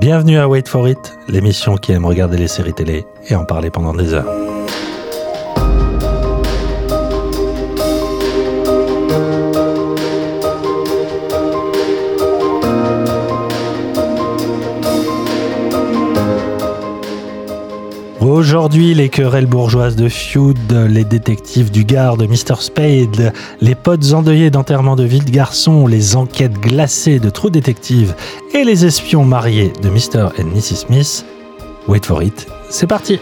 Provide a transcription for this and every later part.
Bienvenue à Wait for It, l'émission qui aime regarder les séries télé et en parler pendant des heures. Aujourd'hui, les querelles bourgeoises de Feud, les détectives du Gard de Mr. Spade, les potes endeuillés d'enterrement de vie de garçon, les enquêtes glacées de True Detective et les espions mariés de Mr. et Mrs. Smith. Wait for it, c'est parti!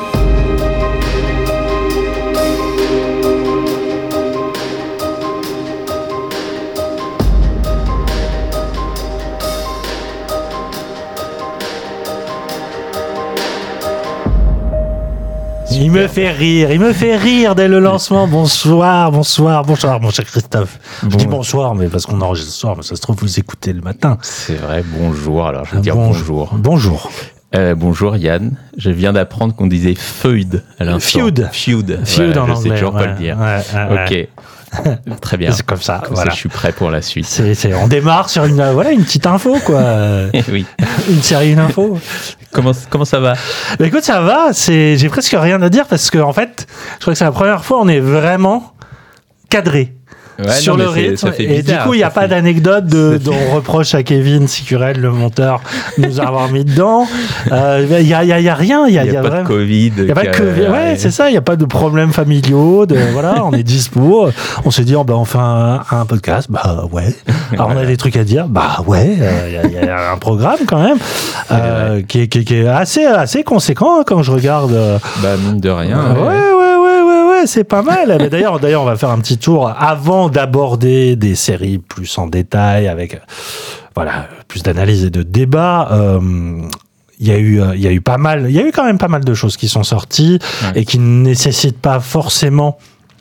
Il me fait rire dès le lancement. Bonsoir, mon cher Christophe. Bon. Je dis bonsoir, mais parce qu'on enregistre ce soir, mais ça se trouve, vous écoutez le matin. C'est vrai, bonjour, alors je vais dire bonjour. Bonjour. Bonjour Yann, je viens d'apprendre qu'on disait feud à l'instant. Feud voilà, en anglais. Je sais toujours pas le dire. Ouais. Très bien. C'est comme ça. Voilà. Je suis prêt pour la suite. On démarre sur une petite info, quoi. Oui. Une série, une info. Comment ça va? Bah écoute, ça va. J'ai presque rien à dire parce que en fait, je crois que c'est la première fois on est vraiment cadré. Ouais, sur le rythme, bizarre, et du coup il n'y a pas d'anecdote dont on reproche à Kevin Sicurel, le monteur, nous avoir mis dedans. Il y a rien, il y a pas vraiment... de Covid. Il y a pas de Covid, ouais, c'est ça, il n'y a pas de problèmes familiaux, voilà, on est dispo, on s'est dit, on fait un podcast, bah ouais. Alors on a des trucs à dire, bah ouais, il y a un programme quand même, qui est assez conséquent hein, quand je regarde. Bah mine de rien. Ouais, c'est pas mal. D'ailleurs, on va faire un petit tour avant d'aborder des séries plus en détail avec plus d'analyse et de débat. Il y a eu quand même pas mal de choses qui sont sorties et qui ne nécessitent pas forcément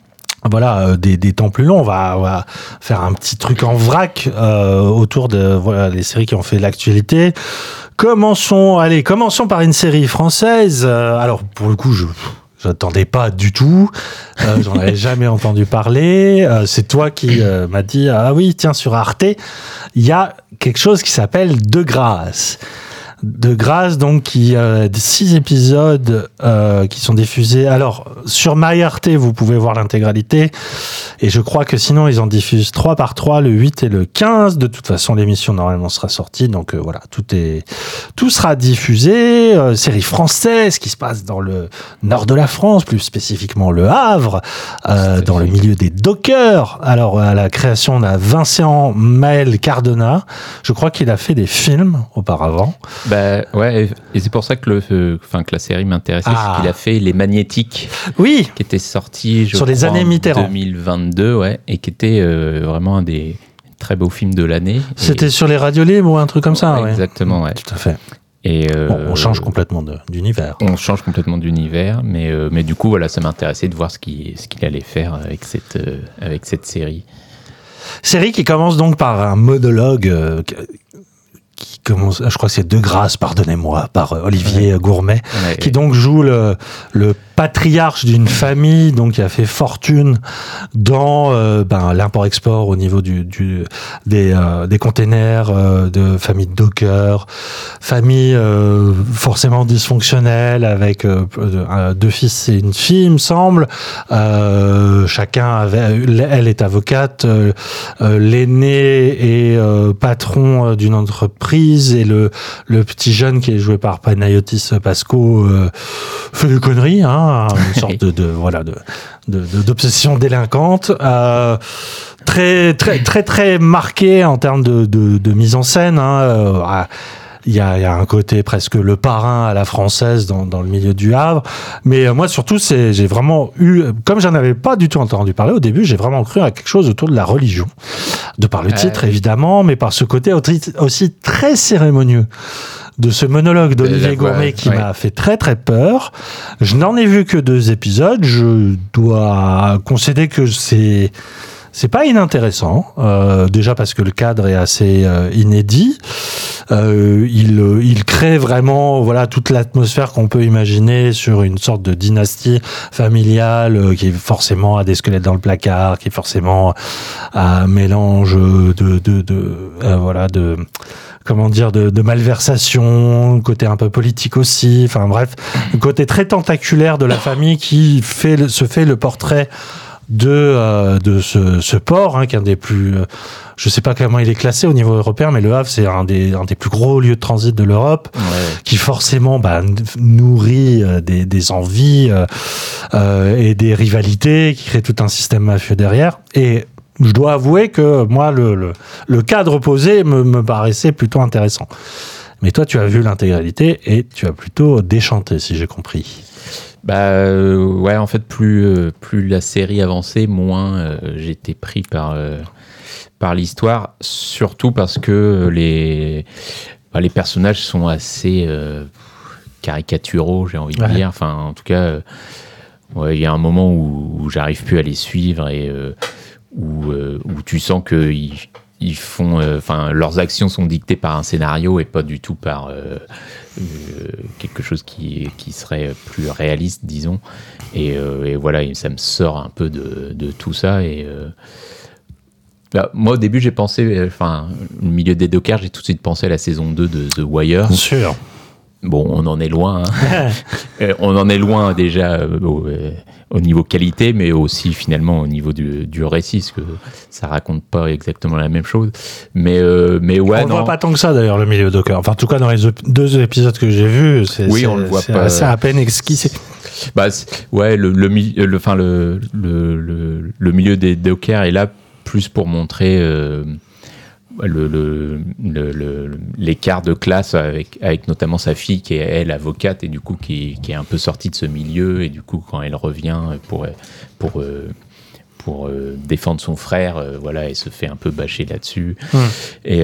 des temps plus longs. On va faire un petit truc en vrac autour de les séries qui ont fait l'actualité. Commençons par une série française. Alors pour le coup, j'attendais pas du tout, j'en avais jamais entendu parler. C'est toi qui m'as dit ah oui tiens sur Arte il y a quelque chose qui s'appelle De Grâce. De Grâce, donc, qui 6 épisodes qui sont diffusés. Alors, sur MyArté, vous pouvez voir l'intégralité. Et je crois que sinon, ils en diffusent 3 par 3, le 8 et le 15. De toute façon, l'émission, normalement, sera sortie. Donc, tout sera diffusé. Série française qui se passe dans le nord de la France, plus spécifiquement le Havre, dans le milieu des dockers. Alors, à la création, on a Vincent Maël Cardona. Je crois qu'il a fait des films auparavant. Bah ouais, et c'est pour ça que la série m'intéressait, c'est qu'il a fait Les Magnétiques, oui, qui était sorti sur les années Mitterrand 2022, ouais, et qui était vraiment un des très beaux films de l'année. C'était sur les radios libres ou un truc comme ça, ouais. Exactement, ouais. Tout à fait. Et on change complètement d'univers. On change complètement d'univers, mais du coup, voilà, ça m'intéressait de voir ce qu'il allait faire avec cette série. Série qui commence donc par un monologue qui commence, je crois que c'est De Grâce, pardonnez-moi, par Olivier Gourmet, qui donc joue le patriarche d'une famille donc qui a fait fortune dans l'import-export au niveau des containers de famille de dockers, famille forcément dysfonctionnelle avec 2 fils et une fille, il me semble. Elle est avocate, l'aîné est patron d'une entreprise et le petit jeune qui est joué par Panayotis Pasco fait des conneries, hein. Une sorte d'obsession délinquante, très très très très marquée en termes de mise en scène, hein. Il y a un côté presque le parrain à la française dans le milieu du Havre, mais moi surtout j'ai vraiment eu, comme j'en avais pas du tout entendu parler au début, j'ai vraiment cru à quelque chose autour de la religion, de par le titre évidemment, mais par ce côté aussi très cérémonieux de ce monologue d'Olivier Gourmet qui m'a fait très très peur. Je n'en ai vu que 2 épisodes. Je dois concéder que c'est pas inintéressant. Déjà parce que le cadre est assez inédit. Il crée vraiment toute l'atmosphère qu'on peut imaginer sur une sorte de dynastie familiale qui est forcément a des squelettes dans le placard, qui est forcément un mélange de de malversation, côté un peu politique aussi, enfin bref, le côté très tentaculaire de la famille qui se fait le portrait de ce port, hein, qui est un des plus, je sais pas comment il est classé au niveau européen, mais Le Havre, c'est un des plus gros lieux de transit de l'Europe, qui forcément nourrit des envies et des rivalités, qui crée tout un système mafieux derrière. Et je dois avouer que moi, le cadre posé me paraissait plutôt intéressant. Mais toi, tu as vu l'intégralité et tu as plutôt déchanté, si j'ai compris. Ouais, en fait, plus la série avançait, moins j'étais pris par l'histoire, surtout parce que les personnages sont assez caricaturaux, j'ai envie de dire. Enfin, en tout cas, il y a un moment où j'arrive plus à les suivre et où tu sens que ils font, leurs actions sont dictées par un scénario et pas du tout par quelque chose qui serait plus réaliste, disons. Et voilà, ça me sort un peu de tout ça. Et moi, au début, j'ai pensé, le milieu des dockers, j'ai tout de suite pensé à la saison 2 de The Wire. Bien sûr. Bon, on en est loin. Hein. On en est loin déjà au niveau qualité, mais aussi finalement au niveau du récit, parce que ça raconte pas exactement la même chose. Mais ouais, on ne voit pas tant que ça d'ailleurs le milieu docker. Enfin, en tout cas, dans les 2 épisodes que j'ai vus, on le voit pas. C'est à peine esquissé. Ouais, le milieu des dockers est là plus pour montrer l'écart de classe avec notamment sa fille qui est elle avocate et du coup qui est un peu sortie de ce milieu, et du coup quand elle revient pour défendre son frère, voilà, elle se fait un peu bâcher là-dessus. Et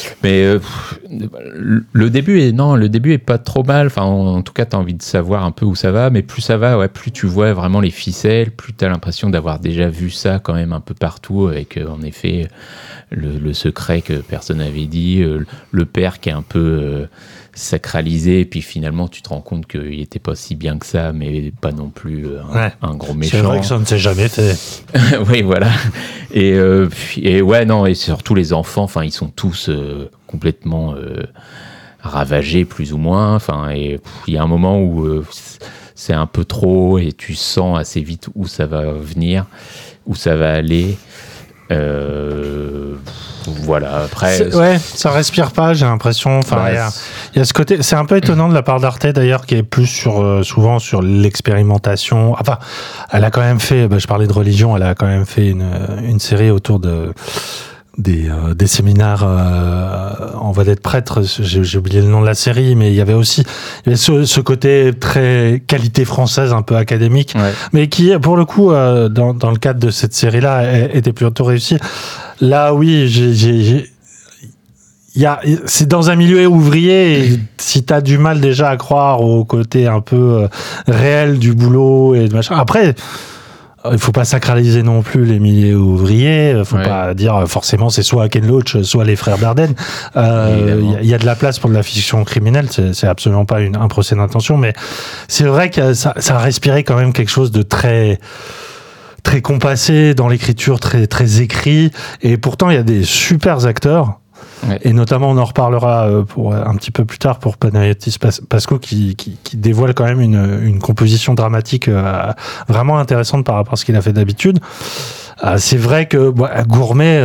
le début est pas trop mal. Enfin, en tout cas, t'as envie de savoir un peu où ça va, mais plus ça va, plus tu vois vraiment les ficelles, plus t'as l'impression d'avoir déjà vu ça quand même un peu partout, avec en effet le secret que personne n'avait dit, le père qui est un peu sacralisé, puis finalement tu te rends compte qu'il était pas si bien que ça, mais pas non plus un gros méchant. C'est vrai que ça ne s'est jamais fait. Oui, voilà. Et surtout les enfants, enfin ils sont tous complètement ravagés plus ou moins. Enfin, et il y a un moment où c'est un peu trop et tu sens assez vite où ça va venir, où ça va aller. Voilà, après ça respire pas, j'ai l'impression. Enfin, il y a ce côté, c'est un peu étonnant de la part d'Arte d'ailleurs, qui est plus souvent sur l'expérimentation. Enfin, elle a quand même fait, je parlais de religion, elle a quand même fait une série autour des séminaires en voie d'être prêtre. J'ai oublié le nom de la série, mais il y avait ce côté très qualité française, un peu académique, mais qui, pour le coup, dans le cadre de cette série-là, était plutôt réussi. Là, oui, c'est dans un milieu ouvrier, et si t'as du mal déjà à croire au côté un peu réel du boulot et de machin. Après, il faut pas sacraliser non plus les milieux ouvriers. Faut pas dire forcément c'est soit Ken Loach, soit les frères Dardenne. Il y a de la place pour de la fiction criminelle. C'est absolument pas un procès d'intention, mais c'est vrai que ça a respiré quand même quelque chose de très très compassé dans l'écriture, très très écrit. Et pourtant il y a des super acteurs. Et notamment, on en reparlera un petit peu plus tard pour Panayotis Pasco qui dévoile quand même une composition dramatique vraiment intéressante par rapport à ce qu'il a fait d'habitude. C'est vrai que Gourmet,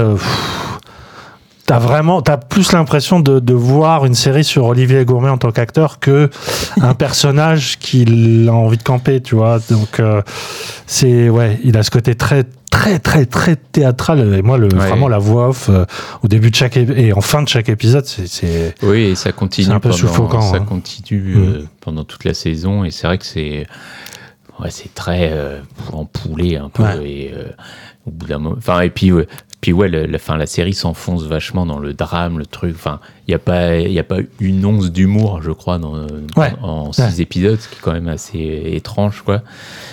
t'as plus l'impression de voir une série sur Olivier Gourmet en tant qu'acteur que un personnage qu'il a envie de camper, tu vois. Donc il a ce côté très très très très théâtral, et moi vraiment la voix off au début de chaque et en fin de chaque épisode, c'est oui, et ça continue, c'est un peu suffocant, ça continue pendant toute la saison, et c'est vrai que c'est très empoulé un peu, et au bout d'un moment, enfin, et puis la série s'enfonce vachement dans le drame, le truc. Enfin, il y a pas une once d'humour, je crois, en 6 épisodes, ce qui est quand même assez étrange, quoi.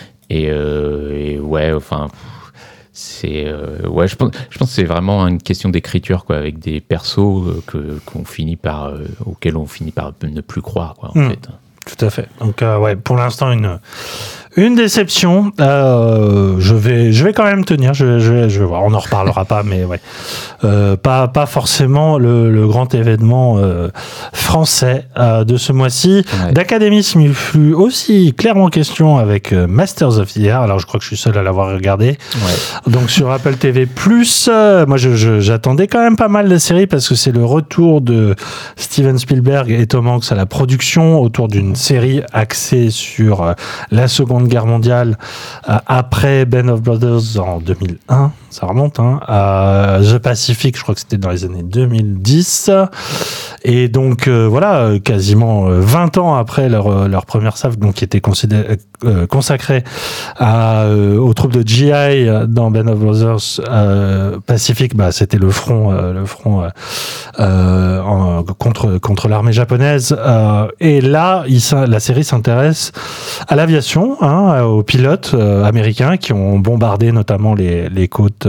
C'est je pense que c'est vraiment une question d'écriture, quoi, avec des persos auxquels on finit par ne plus croire, quoi, en fait. Tout à fait. Donc pour l'instant, une Une déception. Je vais quand même tenir. Je vais voir. On n'en reparlera pas, mais ouais. Pas forcément le grand événement français de ce mois-ci. Ouais. D'Académisme, il fut aussi clairement question avec Masters of the Air. Alors, je crois que je suis seul à l'avoir regardé. Ouais. Donc, sur Apple TV+, moi, j'attendais quand même pas mal la série parce que c'est le retour de Steven Spielberg et Tom Hanks à la production autour d'une série axée sur la Seconde Guerre mondiale après Band of Brothers en 2001. Ça remonte, hein, à The Pacific, je crois que c'était dans les années 2010. Et donc, voilà, quasiment 20 ans après leur première SAF, donc qui était consacrée aux troupes de GI dans Band of Brothers Pacific, bah, c'était le front contre l'armée japonaise. Et là, la série s'intéresse à l'aviation, hein, aux pilotes américains qui ont bombardé notamment les côtes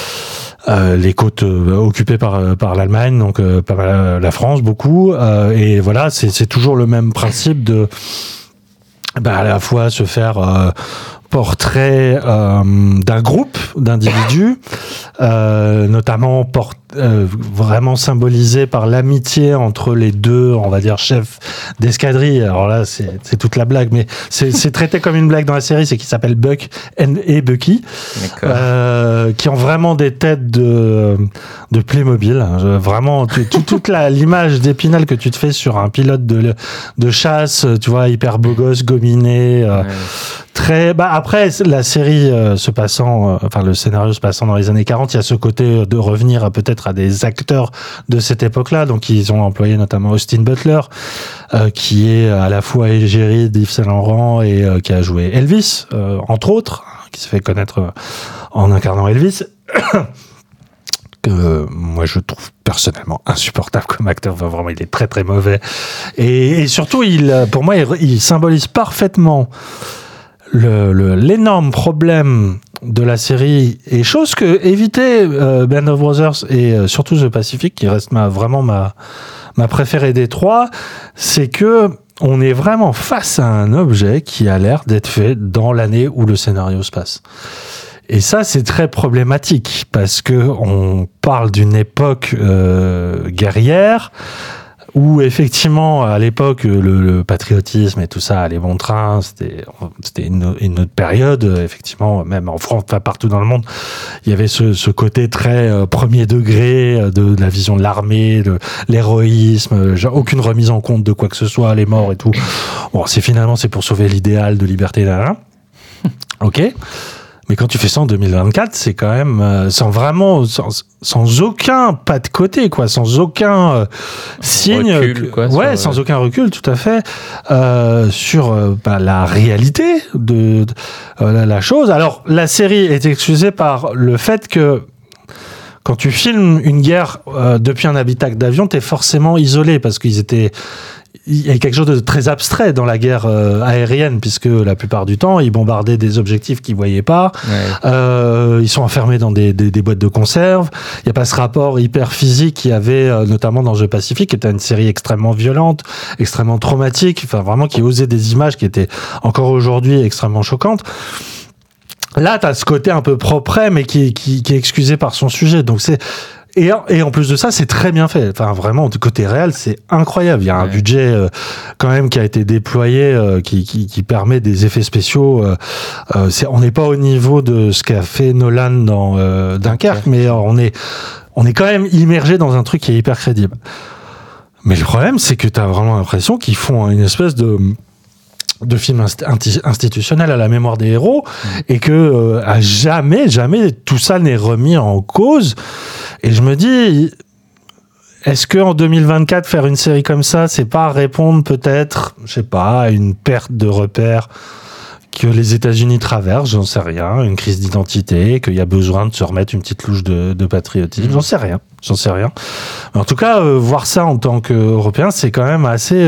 occupées par l'Allemagne, donc par la France beaucoup, et voilà, c'est toujours le même principe de à la fois se faire portrait d'un groupe d'individus, notamment vraiment symbolisé par l'amitié entre les deux, on va dire, chefs d'escadrille. Alors là, c'est toute la blague, mais c'est traité comme une blague dans la série, c'est qu'ils s'appellent Buck et Bucky, qui ont vraiment des têtes de Playmobil. Vraiment, toute l'image d'Épinal que tu te fais sur un pilote de chasse, tu vois, hyper beau gosse, gominé, très... après, la série le scénario se passant dans les années 40, il y a ce côté de revenir peut-être à des acteurs de cette époque-là. Donc, ils ont employé notamment Austin Butler, qui est à la fois égérie d'Yves Saint Laurent et qui a joué Elvis, entre autres, qui s'est fait connaître en incarnant Elvis. Que moi je trouve personnellement insupportable comme acteur. Enfin, vraiment, il est très très mauvais. Et surtout, pour moi, il symbolise parfaitement l'énorme problème de la série, et chose que évitait Band of Brothers et surtout The Pacific, qui reste vraiment ma préférée des trois, c'est que on est vraiment face à un objet qui a l'air d'être fait dans l'année où le scénario se passe. Et ça, c'est très problématique parce que on parle d'une époque guerrière où effectivement, à l'époque, le patriotisme et tout ça allait bon train. C'était une autre période. Effectivement, même en France, enfin, partout dans le monde, il y avait ce côté très premier degré de la vision de l'armée, de l'héroïsme, aucune remise en compte de quoi que ce soit, les morts et tout. Bon, c'est pour sauver l'idéal de liberté, là. Ok. Mais quand tu fais ça en 2024, c'est quand même sans aucun pas de côté, quoi, sans aucun signe, recul, sans aucun recul, tout à fait, sur la réalité de la chose. Alors, la série est excusée par le fait que quand tu filmes une guerre depuis un habitacle d'avion, t'es forcément isolé parce il y a quelque chose de très abstrait dans la guerre aérienne, puisque la plupart du temps, ils bombardaient des objectifs qu'ils voyaient pas. Ouais. Ils sont enfermés dans des boîtes de conserve. Il n'y a pas ce rapport hyper physique qu'il y avait notamment dans The Pacific, qui était une série extrêmement violente, extrêmement traumatique, enfin vraiment qui osait des images qui étaient encore aujourd'hui extrêmement choquantes. Là, t'as ce côté un peu propre, mais qui est excusé par son sujet. Donc et en plus de ça, c'est très bien fait. Enfin, vraiment, du côté réel, c'est incroyable. Il y a un budget quand même qui a été déployé, qui permet des effets spéciaux. On n'est pas au niveau de ce qu'a fait Nolan dans Dunkerque, mais on est quand même immergé dans un truc qui est hyper crédible. Mais le problème, c'est que t'as vraiment l'impression qu'ils font une espèce de film institutionnel à la mémoire des héros, et que à jamais tout ça n'est remis en cause. Et je me dis, est-ce que en 2024 faire une série comme ça, c'est pas répondre peut-être, je sais pas, à une perte de repères que les États-Unis traversent, j'en sais rien, une crise d'identité, qu'il y a besoin de se remettre une petite louche de patriotisme, j'en sais rien. Mais en tout cas, voir ça en tant qu'Européen, c'est quand même assez...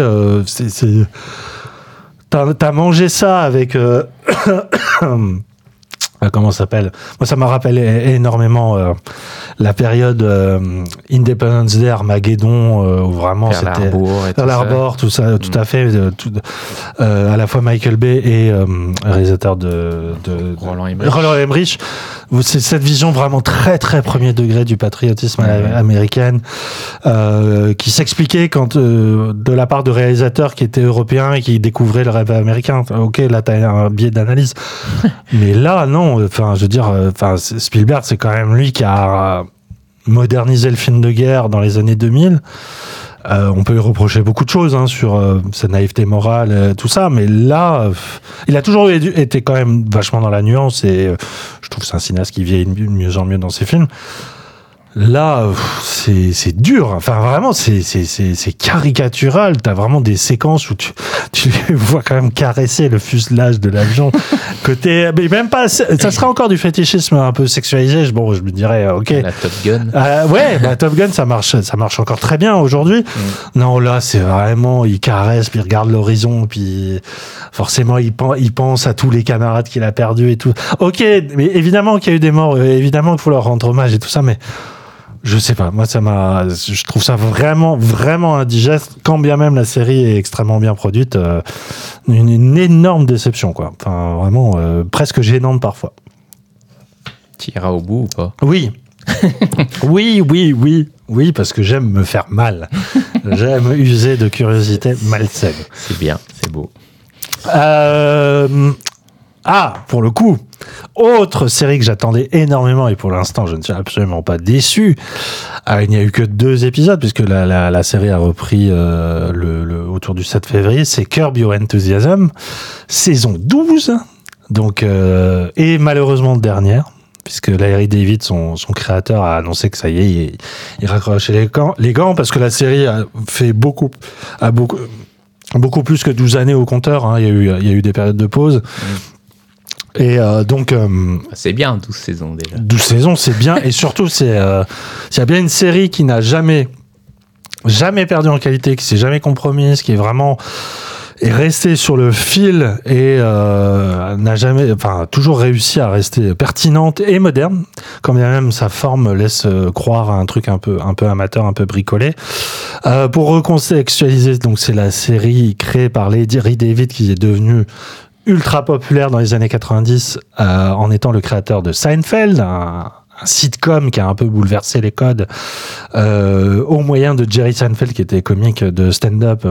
T'as mangé ça avec comment ça s'appelle? Moi, ça m'a rappelé énormément la période Independence Day, Armageddon, où vraiment c'était Pearl Harbor, tout ça, tout à fait, à la fois Michael Bay et réalisateur de Roland Emmerich. C'est cette vision vraiment très très premier degré du patriotisme américain qui s'expliquait quand de la part de réalisateurs qui étaient européens et qui découvraient le rêve américain. Ok, là t'as un biais d'analyse, mais là non. Enfin, je veux dire, Spielberg, c'est quand même lui qui a modernisé le film de guerre dans les années 2000. On peut lui reprocher beaucoup de choses sur sa naïveté morale, tout ça, mais là, il a toujours été quand même vachement dans la nuance et je trouve que c'est un cinéaste qui vieillit de mieux en mieux dans ses films. Là, c'est dur. Enfin, vraiment, c'est caricatural. T'as vraiment des séquences où tu vois quand même caresser le fuselage de l'avion. Côté, mais même pas. Ça serait encore du fétichisme un peu sexualisé. Bon, je me dirais, ok. La Top Gun. Top Gun, ça marche encore très bien aujourd'hui. Non, là, c'est vraiment, il caresse, puis il regarde l'horizon, puis forcément, il pense à tous les camarades qu'il a perdus et tout. Ok, mais évidemment qu'il y a eu des morts, évidemment qu'il faut leur rendre hommage et tout ça, mais je sais pas, moi je trouve ça vraiment, vraiment indigeste, quand bien même la série est extrêmement bien produite, une énorme déception, quoi. Enfin, vraiment, presque gênante parfois. Tu iras au bout ou pas? Oui. Oui, parce que j'aime me faire mal. J'aime user de curiosité malsaine. C'est bien, c'est beau. Pour le coup, autre série que j'attendais énormément et pour l'instant je ne suis absolument pas déçu. Il n'y a eu que 2 épisodes puisque la série a repris autour du 7 février. C'est Curb Your Enthusiasm, saison 12. Donc, et malheureusement dernière, puisque Larry David, son créateur, a annoncé que ça y est, il raccrochait les gants parce que la série a fait beaucoup plus que 12 années au compteur. Il y a eu des périodes de pause. Et donc c'est bien 12 saisons déjà. 12 saisons, c'est bien et surtout s'il y a bien une série qui n'a jamais perdu en qualité, qui s'est jamais compromise, qui est vraiment restée sur le fil et toujours réussi à rester pertinente et moderne, quand bien même sa forme laisse croire à un truc un peu amateur, un peu bricolé. Pour recontextualiser, donc c'est la série créée par Larry David qui est devenue ultra populaire dans les années 90 en étant le créateur de Seinfeld, un sitcom qui a un peu bouleversé les codes au moyen de Jerry Seinfeld qui était comique de stand-up,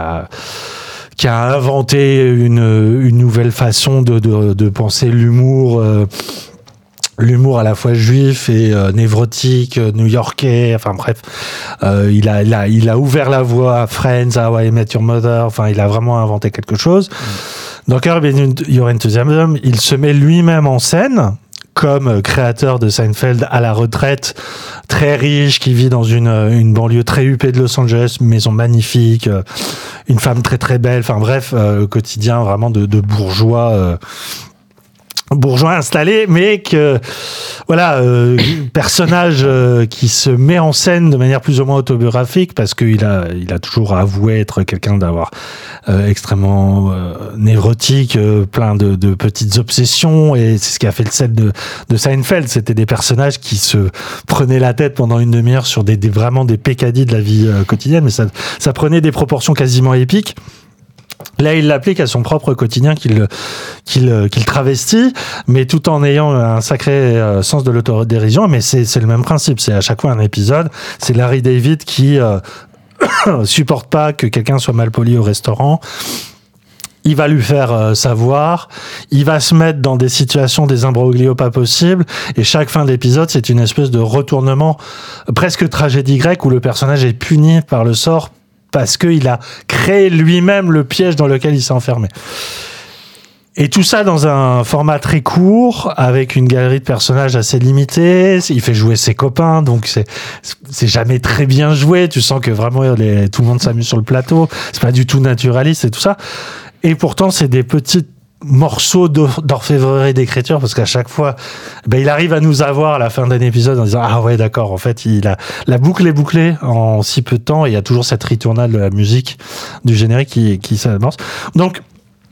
qui a inventé une nouvelle façon de penser l'humour. L'humour à la fois juif et névrotique, new-yorkais, enfin bref, il a ouvert la voie à Friends, à How I Met Your Mother, enfin il a vraiment inventé quelque chose. Dans Curb Your Enthusiasm, il se met lui-même en scène comme créateur de Seinfeld à la retraite, très riche, qui vit dans une banlieue très huppée de Los Angeles, une maison magnifique, une femme très très belle, enfin bref, quotidien vraiment de bourgeois installé, mais que personnage qui se met en scène de manière plus ou moins autobiographique parce qu'il a toujours avoué être quelqu'un d'avoir extrêmement névrotique, plein de petites obsessions, et c'est ce qui a fait le set de Seinfeld. C'était des personnages qui se prenaient la tête pendant une demi-heure sur vraiment des pécadilles de la vie quotidienne, mais ça prenait des proportions quasiment épiques. Là, il l'applique à son propre quotidien qu'il travestit, mais tout en ayant un sacré sens de l'autodérision. Mais c'est le même principe. C'est à chaque fois un épisode. C'est Larry David qui supporte pas que quelqu'un soit mal poli au restaurant. Il va lui faire savoir. Il va se mettre dans des situations, des imbroglios pas possibles. Et chaque fin d'épisode, c'est une espèce de retournement, presque tragédie grecque, où le personnage est puni par le sort parce qu'il a créé lui-même le piège dans lequel il s'est enfermé. Et tout ça dans un format très court, avec une galerie de personnages assez limitée. Il fait jouer ses copains, donc c'est jamais très bien joué. Tu sens que vraiment tout le monde s'amuse sur le plateau. C'est pas du tout naturaliste et tout ça. Et pourtant, c'est des petits morceaux d'orfèvrerie d'écriture, parce qu'à chaque fois, il arrive à nous avoir à la fin d'un épisode en disant ah ouais d'accord, en fait la boucle est bouclée en si peu de temps, et il y a toujours cette ritournelle de la musique du générique qui s'amorce. Donc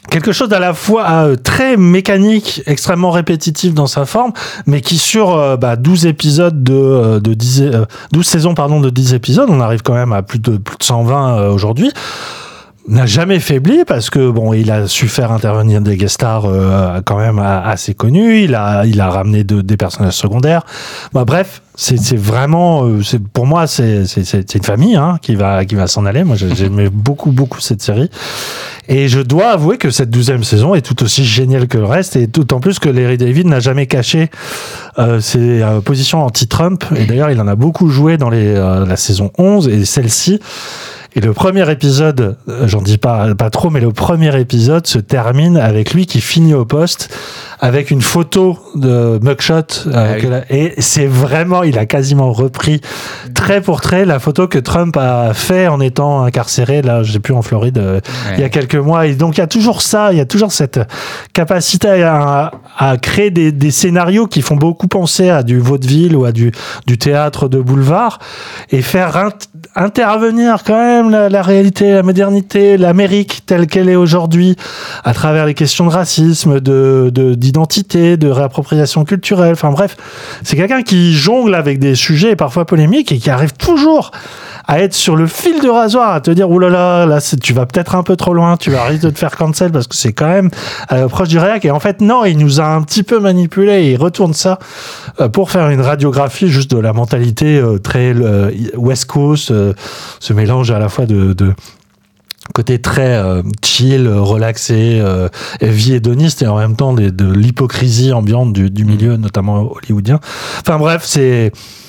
quelque chose d'à la fois très mécanique, extrêmement répétitif dans sa forme, mais qui sur 12 épisodes de 12 saisons de 10 épisodes, on arrive quand même à plus de 120 aujourd'hui, n'a jamais faibli parce que il a su faire intervenir des guest stars quand même assez connus, il a ramené des personnages secondaires. Bref, c'est vraiment pour moi c'est une famille qui va s'en aller. Moi j'aimais beaucoup cette série. Et je dois avouer que cette 12e saison est tout aussi géniale que le reste, et d'autant plus que Larry David n'a jamais caché ses positions anti-Trump. Et d'ailleurs, il en a beaucoup joué dans la saison 11 et celle-ci. Et le premier épisode, j'en dis pas trop, mais le premier épisode se termine avec lui qui finit au poste avec une photo de mugshot. Et c'est vraiment, il a quasiment repris trait pour trait la photo que Trump a fait en étant incarcéré, là, je sais plus, en Floride, il y a quelques mois. Et donc, il y a toujours ça, il y a toujours cette capacité à créer des scénarios qui font beaucoup penser à du vaudeville ou à du théâtre de boulevard, et faire intervenir quand même la réalité, la modernité, l'Amérique telle qu'elle est aujourd'hui, à travers les questions de racisme, d'identité, de réappropriation culturelle. Enfin bref, c'est quelqu'un qui jongle avec des sujets parfois polémiques et qui arrive toujours à être sur le fil de rasoir, à te dire oulala, là tu vas peut-être un peu trop loin, tu vas risquer de te faire cancel parce que c'est quand même proche du réac. Et en fait non, il nous a un petit peu manipulé et il retourne ça pour faire une radiographie juste de la mentalité très West Coast, ce mélange à la fois de côté très chill, relaxé, vie hédoniste, et en même temps de l'hypocrisie ambiante du milieu, notamment hollywoodien. Enfin bref, c'est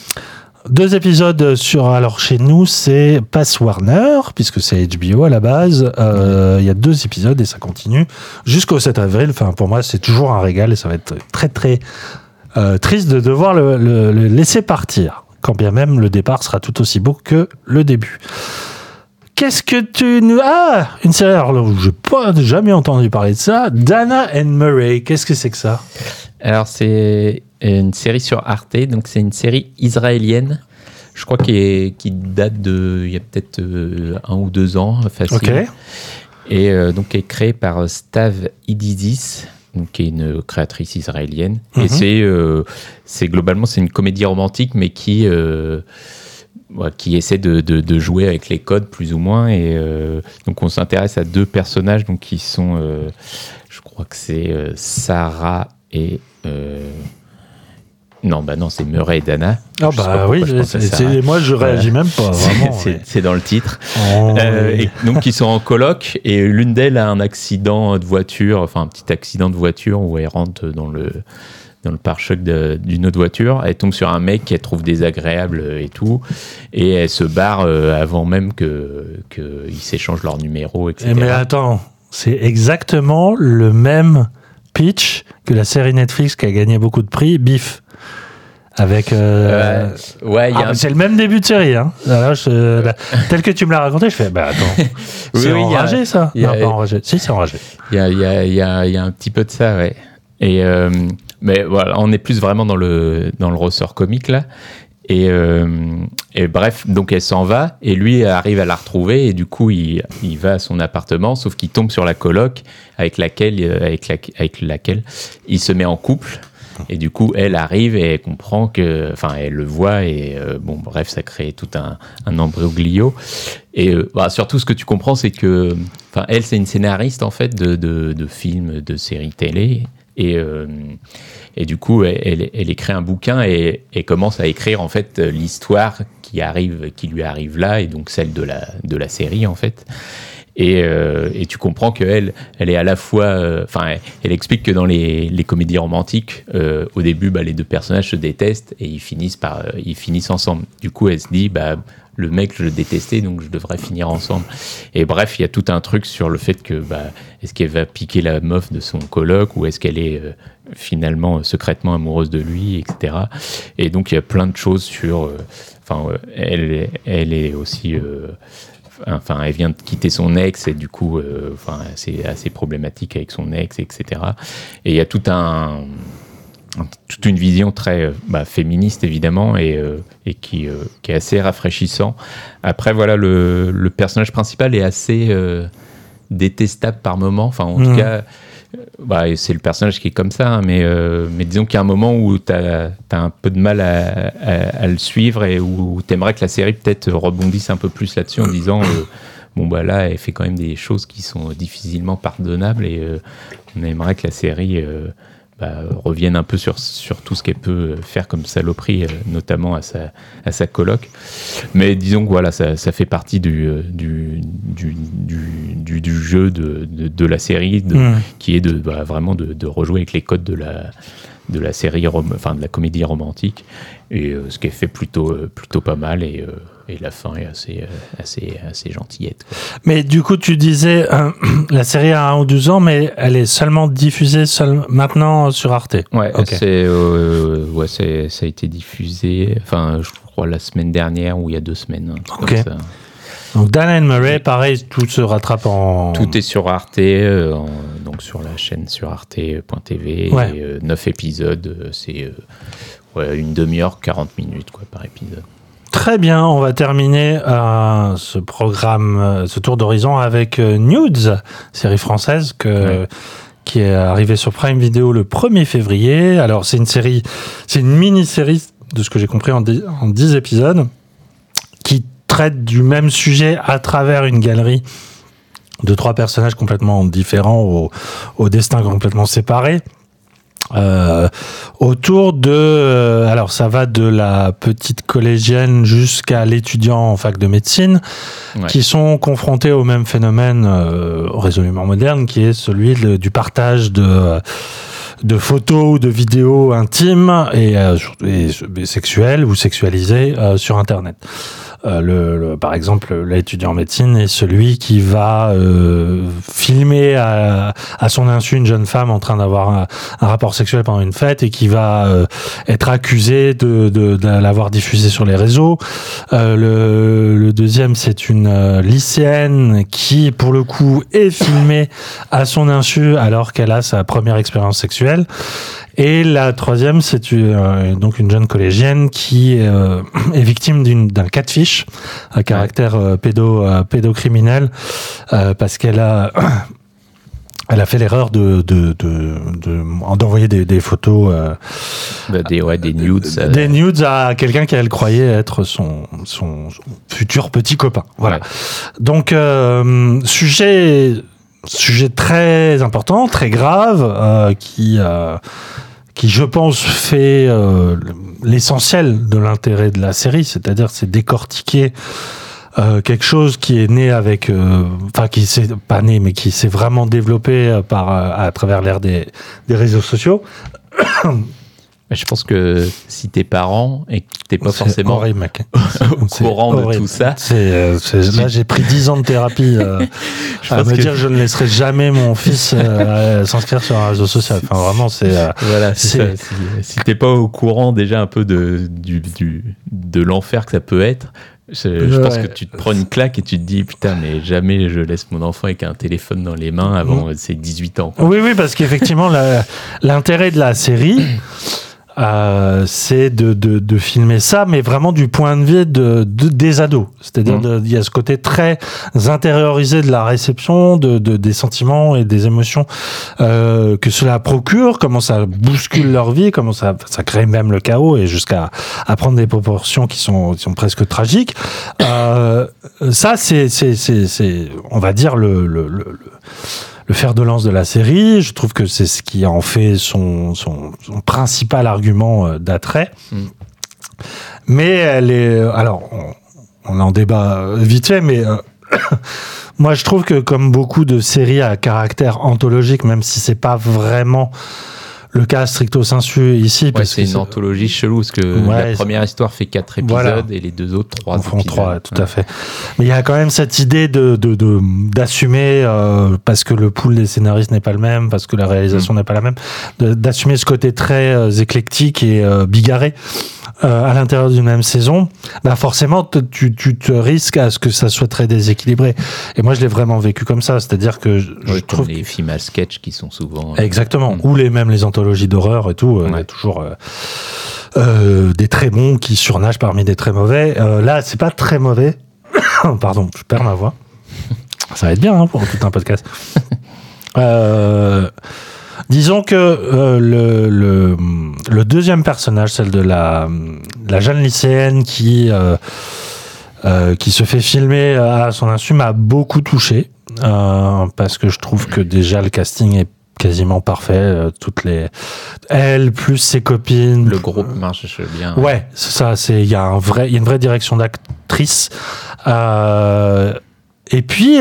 2 épisodes alors chez nous, c'est Pass Warner, puisque c'est HBO à la base. Il y a 2 épisodes et ça continue jusqu'au 7 avril. Enfin, pour moi, c'est toujours un régal et ça va être très, très triste de devoir le laisser partir, quand bien même le départ sera tout aussi beau que le début. Qu'est-ce que tu nous... Ah, une série, alors je n'ai pas jamais entendu parler de ça. Dana and Murray, qu'est-ce que c'est que ça? Alors, c'est une série sur Arte, donc c'est une série israélienne, je crois qui date il y a peut-être 1 ou 2 ans, facile. Okay. Et donc, qui est créée par Stav Idizis, donc, qui est une créatrice israélienne. Et c'est globalement, c'est une comédie romantique, mais qui essaie de jouer avec les codes plus ou moins, et donc on s'intéresse à 2 personnages donc qui sont je crois que c'est Sarah et non c'est Murray et Dana. Moi je réagis même pas vraiment. C'est dans le titre. Et donc ils sont en coloc, et l'une d'elles a un accident de voiture, enfin un petit accident de voiture où elle rentre dans le pare-choc d'une autre voiture. Elle tombe sur un mec qu'elle trouve désagréable et tout, et elle se barre avant même qu'ils s'échangent leur numéro, etc. Mais attends, c'est exactement le même pitch que la série Netflix qui a gagné beaucoup de prix, Beef. Avec c'est le même début de série, hein. Là, tel que tu me l'as raconté, je fais attends, c'est enragé ça. Non, pas enragé. Si, c'est enragé. Il y a un petit peu de ça, ouais. Et mais voilà, on est plus vraiment dans le ressort comique là. Et bref, donc elle s'en va, et lui arrive à la retrouver, et du coup il va à son appartement, sauf qu'il tombe sur la coloc avec laquelle il se met en couple. Et du coup, elle arrive et elle comprend elle le voit, et bref, ça crée tout un embroglio. Et surtout, ce que tu comprends, c'est que, elle, c'est une scénariste en fait de films, de séries télé, et du coup, elle écrit un bouquin et commence à écrire en fait l'histoire qui lui arrive là, et donc celle de la série en fait. Et tu comprends qu'elle est à la fois... elle explique que dans les comédies romantiques, au début, les 2 personnages se détestent et ils finissent ensemble. Du coup, elle se dit, le mec, je le détestais, donc je devrais finir ensemble. Et bref, il y a tout un truc sur le fait que est-ce qu'elle va piquer la meuf de son coloc, ou est-ce qu'elle est finalement secrètement amoureuse de lui, etc. Et donc, il y a plein de choses sur... elle est aussi... elle vient de quitter son ex, et du coup, c'est assez problématique avec son ex, etc. Et il y a toute une vision très féministe, évidemment, et qui est assez rafraîchissant. Après, voilà, le personnage principal est assez détestable par moment. Enfin, en tout cas, c'est le personnage qui est comme ça, hein, mais disons qu'il y a un moment où t'as un peu de mal à le suivre et où t'aimerais que la série peut-être rebondisse un peu plus là-dessus en disant là, elle fait quand même des choses qui sont difficilement pardonnables et on aimerait que la série revienne un peu sur tout ce qu'elle peut faire comme saloperie, notamment à sa coloc. Mais disons que voilà, ça fait partie du jeu de la série, qui est vraiment de rejouer avec les codes de la série, de la comédie romantique, et ce qui est fait plutôt pas mal, et la fin est assez gentillette, quoi. Mais du coup, tu disais, la série a 1 ou 2 ans, mais elle est seulement diffusée maintenant sur Arte. Ouais, okay. Ça a été diffusé, je crois, la semaine dernière ou il y a 2 semaines. Ok. Comme ça. Donc Dan and Murray, pareil, tout se rattrape en... Tout est sur Arte, donc sur la chaîne sur arte.tv, ouais. Et 9 épisodes, c'est une demi-heure, 40 minutes quoi, par épisode. Très bien, on va terminer ce programme, ce tour d'horizon avec Nudes, série française qui est arrivée sur Prime Video le 1er février. Alors c'est une mini-série, de ce que j'ai compris, en 10 épisodes, qui traite du même sujet à travers une galerie de 3 personnages complètement différents, au destin complètement séparé. Autour de alors ça va de la petite collégienne jusqu'à l'étudiant en fac de médecine, qui sont confrontés au même phénomène résolument moderne, qui est celui du partage de photos ou de vidéos intimes et sexuelles ou sexualisées sur Internet. Par exemple, l'étudiant en médecine est celui qui va filmer à son insu une jeune femme en train d'avoir un rapport sexuel pendant une fête et qui va être accusé de l'avoir diffusé sur les réseaux. Le deuxième, c'est une lycéenne qui, pour le coup, est filmée à son insu alors qu'elle a sa première expérience sexuelle. Et la troisième, c'est donc une jeune collégienne qui est victime d'un catfish à caractère pédocriminel, parce qu'elle a fait l'erreur d'envoyer des photos, des nudes, des nudes à quelqu'un qu'elle croyait être son futur petit copain. Voilà. Ouais. Donc sujet très important, très grave, qui je pense fait l'essentiel de l'intérêt de la série, c'est-à-dire c'est décortiquer quelque chose qui est né avec, qui s'est pas né, mais qui s'est vraiment développé à travers l'ère des réseaux sociaux. Je pense que si t'es parent et que t'es pas forcément horrible, mec. au courant de tout ça, là j'ai pris 10 ans de thérapie à me dire que je ne laisserai jamais mon fils s'inscrire sur un réseau social. Enfin vraiment voilà, c'est ça. Si t'es pas au courant déjà un peu de l'enfer que ça peut être, je pense que tu te prends une claque et tu te dis putain, mais jamais je laisse mon enfant avec un téléphone dans les mains avant ses 18 ans, quoi. Oui, parce qu'effectivement l'intérêt de la série, c'est de filmer ça, mais vraiment du point de vue des ados. C'est-à-dire il y a ce côté très intériorisé de la réception des sentiments et des émotions que cela procure, comment ça bouscule leur vie, comment ça crée même le chaos et jusqu'à prendre des proportions qui sont presque tragiques. Ça c'est on va dire le fer de lance de la série. Je trouve que c'est ce qui en fait son principal argument d'attrait. Mais elle est... Alors, on en débat vite fait, mais moi, je trouve que comme beaucoup de séries à caractère anthologique, même si c'est pas vraiment le cas stricto sensu ici, parce c'est une anthologie chelou, parce que la première histoire fait 4 épisodes et les 2 autres 3 épisodes. 3, tout à fait. Mais il y a quand même cette idée d'assumer, parce que le pool des scénaristes n'est pas le même, parce que la réalisation n'est pas la même, d'assumer ce côté très éclectique et bigarré à l'intérieur d'une même saison. Bah forcément, tu te risques à ce que ça soit très déséquilibré. Et moi, je l'ai vraiment vécu comme ça, c'est-à-dire que je trouve les films à sketch qui sont souvent exactement, ou même les anthologies d'horreur et tout, il y a toujours des très bons qui surnagent parmi des très mauvais. Là, c'est pas très mauvais. Pardon, je perds ma voix. Ça va être bien pour tout un podcast. Disons que le deuxième personnage, celle de la jeune lycéenne qui se fait filmer à son insu, m'a beaucoup touché parce que je trouve que déjà le casting est quasiment parfait. Elle plus ses copines. Le groupe marche bien. Ouais, c'est ça. Il y a une vraie direction d'actrice. Et puis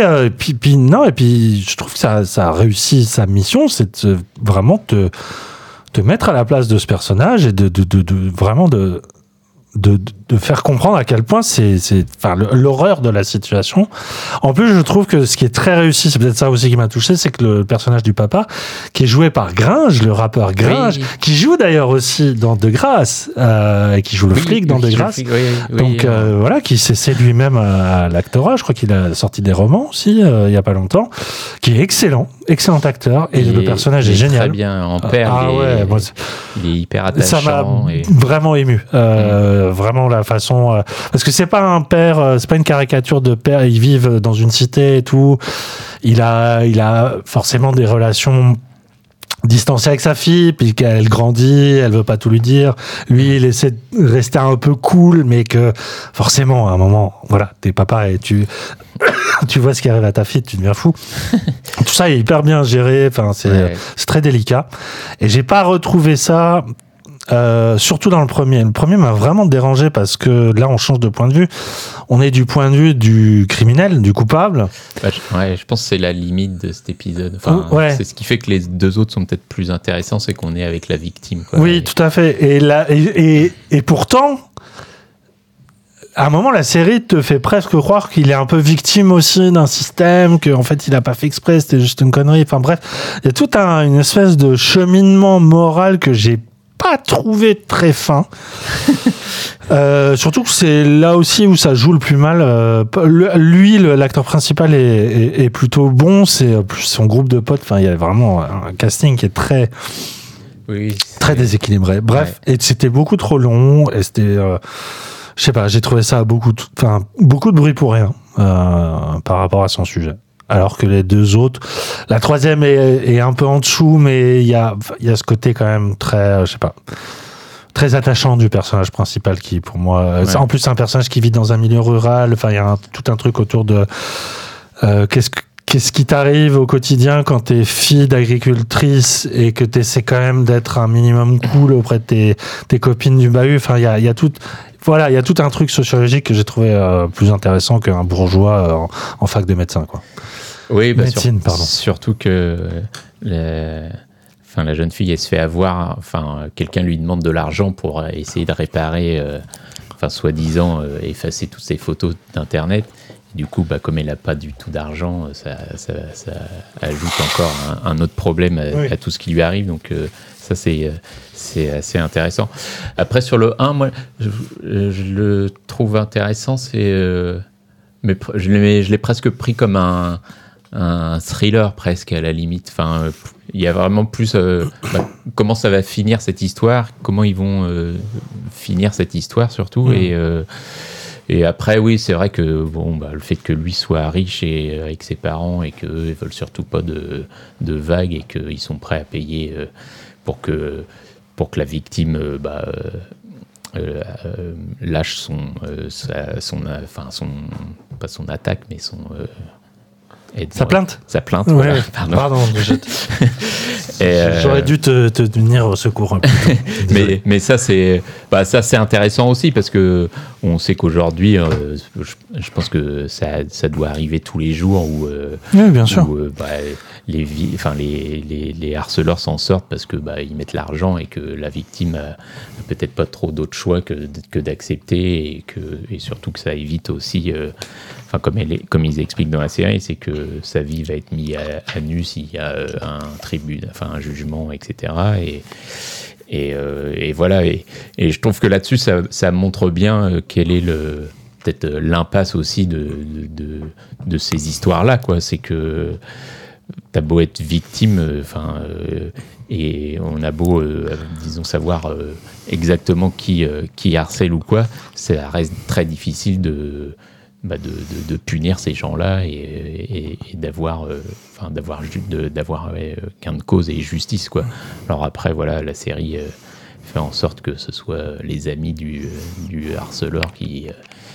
je trouve que ça a réussi sa mission, c'est vraiment te mettre à la place de ce personnage et de vraiment de faire comprendre à quel point c'est l'horreur de la situation. En plus, je trouve que ce qui est très réussi, c'est peut-être ça aussi qui m'a touché, c'est que le personnage du papa, qui est joué par Gringe, le rappeur Gringe, qui joue d'ailleurs aussi dans De Grâce, qui joue le flic dans De Grâce. Donc voilà, qui s'essaie lui-même à l'actorat. Je crois qu'il a sorti des romans aussi il y a pas longtemps, qui est excellent acteur, et le personnage est génial. Très bien en père. Il est hyper attachant. Ça m'a vraiment ému. Vraiment la façon, parce que c'est pas un père, c'est pas une caricature de père. Ils vivent dans une cité et tout. Il a forcément des relations distancées avec sa fille, puis qu'elle grandit, elle veut pas tout lui dire. Lui, il essaie de rester un peu cool, mais que forcément, à un moment, voilà, t'es papa et tu vois ce qui arrive à ta fille, tu deviens fou. Tout ça est hyper bien géré. Enfin, c'est très délicat. Et j'ai pas retrouvé ça. Surtout dans le premier. Le premier m'a vraiment dérangé parce que là, on change de point de vue. On est du point de vue du criminel, du coupable. Je pense que c'est la limite de cet épisode. Enfin, c'est ce qui fait que les deux autres sont peut-être plus intéressants, c'est qu'on est avec la victime. Quoi. Oui, tout à fait. Et pourtant, à un moment, la série te fait presque croire qu'il est un peu victime aussi d'un système, qu'en fait, il a pas fait exprès, c'était juste une connerie. Enfin bref, il y a toute une espèce de cheminement moral que j'ai pas trouvé très fin. Surtout que c'est là aussi où ça joue le plus mal. L'acteur principal est plutôt bon. C'est plus son groupe de potes. Enfin, il y a vraiment un casting qui est très déséquilibré. Bref, et c'était beaucoup trop long. Et c'était, je sais pas, j'ai trouvé ça beaucoup de bruit pour rien par rapport à son sujet. Alors que les deux autres, la troisième est un peu en dessous, mais il y a ce côté quand même très, je sais pas, très attachant du personnage principal qui, pour moi, en plus c'est un personnage qui vit dans un milieu rural. Enfin, il y a tout un truc autour de qu'est-ce qui t'arrive au quotidien quand t'es fille d'agricultrice et que t'essaies quand même d'être un minimum cool auprès de tes copines du bahut. Enfin, il y a tout. Voilà, il y a tout un truc sociologique que j'ai trouvé plus intéressant qu'un bourgeois en fac de médecin, quoi. Oui, médecine, pardon. Surtout que la jeune fille, elle se fait avoir. Quelqu'un lui demande de l'argent pour essayer de réparer, soi-disant, effacer toutes ses photos d'Internet. Et du coup, comme elle n'a pas du tout d'argent, ça ajoute encore un autre problème à tout ce qui lui arrive. Donc, ça, c'est assez intéressant. Après, sur le 1, moi, je le trouve intéressant. Mais je l'ai presque pris comme un thriller, presque, à la limite. Enfin, il y a vraiment plus comment ça va finir cette histoire, comment ils vont finir cette histoire, surtout. Et après, oui, c'est vrai que le fait que lui soit riche et avec ses parents et qu'eux ne veulent surtout pas de vagues et qu'ils sont prêts à payer pour que la victime lâche pas son attaque, mais sa plainte. Sa plainte, ouais, voilà, pardon. J'aurais dû te venir au secours. mais ça c'est intéressant aussi parce que on sait qu'aujourd'hui, je pense que ça doit arriver tous les jours où bien sûr. Les harceleurs s'en sortent parce que ils mettent l'argent et que la victime a peut-être pas trop d'autres choix que d'accepter et surtout que ça évite aussi comme ils expliquent dans la série, c'est que sa vie va être mise à nu s'il y a un jugement, etc. Et voilà. Et je trouve que là-dessus, ça montre bien quel est peut-être l'impasse aussi de ces histoires-là, quoi. C'est que t'as beau être victime, et on a beau, disons, savoir exactement qui harcèle ou quoi, ça reste très difficile de punir ces gens-là et d'avoir gain de cause et justice, quoi. Alors après, voilà, la série fait en sorte que ce soit les amis du harceleur qui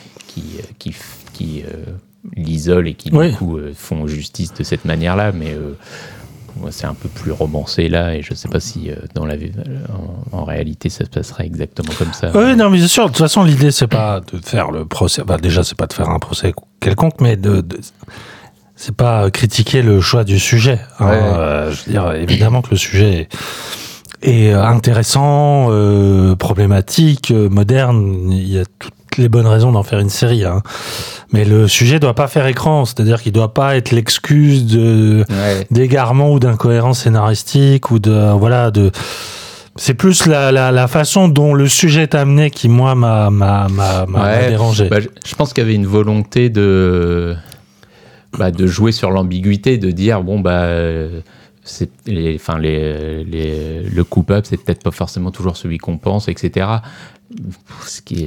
l'isolent et qui du coup font justice de cette manière-là, mais c'est un peu plus romancé là, et je sais pas si en réalité ça se passerait exactement comme ça. Oui, non, mais bien sûr. De toute façon, l'idée c'est pas de faire le procès. Déjà, c'est pas de faire un procès quelconque, mais c'est pas critiquer le choix du sujet. Hein. Je veux dire, évidemment que le sujet est intéressant, problématique, moderne. Il y a toutes les bonnes raisons d'en faire une série, hein. Mais le sujet doit pas faire écran, c'est-à-dire qu'il doit pas être l'excuse d'égarement ou d'incohérence scénaristique ou c'est plus la façon dont le sujet est amené qui, moi, m'a dérangé. Je pense qu'il y avait une volonté de jouer sur l'ambiguïté, de dire le coupable, c'est peut-être pas forcément toujours celui qu'on pense, etc. Ce qui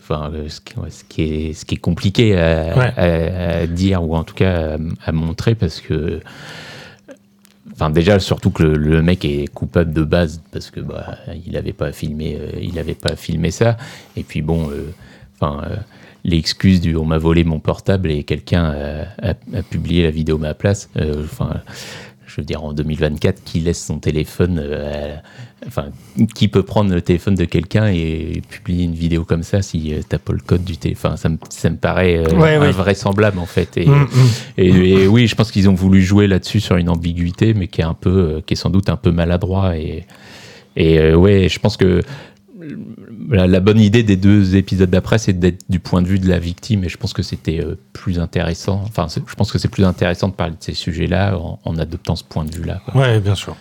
est compliqué à dire, ou en tout cas à montrer, parce que déjà, surtout que le mec est coupable de base, parce que il avait pas filmé ça, et puis l'excuse du on m'a volé mon portable et quelqu'un a publié la vidéo à ma place, je veux dire, en 2024, qui laisse son téléphone qui peut prendre le téléphone de quelqu'un et publier une vidéo comme ça si t'as pas le code du téléphone? Ça me paraît invraisemblable, en fait. Et oui, je pense qu'ils ont voulu jouer là-dessus sur une ambiguïté, mais qui est sans doute un peu maladroit. Et je pense que la bonne idée des 2 épisodes d'après, c'est d'être du point de vue de la victime, et je pense que c'était plus intéressant. Je pense que c'est plus intéressant de parler de ces sujets-là en adoptant ce point de vue-là, quoi. Ouais, bien sûr.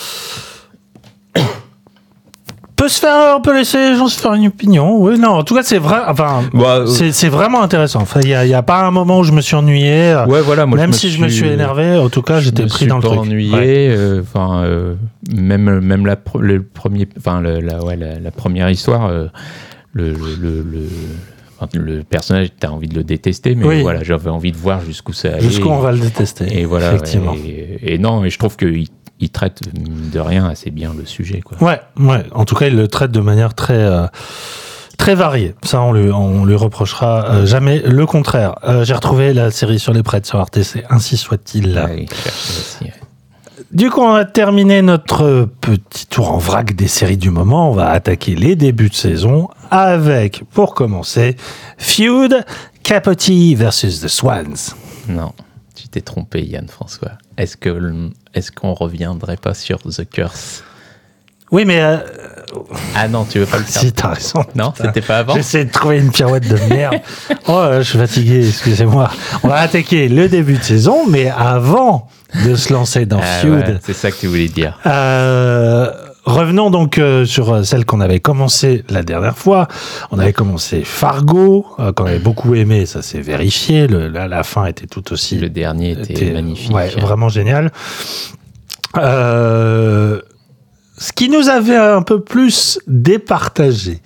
On peut laisser les gens se faire une opinion. Oui, non, en tout cas, c'est vrai. C'est vraiment intéressant. Il y a pas un moment où je me suis ennuyé. Même si je me suis énervé, en tout cas, j'étais pris dans le truc. Ennuyé. Même la première histoire, le personnage, t'as envie de le détester, mais j'avais envie de voir jusqu'où ça allait. Jusqu'où on va le détester. Et voilà, effectivement. Et non, mais je trouve qu'il traite de rien assez bien le sujet, quoi. Ouais. En tout cas, il le traite de manière très très variée. Ça, on lui reprochera jamais le contraire. J'ai retrouvé la série sur les prêtres sur RTC. Ainsi soit-il. Oui, aussi, Du coup, on va terminer notre petit tour en vrac des séries du moment. On va attaquer les débuts de saison avec, pour commencer, Feud, Capote versus The Swans. Non, tu t'es trompé, Yann François. Est-ce qu'on reviendrait pas sur The Curse? Oui, mais... Ah non, tu veux pas le faire? Si, t'as raison. Non, c'était pas avant? J'essaie de trouver une pirouette de merde. Je suis fatigué, excusez-moi. On va attaquer le début de saison, mais avant de se lancer dans Feud... Ouais, c'est ça que tu voulais dire. Revenons donc sur celle qu'on avait commencé la dernière fois. On avait commencé Fargo, qu'on avait beaucoup aimé, ça s'est vérifié. La fin était tout aussi... Le dernier était magnifique. Ouais, vraiment génial. Ce qui nous avait un peu plus partagé,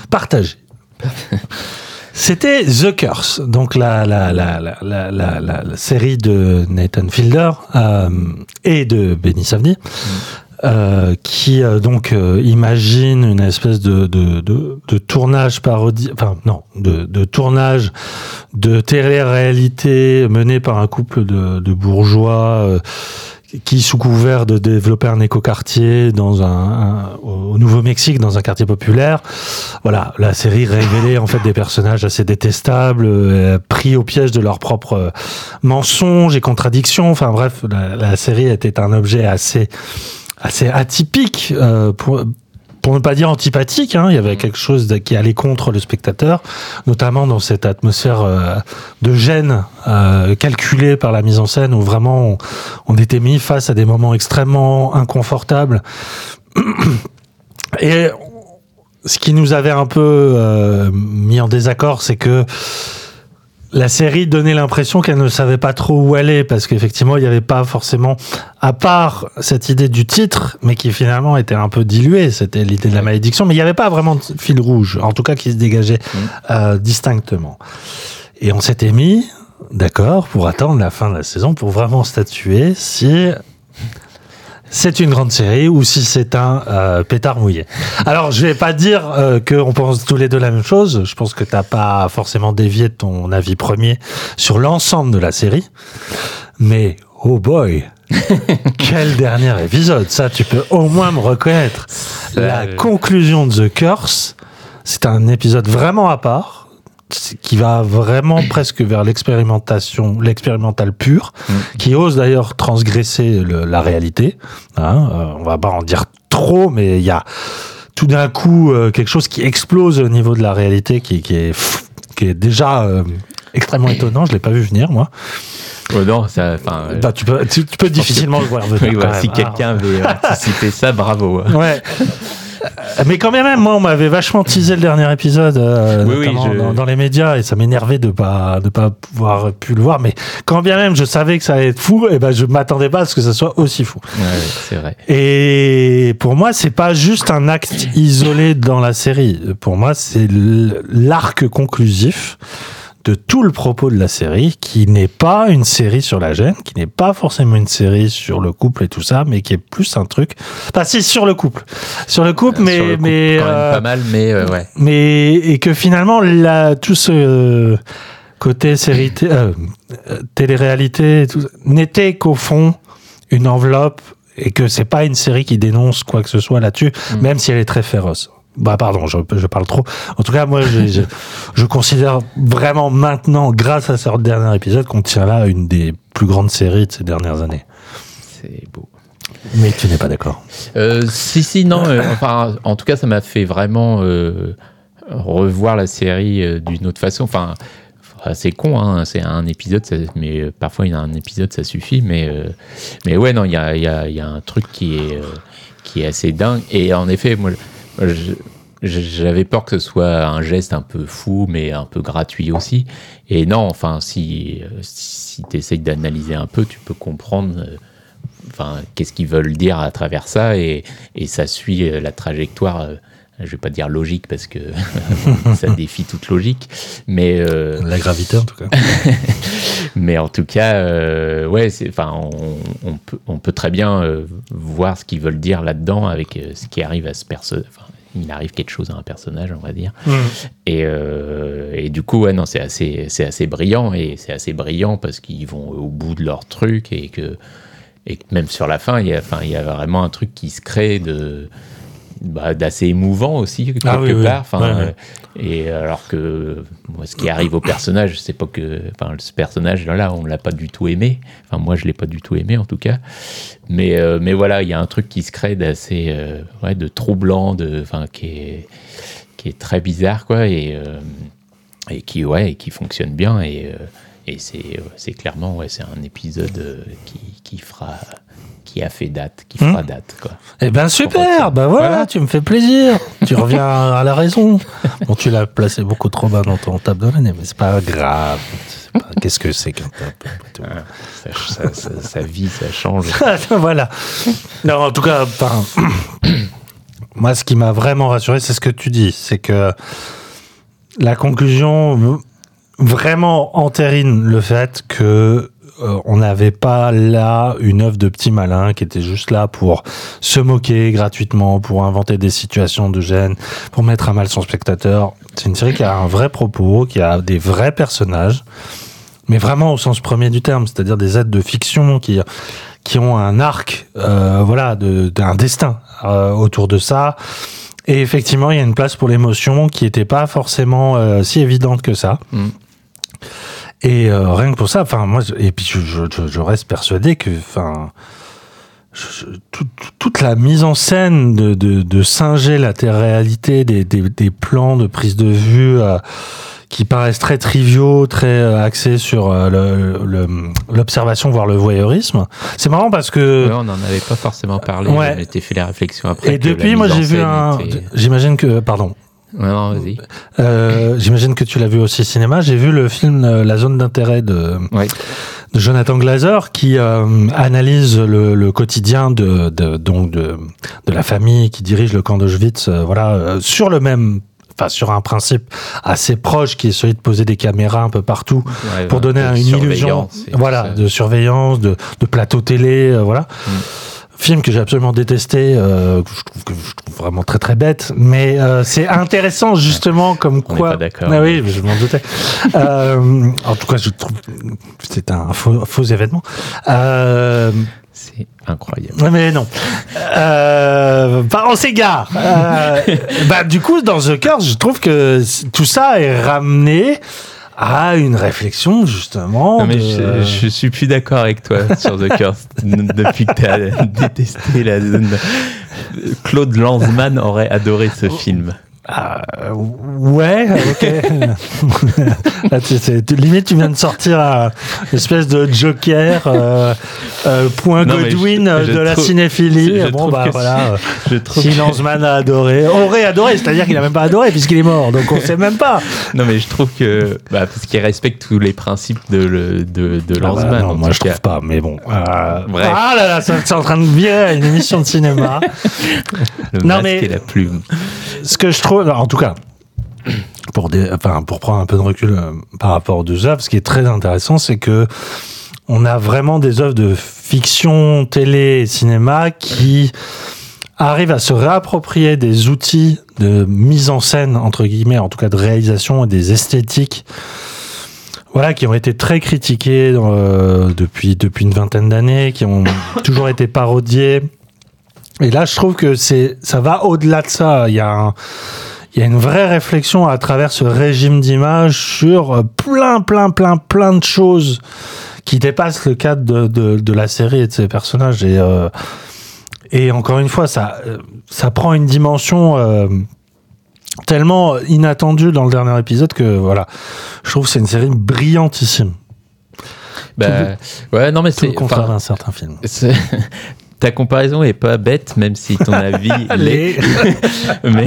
c'était The Curse, donc la série de Nathan Fielder et de Benny Safdie, qui donc imagine une espèce de tournage parodie, de tournage de télé-réalité mené par un couple de bourgeois qui, sous couvert de développer un écoquartier au Nouveau-Mexique, dans un quartier populaire, voilà, la série révélait en fait des personnages assez détestables, pris au piège de leurs propres mensonges et contradictions. Enfin bref, la série était un objet assez atypique, pour ne pas dire antipathique, hein. Il y avait quelque chose qui allait contre le spectateur, notamment dans cette atmosphère de gêne calculée par la mise en scène, où vraiment on était mis face à des moments extrêmement inconfortables. Et ce qui nous avait un peu mis en désaccord, c'est que la série donnait l'impression qu'elle ne savait pas trop où aller, parce qu'effectivement, il n'y avait pas forcément, à part cette idée du titre, mais qui finalement était un peu diluée, c'était l'idée de la malédiction, mais il n'y avait pas vraiment de fil rouge, en tout cas qui se dégageait distinctement. Et on s'était mis d'accord pour attendre la fin de la saison pour vraiment statuer si c'est une grande série ou si c'est un pétard mouillé. Alors, je vais pas dire qu'on pense tous les deux la même chose. Je pense que t'as pas forcément dévié de ton avis premier sur l'ensemble de la série. Mais, oh boy, quel dernier épisode. Ça, tu peux au moins me reconnaître. La conclusion de The Curse, c'est un épisode vraiment à part, qui va vraiment presque vers l'expérimental pur, qui ose d'ailleurs transgresser la réalité. On va pas en dire trop, mais il y a tout d'un coup quelque chose qui explose au niveau de la réalité, qui est déjà extrêmement étonnant. Je l'ai pas vu venir, moi. Non, ça, tu peux difficilement le voir venir. Oui, si quelqu'un avait anticipé ça, bravo. Ouais. Mais quand même, moi, on m'avait vachement teasé le dernier épisode, notamment dans les médias, et ça m'énervait de pas pouvoir pu le voir. Mais quand bien même je savais que ça allait être fou, et ben je m'attendais pas à ce que ça soit aussi fou. Ouais, c'est vrai. Et pour moi, c'est pas juste un acte isolé dans la série. Pour moi, c'est l'arc conclusif de tout le propos de la série, qui n'est pas une série sur la gêne, qui n'est pas forcément une série sur le couple et tout ça, mais qui est plus un truc... Enfin, si, sur le couple, mais quand même pas mal, mais ouais. Mais et que finalement, tout ce côté série télé-réalité n'était qu'au fond une enveloppe, et que c'est pas une série qui dénonce quoi que ce soit là-dessus, même si elle est très féroce. Pardon, je parle trop. En tout cas, moi, je considère vraiment maintenant, grâce à ce dernier épisode, qu'on tient là une des plus grandes séries de ces dernières années. C'est beau. Mais tu n'es pas d'accord. Si, non. Enfin, en tout cas, ça m'a fait vraiment revoir la série d'une autre façon. Enfin, c'est con, hein, c'est un épisode, mais parfois il y a un épisode, ça suffit. Mais ouais, non, il y a un truc qui est assez dingue. Et en effet, moi, j'avais peur que ce soit un geste un peu fou, mais un peu gratuit aussi. Et non, enfin, si tu essayes d'analyser un peu, tu peux comprendre qu'est-ce qu'ils veulent dire à travers ça, et ça suit la trajectoire, je vais pas dire logique parce que ça défie toute logique, mais la gravité en tout cas. Mais en tout cas, ouais, on peut très bien voir ce qu'ils veulent dire là-dedans avec ce qui arrive à ce personnage. Il arrive quelque chose à un personnage, on va dire. Et du coup, ouais, non, c'est assez brillant, et c'est assez brillant parce qu'ils vont au bout de leur truc, et que même sur la fin, il y a vraiment un truc qui se crée d'assez émouvant aussi quelque part. Et alors que moi, ce qui arrive au personnage, c'est pas que, ce personnage là, on l'a pas du tout aimé. Enfin, moi, je l'ai pas du tout aimé en tout cas. Mais voilà, il y a un truc qui se crée d'assez, de troublant, qui est très bizarre, quoi, et qui fonctionne bien, et c'est clairement, ouais, c'est un épisode qui a fait date, qui fera date, quoi. Eh ben super, voilà, tu me fais plaisir. Tu reviens à la raison. Bon, tu l'as placé beaucoup trop bas dans ton table de l'année, mais c'est pas grave. Qu'est-ce que c'est qu'un table? Ça vit, ça change. Voilà. Non, en tout cas, moi, ce qui m'a vraiment rassuré, c'est ce que tu dis, c'est que la conclusion vraiment entérine le fait que on n'avait pas là une œuvre de petit malin qui était juste là pour se moquer gratuitement, pour inventer des situations de gêne, pour mettre à mal son spectateur. C'est une série qui a un vrai propos, qui a des vrais personnages, mais vraiment au sens premier du terme, c'est-à-dire des êtres de fiction qui ont un arc, d'un destin autour de ça. Et effectivement, il y a une place pour l'émotion qui n'était pas forcément si évidente que ça. Et rien que pour ça, moi, et puis je reste persuadé que, toute la mise en scène de singer la réalité, des plans de prise de vue qui paraissent très triviaux, très axés sur l'observation, voire le voyeurisme. C'est marrant parce que... Ouais, on n'en avait pas forcément parlé, ouais. On était fait la réflexion après. Et depuis, moi, j'ai vu j'imagine que... Pardon. Non, vas-y. J'imagine que tu l'as vu aussi au cinéma. J'ai vu le film La zone d'intérêt de Jonathan Glazer, qui analyse le quotidien de la famille qui dirige le camp d'Auschwitz, sur le même enfin sur un principe assez proche qui est celui de poser des caméras un peu partout pour donner une illusion de surveillance, de plateau télé, voilà. Film que j'ai absolument détesté, que je trouve vraiment très très bête, mais c'est intéressant justement comme quoi. On n'est pas d'accord. Ah oui, je m'en doutais. En tout cas, je trouve que c'est un faux événement. C'est incroyable. Mais non. On s'égare. Du coup, dans The Curse, je trouve que tout ça est ramené à une réflexion, justement. Non, mais je suis plus d'accord avec toi sur The Curse. Depuis que tu as détesté la zone. Claude Lanzmann aurait adoré ce film. Ouais, ok. Là, limite, tu viens de sortir une espèce de Joker, point Godwin de la cinéphilie. Voilà. Si Lanzmann a adoré, aurait adoré, c'est-à-dire qu'il n'a même pas adoré puisqu'il est mort, donc on ne sait même pas. Non, mais je trouve que parce qu'il respecte tous les principes de Lanzmann. Non, moi je trouve pas, mais bon. Bref. Ah là là, c'est en train de virer une émission de cinéma. Le masque et la plume. Ce que je trouve, en tout cas, pour prendre un peu de recul par rapport aux deux œuvres, ce qui est très intéressant, c'est que on a vraiment des œuvres de fiction, télé et cinéma qui arrivent à se réapproprier des outils de mise en scène, entre guillemets, en tout cas de réalisation et des esthétiques, voilà, qui ont été très critiqués depuis une vingtaine d'années, qui ont toujours été parodiés. Et là, je trouve que ça va au-delà de ça. Il y a une vraie réflexion à travers ce régime d'image sur plein de choses qui dépassent le cadre de la série et de ses personnages. Et encore une fois, ça prend une dimension tellement inattendue dans le dernier épisode que voilà, je trouve que c'est une série brillantissime. Ouais, non mais c'est le contraire d'un certain film. Ta comparaison est pas bête, même si ton avis l'est. Mais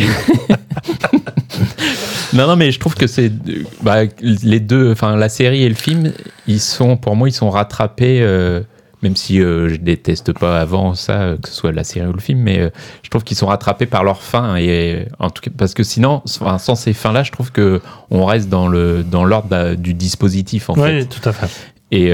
non, mais je trouve que c'est les deux, enfin la série et le film, pour moi, ils sont rattrapés. Même si je déteste pas avant ça, que ce soit la série ou le film, mais je trouve qu'ils sont rattrapés par leur fin. Et en tout cas, parce que sinon, sans ces fins-là, je trouve que on reste dans l'ordre du dispositif en fait. Oui, tout à fait. Et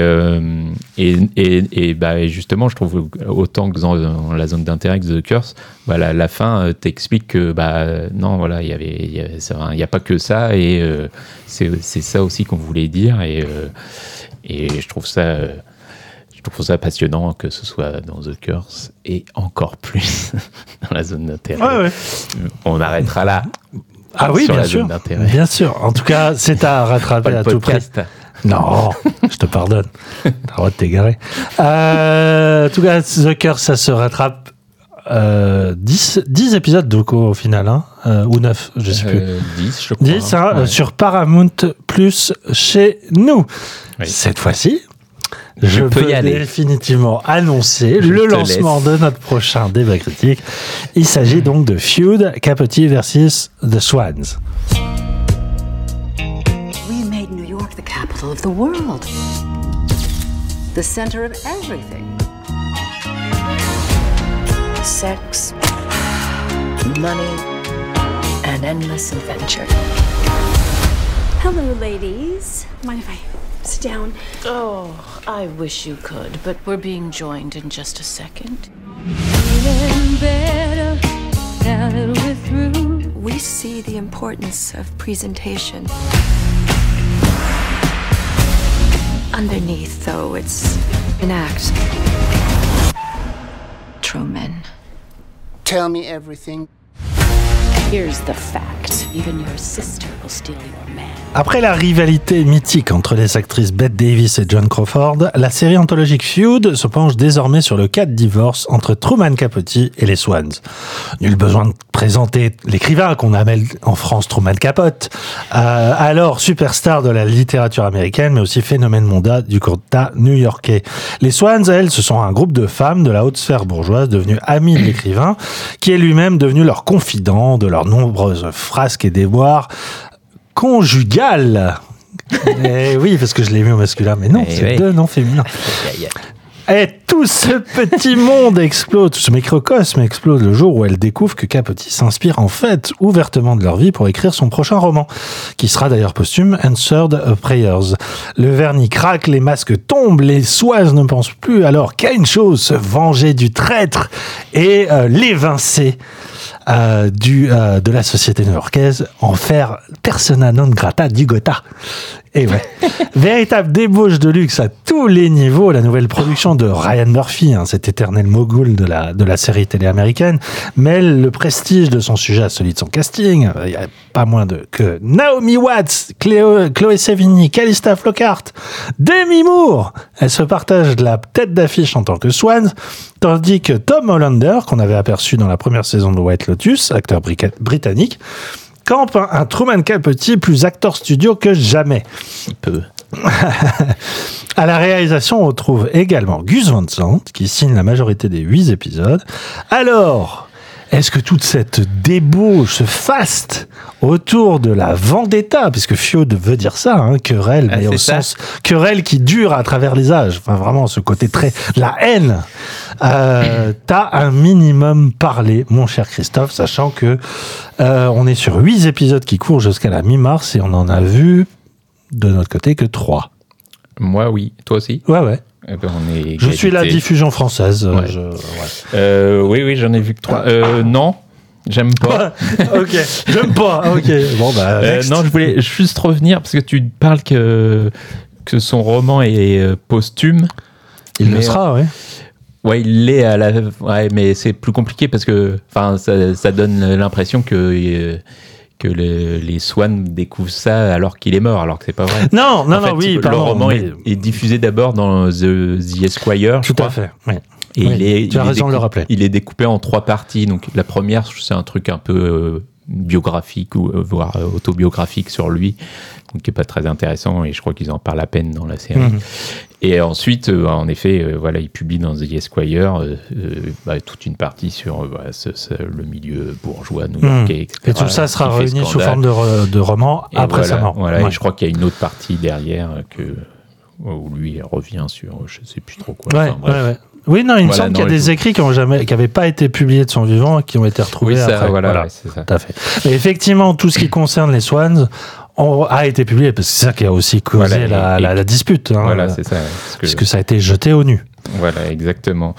justement, je trouve autant que dans la zone d'intérêt que The Curse, la fin t'explique que non, voilà, il y a pas que ça, et c'est ça aussi qu'on voulait dire, et je trouve ça passionnant que ce soit dans The Curse et encore plus dans la zone d'intérêt. Ouais. On arrêtera là. Ah oui, bien sûr. Bien sûr. En tout cas, c'est à rattraper à tout prix. Non, je te pardonne. T'as le droit de t'égarer. En tout cas, The Curse, ça se rattrape 10 épisodes donc, au final, ou 9, je sais plus. 10, je crois. 10, ouais. Sur Paramount Plus chez nous. Oui. Cette fois-ci, je peux y aller. Définitivement annoncer le lancement de notre prochain débat critique. Il s'agit donc de Feud, Capote versus The Swans. The capital of the world, the center of everything. Sex, money, and endless adventure. Hello, ladies. Mind if I sit down? Oh, I wish you could, but we're being joined in just a second. Better now that we're through. We see the importance of presentation. Underneath, though, it's an act. Truman. Tell me everything. Here's the fact. Even your sister will steal your man. Après la rivalité mythique entre les actrices Bette Davis et Joan Crawford, la série anthologique Feud se penche désormais sur le cas de divorce entre Truman Capote et les Swans. Nul besoin de présenter l'écrivain qu'on appelle en France Truman Capote, alors superstar de la littérature américaine, mais aussi phénomène mondial du cantat new-yorkais. Les Swans, elles, ce sont un groupe de femmes de la haute sphère bourgeoise devenues amies de l'écrivain, qui est lui-même devenu leur confident de leurs nombreuses frasques et déboires conjugales. Et oui, parce que je l'ai mis au masculin, mais non, c'est deux noms féminins. Et tout ce petit monde explose, tout ce microcosme explose le jour où elle découvre que Capote s'inspire en fait ouvertement de leur vie pour écrire son prochain roman, qui sera d'ailleurs posthume, Answered Prayers. Le vernis craque, les masques tombent, les Swans ne pensent plus alors qu'à une chose, se venger du traître et l'évincer de la société new-yorkaise, en faire persona non grata du Gotha. Et ouais, véritable débauche de luxe à tous les niveaux, la nouvelle production de Ryan Murphy, cet éternel mogul de la série télé américaine, mêle le prestige de son sujet à celui de son casting. Il n'y a pas moins que Naomi Watts, Chloé Sevigny, Calista Flockhart, Demi Moore. Elle se partage la tête d'affiche en tant que Swan, tandis que Tom Hollander, qu'on avait aperçu dans la première saison de White Lotus, acteur britannique, campe un Truman Capote plus acteur studio que jamais. Peu. À la réalisation, on retrouve également Gus Van Sant, qui signe la majorité des 8 épisodes. Alors, est-ce que toute cette débauche, ce faste autour de la vendetta, puisque Fiode veut dire ça, querelle, mais au sens querelle qui dure à travers les âges, enfin vraiment ce côté très, la haine, t'as un minimum parlé, mon cher Christophe, sachant que on est sur 8 épisodes qui courent jusqu'à la mi-mars et on en a vu de notre côté que 3. Moi, oui. Toi aussi? Ouais. Eh ben, on est je suis la diffusion française. Ouais. Oui, j'en ai vu que 3. Non, j'aime pas. Ok, j'aime pas. Ok. Bon, non, je voulais juste revenir parce que tu parles que son roman est posthume. Il le sera, oui. Ouais, il l'est à la. Ouais, mais c'est plus compliqué parce que, ça donne l'impression que les Swans découvrent ça alors qu'il est mort, alors que c'est pas vrai. Non, oui, le roman est diffusé d'abord dans The Esquire. Tout à fait, oui. Et tu as raison de le rappeler. Il est découpé en 3 parties. Donc la première, c'est un truc un peu biographique ou voire autobiographique sur lui, donc qui est pas très intéressant et je crois qu'ils en parlent à peine dans la série. Et ensuite, en effet, il publie dans The Esquire toute une partie sur le milieu bourgeois new-yorkais, etc. Et tout ça sera réuni sous forme de roman après sa mort. Voilà, et je crois qu'il y a une autre partie derrière où lui revient sur je sais plus trop quoi. Ouais. Oui, non, il me semble qu'il y a des écrits qui n'avaient pas été publiés de son vivant et qui ont été retrouvés après. Voilà, c'est ça. Tout à fait. Mais effectivement, tout ce qui concerne les Swans a été publié, parce que c'est ça qui a aussi causé la dispute. Voilà, c'est ça. Puisque ça a été jeté au nu. Voilà, exactement.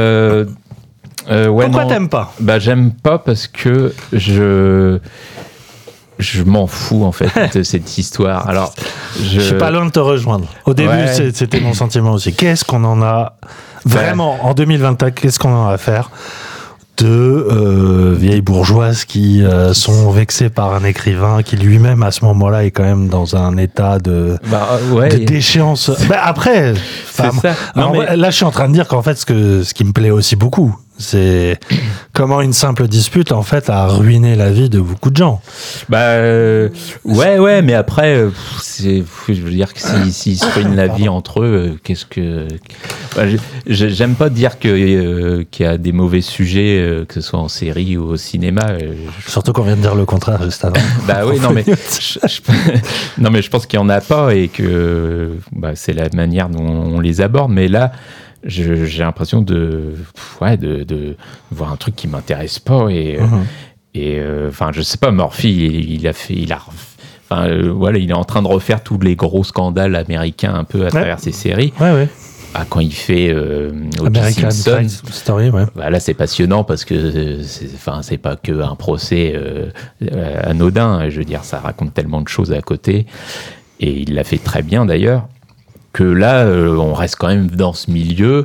Pourquoi t'aimes pas ? J'aime pas parce que je m'en fous en fait de cette histoire. Alors, je suis pas loin de te rejoindre. Au début, c'était mon sentiment aussi. Qu'est-ce qu'on en a vraiment en 2024 ? Qu'est-ce qu'on en a à faire de vieilles bourgeoises qui sont vexées par un écrivain qui lui-même à ce moment-là est quand même dans un état de déchéance. Après, là je suis en train de dire qu'en fait ce qui me plaît aussi beaucoup, c'est comment une simple dispute en fait a ruiné la vie de beaucoup de gens. Mais après je veux dire que s'ils se ruinent la vie entre eux, qu'est-ce que j'aime pas dire qu'il y a des mauvais sujets, que ce soit en série ou au cinéma. Surtout qu'on vient de dire le contraire juste avant. Non mais je pense qu'il y en a pas et que c'est la manière dont on les aborde. Mais là, j'ai l'impression de voir un truc qui m'intéresse pas et je sais pas, Murphy il est en train de refaire tous les gros scandales américains un peu à travers ses séries. Quand il fait American Simpson, Story, là c'est passionnant parce que c'est pas que un procès anodin, je veux dire, ça raconte tellement de choses à côté et il l'a fait très bien d'ailleurs, que là on reste quand même dans ce milieu.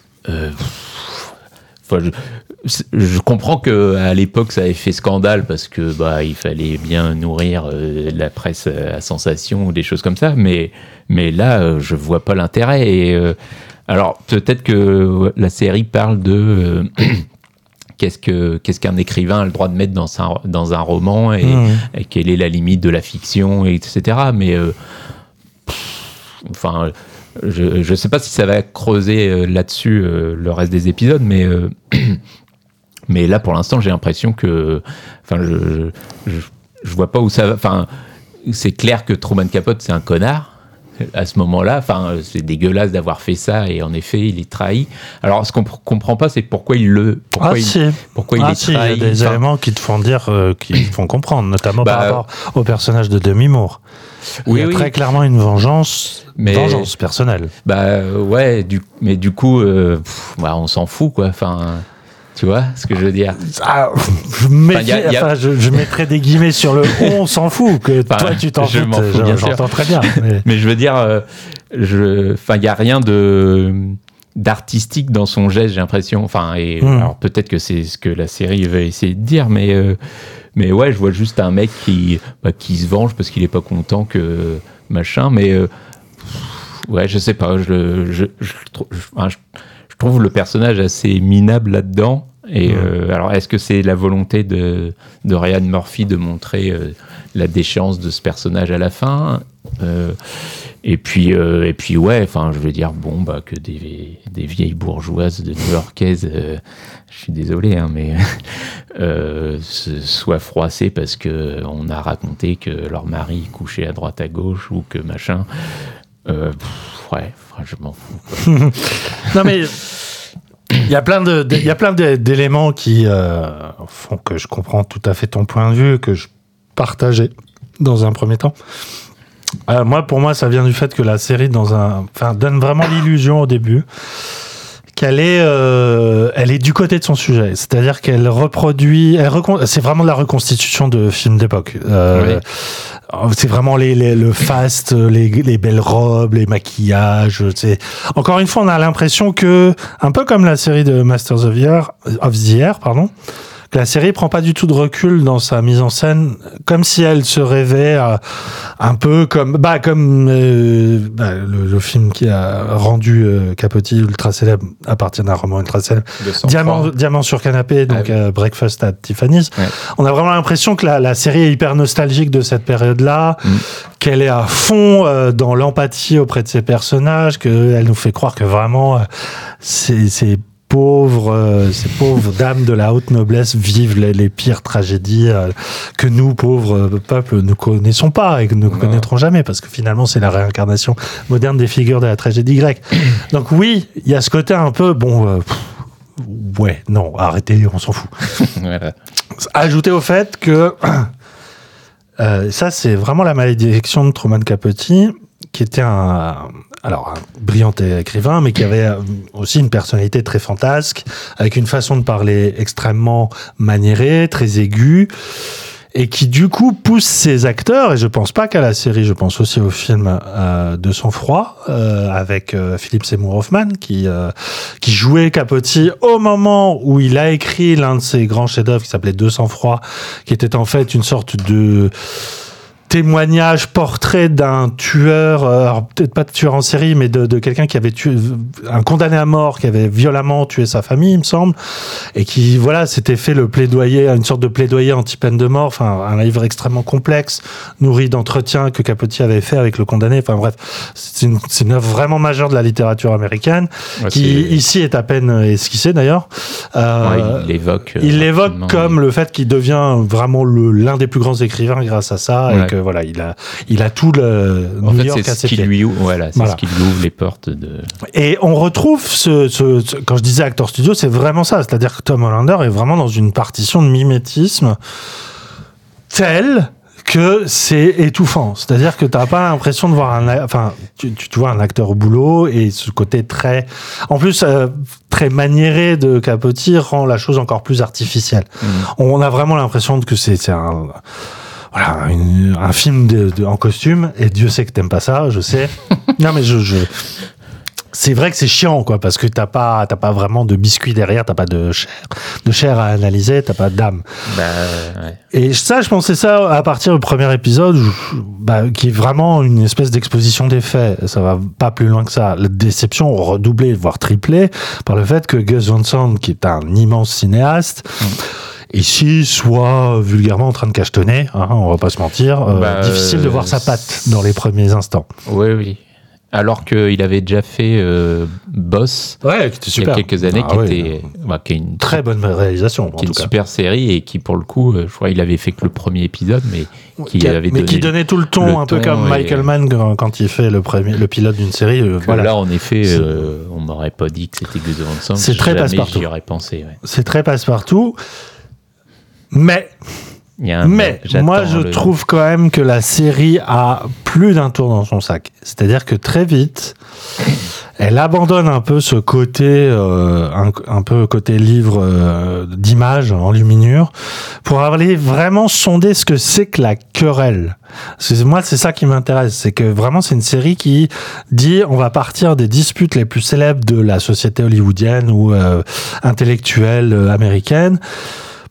Je comprends qu'à l'époque ça avait fait scandale parce que il fallait bien nourrir la presse à sensation ou des choses comme ça, mais là je vois pas l'intérêt. Et alors peut-être que la série parle de qu'est-ce qu'un écrivain a le droit de mettre dans un roman et quelle est la limite de la fiction, etc. Mais je sais pas si ça va creuser là-dessus le reste des épisodes, mais là pour l'instant j'ai l'impression que je vois pas où ça va. C'est clair que Truman Capote c'est un connard, à ce moment-là. Enfin, c'est dégueulasse d'avoir fait ça, et en effet, il est trahi. Alors, ce qu'on comprend pas, c'est pourquoi il est trahi. Il y a des éléments qui te font dire, qui te font comprendre, notamment par rapport au personnage de Demi Moore. Il y a très clairement une vengeance personnelle. Ouais, mais du coup, on s'en fout, quoi. Enfin, tu vois ce que je veux dire. Je mettrais des guillemets sur le on s'en fout, que toi tu t'en fous. J'entends très bien. Mais je veux dire, il n'y a rien d'artistique dans son geste, j'ai l'impression. Enfin, alors peut-être que c'est ce que la série veut essayer de dire, mais ouais, je vois juste un mec qui se venge parce qu'il est pas content que machin, mais ouais, je sais pas, je trouve le personnage assez minable là-dedans. Et alors, est-ce que c'est la volonté de Ryan Murphy de montrer la déchéance de ce personnage à la fin, et puis ouais, enfin, je veux dire, que des vieilles bourgeoises de new-yorkaises, je suis désolé, hein, mais soient froissées parce que on a raconté que leur mari couchait à droite à gauche ou que machin. Ouais, je m'en fous, quoi. Non mais il y a plein d'éléments qui font que je comprends tout à fait ton point de vue, que je partageais dans un premier temps. Pour moi, ça vient du fait que la série donne vraiment l'illusion au début qu'elle est du côté de son sujet, c'est-à-dire qu'elle reproduit, c'est vraiment de la reconstitution de films d'époque. C'est vraiment le fast, les belles robes, les maquillages. Encore une fois, on a l'impression que, un peu comme la série de Masters of the Air, que la série prend pas du tout de recul dans sa mise en scène, comme si elle se rêvait un peu comme le film qui a rendu Capote ultra célèbre à partir d'un roman ultra célèbre, Diamant sur canapé, donc Breakfast at Tiffany's. Ouais. On a vraiment l'impression que la série est hyper nostalgique de cette période-là, qu'elle est à fond dans l'empathie auprès de ses personnages, qu'elle nous fait croire que vraiment ces pauvres dames de la haute noblesse vivent les pires tragédies que nous, pauvres peuples, ne connaissons pas et que ne connaîtrons jamais, parce que finalement, c'est la réincarnation moderne des figures de la tragédie grecque. Donc oui, il y a ce côté un peu, arrêtez, on s'en fout. Voilà. Ajouté au fait que, ça, c'est vraiment la malédiction de Truman Capote, qui était un brillant écrivain, mais qui avait aussi une personnalité très fantasque, avec une façon de parler extrêmement maniérée, très aiguë, et qui du coup pousse ses acteurs, et je pense pas qu'à la série, je pense aussi au film De sang-froid, avec Philip Seymour Hoffman, qui jouait Capote au moment où il a écrit l'un de ses grands chefs-d'œuvre qui s'appelait De sang-froid, qui était en fait une sorte de témoignage, portrait d'un tueur, alors peut-être pas de tueur en série, mais de quelqu'un qui avait tué, un condamné à mort, qui avait violemment tué sa famille, il me semble, et qui, s'était fait le plaidoyer, une sorte de plaidoyer anti-peine de mort, enfin, un livre extrêmement complexe, nourri d'entretiens que Capote avait fait avec le condamné, enfin bref, c'est une œuvre vraiment majeure de la littérature américaine, qui ici est à peine esquissée d'ailleurs. Il l'évoque comme le fait qu'il devient vraiment l'un des plus grands écrivains grâce à ça, et que il a tout le New York à ses pieds. Ce qui lui ouvre les portes de... Et on retrouve quand je disais acteur studio, c'est vraiment ça. C'est-à-dire que Tom Hollander est vraiment dans une partition de mimétisme telle que c'est étouffant. C'est-à-dire que t'as pas l'impression de voir tu vois un acteur au boulot, et ce côté très maniéré de Capote rend la chose encore plus artificielle. On a vraiment l'impression que c'est un film en costume, et Dieu sait que t'aimes pas ça, je sais. Non, mais c'est vrai que c'est chiant, quoi, parce que t'as pas vraiment de biscuit derrière, t'as pas de chair à analyser, t'as pas d'âme. Ouais. Et ça, je pensais ça à partir du premier épisode, qui est vraiment une espèce d'exposition des faits. Ça va pas plus loin que ça. La déception redoublée, voire triplée, par le fait que Gus Van Sant, qui est un immense cinéaste, ici, soit vulgairement en train de cachetonner, on va pas se mentir. Difficile de voir sa patte dans les premiers instants. Oui. Alors qu'il avait déjà fait Boss Ouais, qui était il y a super. quelques années, qui est une très bonne réalisation. qui est une super série et qui, pour le coup, je crois qu'il avait fait que le premier épisode, mais qui donnait tout le ton, un peu comme Michael Mann quand il fait le pilote d'une série. Voilà. Là, en effet, on m'aurait pas dit que c'était Gus Van Sant. C'est très passe-partout. J'y aurais pensé. Ouais. C'est très passe-partout. Mais moi, je trouve quand même que la série a plus d'un tour dans son sac. C'est-à-dire que très vite, elle abandonne un peu ce côté, un peu côté livre d'images en luminure, pour aller vraiment sonder ce que c'est que la querelle. Moi, c'est ça qui m'intéresse. C'est que vraiment, c'est une série qui dit on va partir des disputes les plus célèbres de la société hollywoodienne ou intellectuelle américaine. Pourquoi ?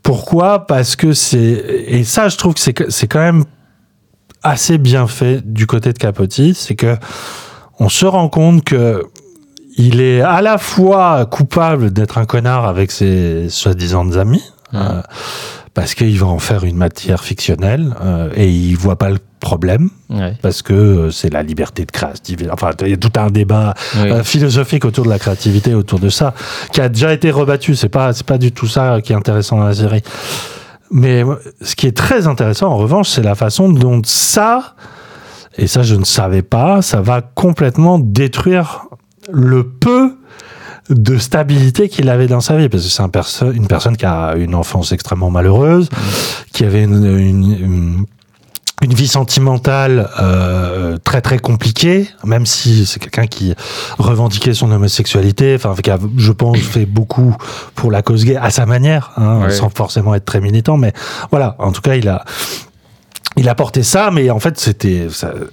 Parce que et ça, je trouve que c'est quand même assez bien fait du côté de Capote, c'est que on se rend compte que il est à la fois coupable d'être un connard avec ses soi-disant amis, parce qu'il va en faire une matière fictionnelle, et il voit pas le problème, parce que c'est la liberté de créativité. Enfin, il y a tout un débat philosophique autour de la créativité, autour de ça, qui a déjà été rebattu. C'est pas du tout ça qui est intéressant dans la série. Mais ce qui est très intéressant, en revanche, c'est la façon dont ça, et ça je ne savais pas, ça va complètement détruire le peu de stabilité qu'il avait dans sa vie, parce que c'est une personne qui a une enfance extrêmement malheureuse, qui avait une vie sentimentale très très compliquée, même si c'est quelqu'un qui revendiquait son homosexualité, enfin qui a, je pense, fait beaucoup pour la cause gay à sa manière, sans forcément être très militant, mais voilà, en tout cas il a porté ça, mais en fait c'était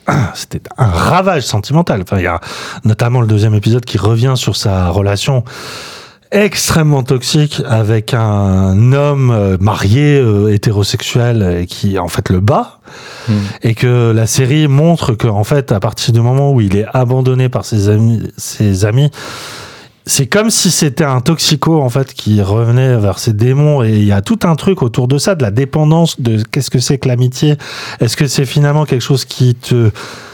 un ravage sentimental. Enfin, il y a notamment le deuxième épisode qui revient sur sa relation extrêmement toxique avec un homme marié hétérosexuel qui en fait le bat, et que la série montre que en fait à partir du moment où il est abandonné par ses amis, c'est comme si c'était un toxico en fait qui revenait vers ses démons, et il y a tout un truc autour de ça, de la dépendance, de qu'est-ce que c'est que l'amitié, est-ce que c'est finalement quelque chose qui te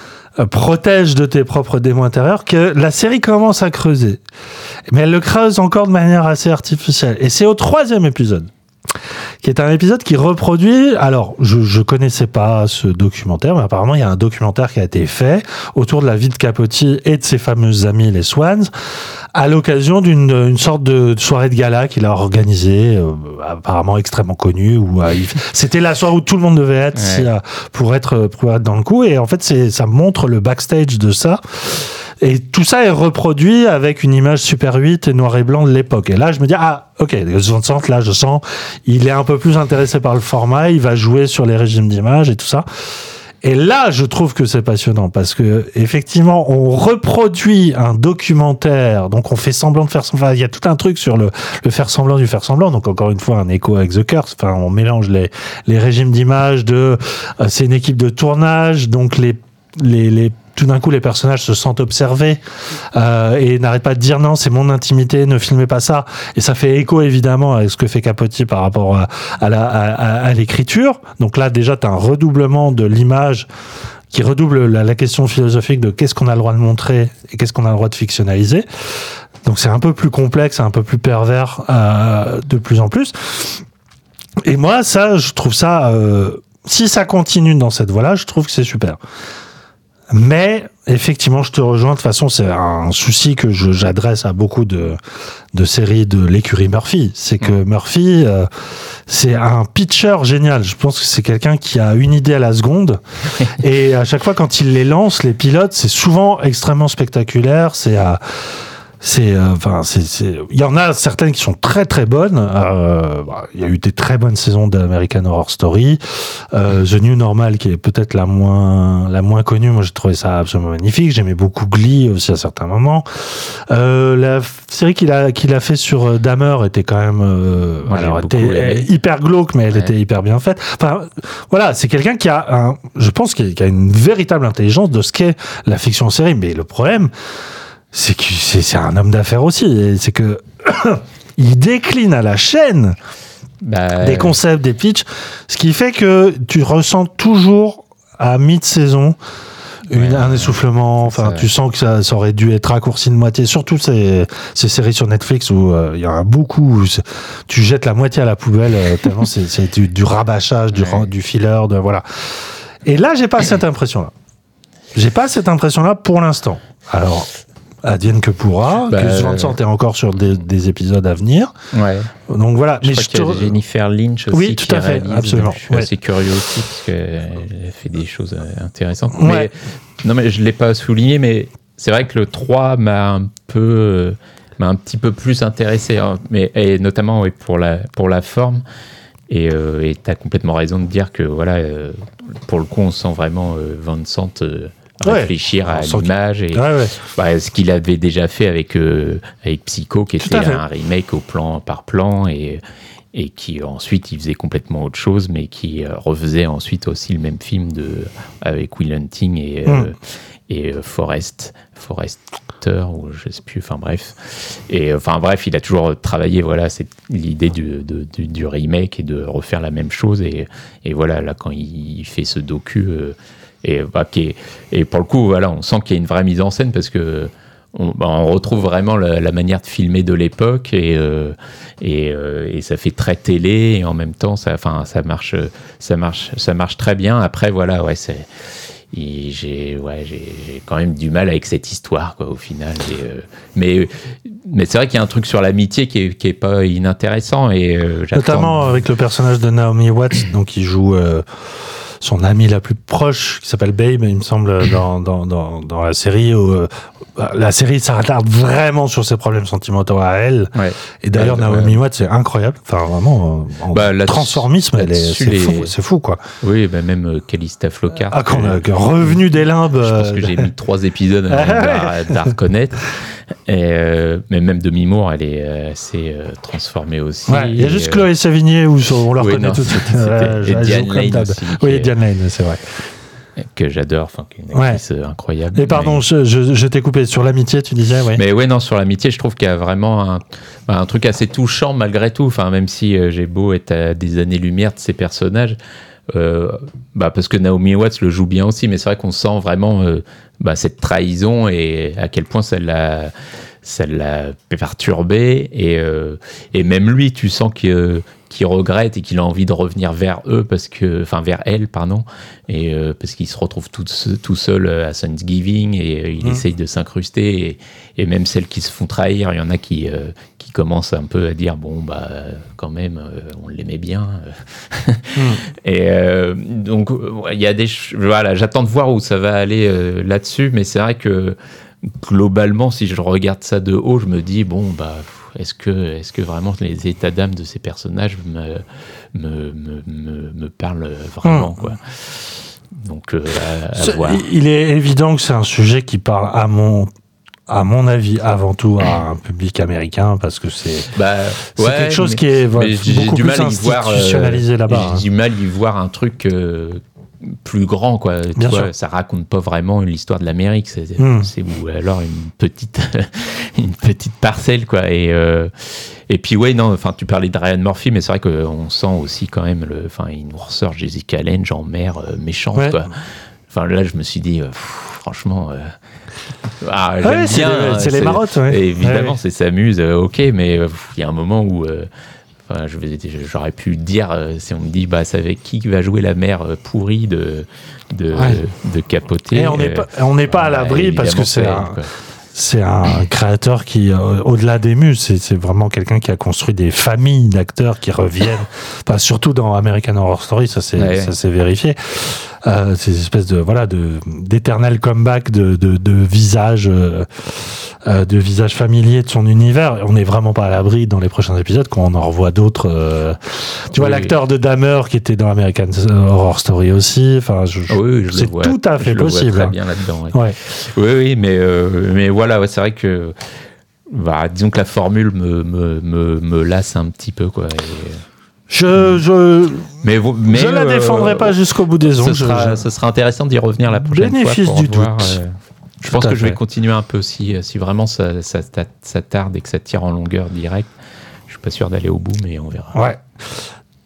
protège de tes propres démons intérieurs, que la série commence à creuser. Mais elle le creuse encore de manière assez artificielle. Et c'est au 3e épisode, qui est un épisode qui reproduit... Alors, je connaissais pas ce documentaire, mais apparemment, il y a un documentaire qui a été fait autour de la vie de Capote et de ses fameuses amies, les Swans, à l'occasion d'une sorte de soirée de gala qu'il a organisée, apparemment extrêmement connue, où c'était la soirée où tout le monde devait être pour être dans le coup. Et en fait, ça montre le backstage de ça. Et tout ça est reproduit avec une image Super 8 et noir et blanc de l'époque. Et là, je me dis, ok, là, je sens, il est un peu plus intéressé par le format, il va jouer sur les régimes d'image et tout ça. Et là, je trouve que c'est passionnant, parce que, effectivement, on reproduit un documentaire, donc on fait semblant de faire semblant. Il y a tout un truc sur le faire semblant du faire semblant. Donc, encore une fois, un écho avec The Curse. Enfin, on mélange les régimes d'image c'est une équipe de tournage, donc tout d'un coup, les personnages se sentent observés et n'arrêtent pas de dire non, c'est mon intimité, ne filmez pas ça. Et ça fait écho évidemment avec ce que fait Capote par rapport à l'écriture. Donc là, déjà, tu as un redoublement de l'image qui redouble la question philosophique de qu'est-ce qu'on a le droit de montrer et qu'est-ce qu'on a le droit de fictionnaliser. Donc c'est un peu plus complexe, un peu plus pervers de plus en plus. Et moi, ça, je trouve ça... si ça continue dans cette voie-là, je trouve que c'est super. Mais effectivement, je te rejoins. De toute façon, c'est un souci que j'adresse à beaucoup de séries de l'écurie Murphy. C'est que Murphy, c'est un pitcher génial. Je pense que c'est quelqu'un qui a une idée à la seconde. Et à chaque fois, quand il les lance, les pilotes, c'est souvent extrêmement spectaculaire. Il y en a certaines qui sont très très bonnes. Il y a eu des très bonnes saisons d'American Horror Story. The New Normal, qui est peut-être la moins connue. Moi, j'ai trouvé ça absolument magnifique. J'aimais beaucoup Glee aussi à certains moments. La série qu'il a fait sur Dahmer était quand même, était hyper glauque, mais elle était hyper bien faite. Enfin, voilà, c'est quelqu'un qui je pense qu'il a une véritable intelligence de ce qu'est la fiction en série. Mais le problème, c'est que c'est un homme d'affaires aussi. Et c'est que il décline à la chaîne des concepts, des pitchs, ce qui fait que tu ressens toujours à mi-saison un essoufflement. Enfin, tu sens que ça aurait dû être raccourci de moitié. Surtout ces séries sur Netflix où il y en a beaucoup. Où tu jettes la moitié à la poubelle tellement c'est du rabâchage, du filler, voilà. Et là, j'ai pas cette impression-là. J'ai pas cette impression-là pour l'instant. Alors, advienne que pourra, que Vincent est encore sur des épisodes à venir. Ouais. Donc voilà. Je crois qu'il y a Jennifer Lynch aussi. Oui, tout à fait, absolument. Je suis assez curieux aussi parce qu'elle fait des choses intéressantes. Ouais. Mais je l'ai pas souligné, mais c'est vrai que le 3 m'a un petit peu plus intéressé, hein, et notamment pour la forme. Et t'as complètement raison de dire que voilà, pour le coup, on sent vraiment Vincent réfléchir à l'image et ce qu'il avait déjà fait avec Psycho, qui était un remake au plan par plan et qui ensuite il faisait complètement autre chose, mais qui refaisait ensuite aussi le même film avec Will Hunting et Forrester, ou je sais plus, enfin bref, il a toujours travaillé, voilà, c'est l'idée du remake et de refaire la même chose, et voilà, là quand il fait ce docu et pour le coup, voilà, on sent qu'il y a une vraie mise en scène, parce que on retrouve vraiment la manière de filmer de l'époque, et ça fait très télé, et en même temps ça marche très bien. Après voilà, j'ai quand même du mal avec cette histoire, quoi, au final. Mais c'est vrai qu'il y a un truc sur l'amitié qui est pas inintéressant, et notamment avec le personnage de Naomi Watts, donc qui joue son amie la plus proche, qui s'appelle Babe, il me semble, dans la série, où la série s'attarde vraiment sur ses problèmes sentimentaux à elle. Ouais. Et d'ailleurs, Naomi Watts, c'est incroyable. Enfin, vraiment, en transformisme, c'est fou, quoi. Oui, même Calista Flockhart. Qu'on a revenu des limbes. Je pense que j'ai mis 3 épisodes à la reconnaître. Mais même Demi Moore, elle est assez transformée aussi. Ouais, il y a juste Chloé Sevigny où on la reconnaît tout de suite. Et Diane Lane aussi. Oui, Diane Lane, c'est vrai. Que j'adore, qui est une actrice incroyable. Et pardon, je t'ai coupé sur l'amitié, tu disais, ouais. Mais ouais, non, sur l'amitié, je trouve qu'il y a vraiment un truc assez touchant malgré tout. Enfin, même si j'ai beau être à des années-lumière de ces personnages, parce que Naomi Watts le joue bien aussi, mais c'est vrai qu'on sent vraiment cette trahison et à quel point ça l'a perturbé, et même lui, tu sens qu'il regrette et qu'il a envie de revenir vers elle, et parce qu'il se retrouve tout seul à Thanksgiving, et il essaye de s'incruster, et même celles qui se font trahir, il y en a qui commencent un peu à dire quand même on l'aimait bien. Et donc il y a j'attends de voir où ça va aller là-dessus, mais c'est vrai que globalement, si je regarde ça de haut, je me dis est-ce que vraiment les états d'âme de ces personnages me parlent vraiment, quoi. Donc à voir. Il est évident que c'est un sujet qui parle à mon avis avant tout à un public américain, parce que c'est quelque chose qui est beaucoup plus institutionnalisé là-bas. J'ai du mal à y voir un truc plus grand, quoi. Ça raconte pas vraiment l'histoire de l'Amérique, c'est ou alors une petite parcelle, quoi. Et puis tu parlais de Ryan Murphy, mais c'est vrai qu'on sent aussi quand même il nous ressort Jessica Lange en mère méchante, quoi. Enfin là, je me suis dit franchement j'aime bien, c'est les marottes, évidemment, c'est s'amuse, ok, mais il y a un moment où j'aurais pu dire, si on me dit c'est avec qui va jouer la mère pourrie de Capote. Et on n'est pas à l'abri, parce que c'est un créateur qui, au-delà des muses, c'est vraiment quelqu'un qui a construit des familles d'acteurs qui reviennent. Surtout dans American Horror Story, ça s'est vérifié. Ces espèces d'éternel comeback de visages familiers de son univers. On n'est vraiment pas à l'abri dans les prochains épisodes quand on en revoit d'autres. L'acteur de Dahmer qui était dans American Horror Story aussi. Enfin, c'est tout à fait possible. Je le vois très bien là-dedans. Oui, mais voilà, c'est vrai que disons que la formule me lasse un petit peu, quoi. Je la défendrai pas jusqu'au bout des ongles. Ce sera intéressant d'y revenir la prochaine fois. Bénéfice du doute. Je pense que je vais continuer un peu si vraiment ça tarde et que ça tire en longueur direct. Je suis pas sûr d'aller au bout, mais on verra. Ouais.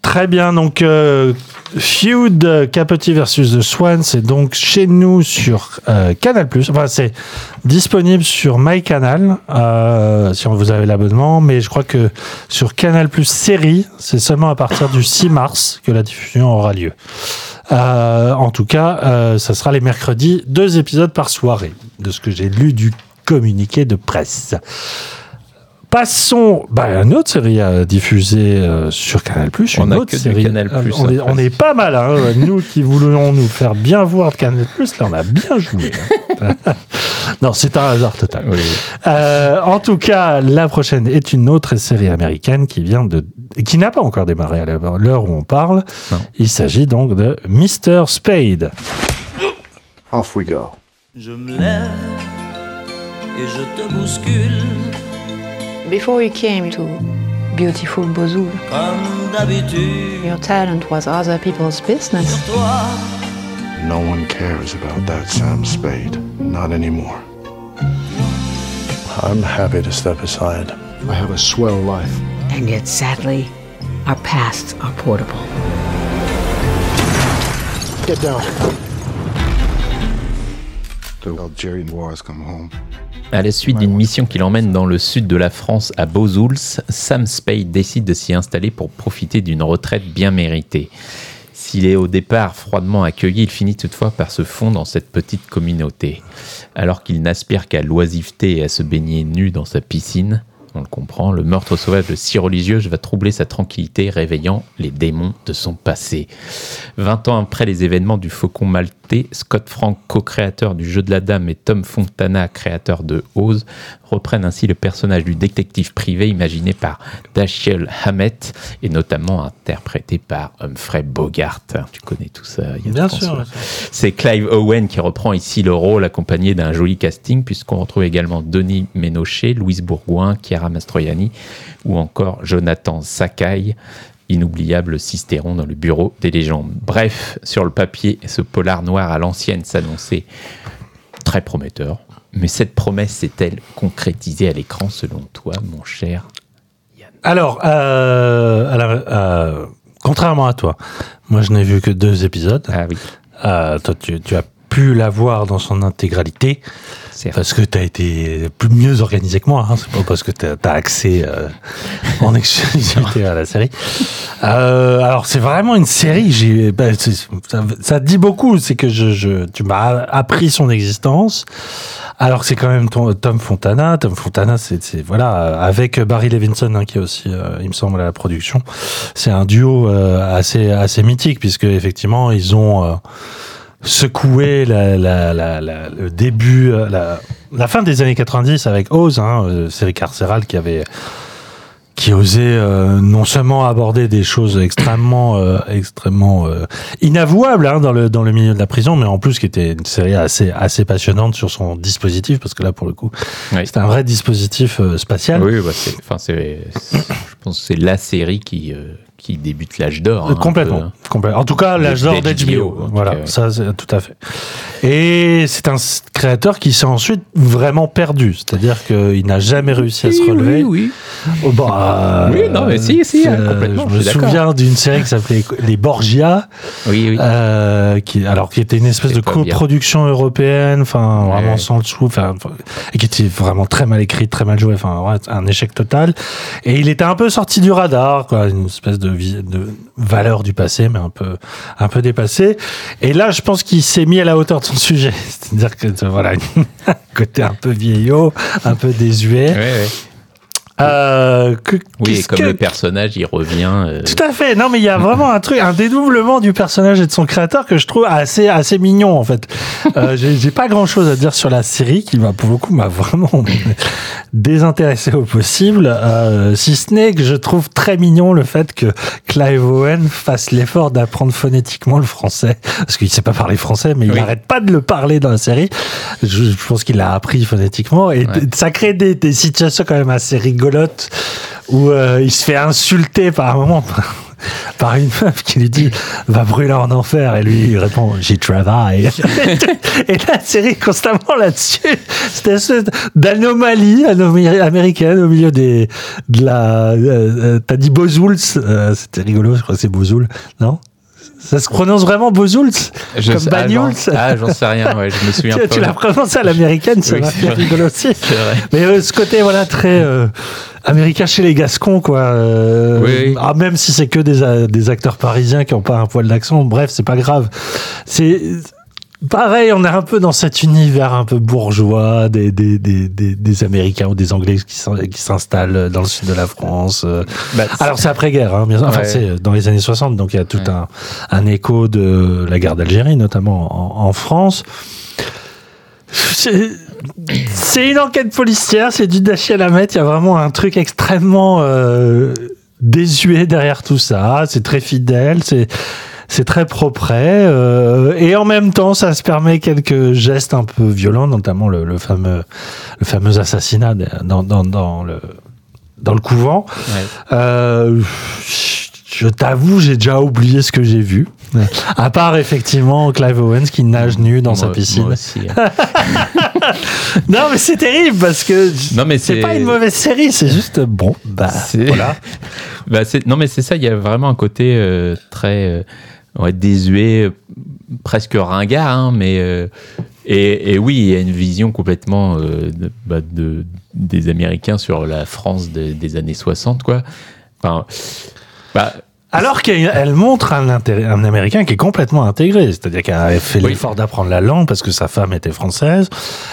Très bien, donc Feud, Capote versus The Swan, c'est donc chez nous sur Canal+. Enfin, c'est disponible sur MyCanal, si vous avez l'abonnement, mais je crois que sur Canal+ série, c'est seulement à partir du 6 mars que la diffusion aura lieu. En tout cas, ça sera les mercredis, 2 épisodes par soirée, de ce que j'ai lu du communiqué de presse. Passons à une autre série à diffuser sur Canal+. On a que du Canal+. On est pas mal, hein. Nous qui voulions nous faire bien voir Canal+, là on a bien joué. Hein. Non, c'est un hasard total. Oui. En tout cas, la prochaine est une autre série américaine qui n'a pas encore démarré à l'heure où on parle. Non. Il s'agit donc de Mr. Spade. Off we go. Je me lève et je te bouscule Before you came to beautiful Bozoul, comme d'habitude. your talent was other people's business. Sur toi, No one cares about that Sam Spade. Not anymore. I'm happy to step aside. I have a swell life. And yet, sadly, our pasts are portable. Get down. The Algerian war has come home. À la suite d'une mission qui l'emmène dans le sud de la France, à Bozouls, Sam Spade décide de s'y installer pour profiter d'une retraite bien méritée. S'il est au départ froidement accueilli, il finit toutefois par se fondre dans cette petite communauté. Alors qu'il n'aspire qu'à l'oisiveté et à se baigner nu dans sa piscine, on le comprend, le meurtre sauvage de 6 religieuses va troubler sa tranquillité, réveillant les démons de son passé. 20 ans après les événements du Faucon Maltais, Scott Frank, co-créateur du Jeu de la Dame, et Tom Fontana, créateur de Oz, reprennent ainsi le personnage du détective privé imaginé par Dashiell Hammett et notamment interprété par Humphrey Bogart. Tu connais tout ça, Yann, Bien François. sûr. C'est Clive Owen qui reprend ici le rôle, accompagné d'un joli casting, puisqu'on retrouve également Denis Ménochet, Louise Bourgoin, Chiara Mastroianni ou encore Jonathan Sakai, inoubliable Cicéron dans le bureau des légendes. Bref, sur le papier, ce polar noir à l'ancienne s'annonçait très prometteur. Mais cette promesse s'est-elle concrétisée à l'écran selon toi, mon cher Yann ? Alors, contrairement à toi, moi je n'ai vu que 2 épisodes. Ah oui, Toi, tu as pu la voir dans son intégralité certes. parce que tu as été mieux organisé que moi. Hein. C'est pas parce que tu as accès en exclusivité à la série. Alors, c'est vraiment une série. Ça dit beaucoup. C'est que tu m'as appris son existence. Alors que c'est quand même Tom Fontana. Tom Fontana, c'est voilà, avec Barry Levinson, hein, qui est aussi, il me semble, à la production. C'est un duo assez mythique, puisque effectivement, ils ont secoué le début, la fin des années 90 avec Oz, hein, série carcérale qui osait non seulement aborder des choses extrêmement inavouables, hein, dans le milieu de la prison, mais en plus qui était une série assez passionnante sur son dispositif, parce que là pour le coup Oui. c'était un vrai dispositif spatial. Oui, je pense que c'est la série qui débute l'âge d'or. Hein, Complètement. En tout cas, l'âge d'or d'HBO. Voilà, ça, c'est tout à fait. Et c'est un créateur qui s'est ensuite vraiment perdu. C'est-à-dire qu'il n'a jamais réussi à se relever. Oui. Oh, bah, Oui, non, mais si, complètement. Je me souviens d'une série qui s'appelait Les Borgia. Oui. Qui était une espèce de coproduction européenne, enfin, vraiment sans le sou, et qui était vraiment très mal écrite, très mal jouée, enfin, ouais, un échec total. Et il était un peu sorti du radar, quoi, une espèce de valeur du passé, mais un peu dépassé. Et là, je pense qu'il s'est mis à la hauteur de son sujet. C'est-à-dire que, voilà, un côté un peu vieillot, un peu désuet. Oui, et comme le personnage, il revient. Tout à fait. Non, mais il y a vraiment un dédoublement du personnage et de son créateur que je trouve assez mignon, en fait. J'ai pas grand chose à dire sur la série qui pour le coup, m'a vraiment désintéressé au possible. Si ce n'est que je trouve très mignon le fait que Clive Owen fasse l'effort d'apprendre phonétiquement le français. Parce qu'il sait pas parler français, mais il n'arrête pas de le parler dans la série. Je pense qu'il l'a appris phonétiquement. Et ça crée des situations quand même assez rigolotes où il se fait insulter par un moment par une meuf qui lui dit va brûler en enfer, et lui il répond j'y travaille. Et la série est constamment là-dessus. C'était une espèce d'anomalie américaine au milieu de la t'as dit Bozouls, c'était rigolo, je crois que c'est Bozouls, non? Ça se prononce vraiment Bozouls comme Banyuls? J'en sais rien, ouais, je me souviens pas. Tu l'as prononcé à l'américaine, ça m'a fait rigoler aussi. Mais ce côté, voilà, très américain chez les Gascons, quoi. Oui. Même si c'est que des acteurs parisiens qui n'ont pas un poil d'accent, bref, c'est pas grave. C'est pareil, on est un peu dans cet univers un peu bourgeois des Américains ou des Anglais qui s'installent dans le sud de la France. Alors c'est après-guerre, hein, bien sûr. Enfin, c'est dans les années 60, donc il y a tout un écho de la guerre d'Algérie, notamment en France. C'est une enquête policière, c'est du Dashiell Hammett, il y a vraiment un truc extrêmement désuet derrière tout ça, c'est très fidèle, c'est très propre, et en même temps ça se permet quelques gestes un peu violents, notamment le fameux assassinat dans le couvent. Je t'avoue, j'ai déjà oublié ce que j'ai vu. À part effectivement Clive Owens qui nage nu dans sa piscine. Moi aussi, Non mais c'est terrible parce que c'est pas une mauvaise série, c'est juste bon. Voilà. Non mais c'est ça, il y a vraiment un côté très désuet, presque ringard, hein, mais et oui, il y a une vision complètement des Américains sur la France des années 60, quoi. Enfin, alors qu'elle montre un Américain qui est complètement intégré, c'est-à-dire qu'elle a fait l'effort d'apprendre la langue parce que sa femme était française,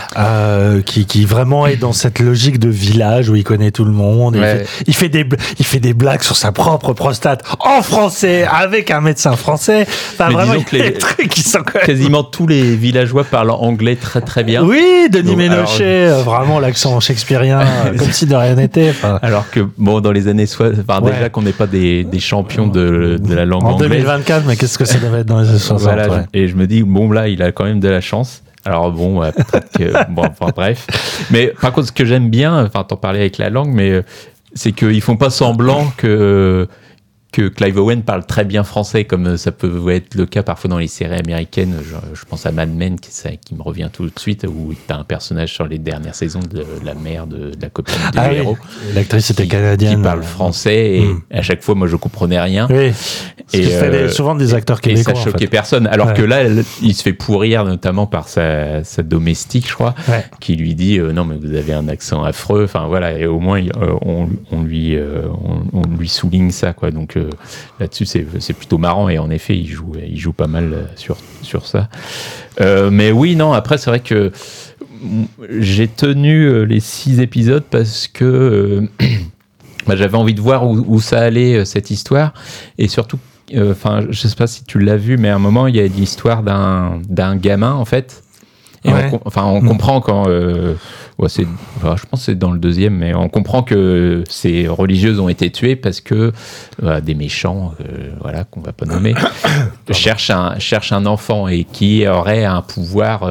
qui vraiment est dans cette logique de village où il connaît tout le monde. Il fait des blagues sur sa propre prostate en français avec un médecin français. Enfin, vraiment, il y a des trucs qui sont quand même... Quasiment tous les villageois parlent anglais très très bien. Oui, Denis Ménochet, vraiment l'accent shakespearien, comme si de rien n'était. Alors que dans les années 60, déjà qu'on n'est pas des champions de la langue anglaise. En 2024, mais qu'est-ce que ça devait être dans les années 60? Voilà, et je me dis, là, il a quand même de la chance. Alors peut-être que... bref. Mais par contre, ce que j'aime bien, t'en parlais avec la langue, mais c'est qu'ils font pas semblant que Clive Owen parle très bien français, comme ça peut être le cas parfois dans les séries américaines. Je pense à Mad Men, qui me revient tout de suite, où tu as un personnage sur les dernières saisons de la mère de la copine du héros. L'actrice était canadienne. Qui parle français, et à chaque fois, moi, je comprenais rien. Oui. Et il fallait souvent des acteurs québécois. Et ça choquait personne. Alors que là, il se fait pourrir, notamment par sa domestique, je crois, qui lui dit non, mais vous avez un accent affreux. Enfin, voilà. Et au moins, on lui souligne ça, quoi. Donc, là-dessus, c'est plutôt marrant, et en effet, il joue pas mal sur ça. Mais oui, non, après, c'est vrai que j'ai tenu les 6 épisodes parce que j'avais envie de voir où ça allait, cette histoire, et surtout, je sais pas si tu l'as vu, mais à un moment, il y a l'histoire d'un gamin, en fait. Et on comprend quand... je pense que c'est dans le 2e, mais on comprend que ces religieuses ont été tuées parce que des méchants, qu'on va pas nommer, cherchent un enfant, et qui aurait un pouvoir,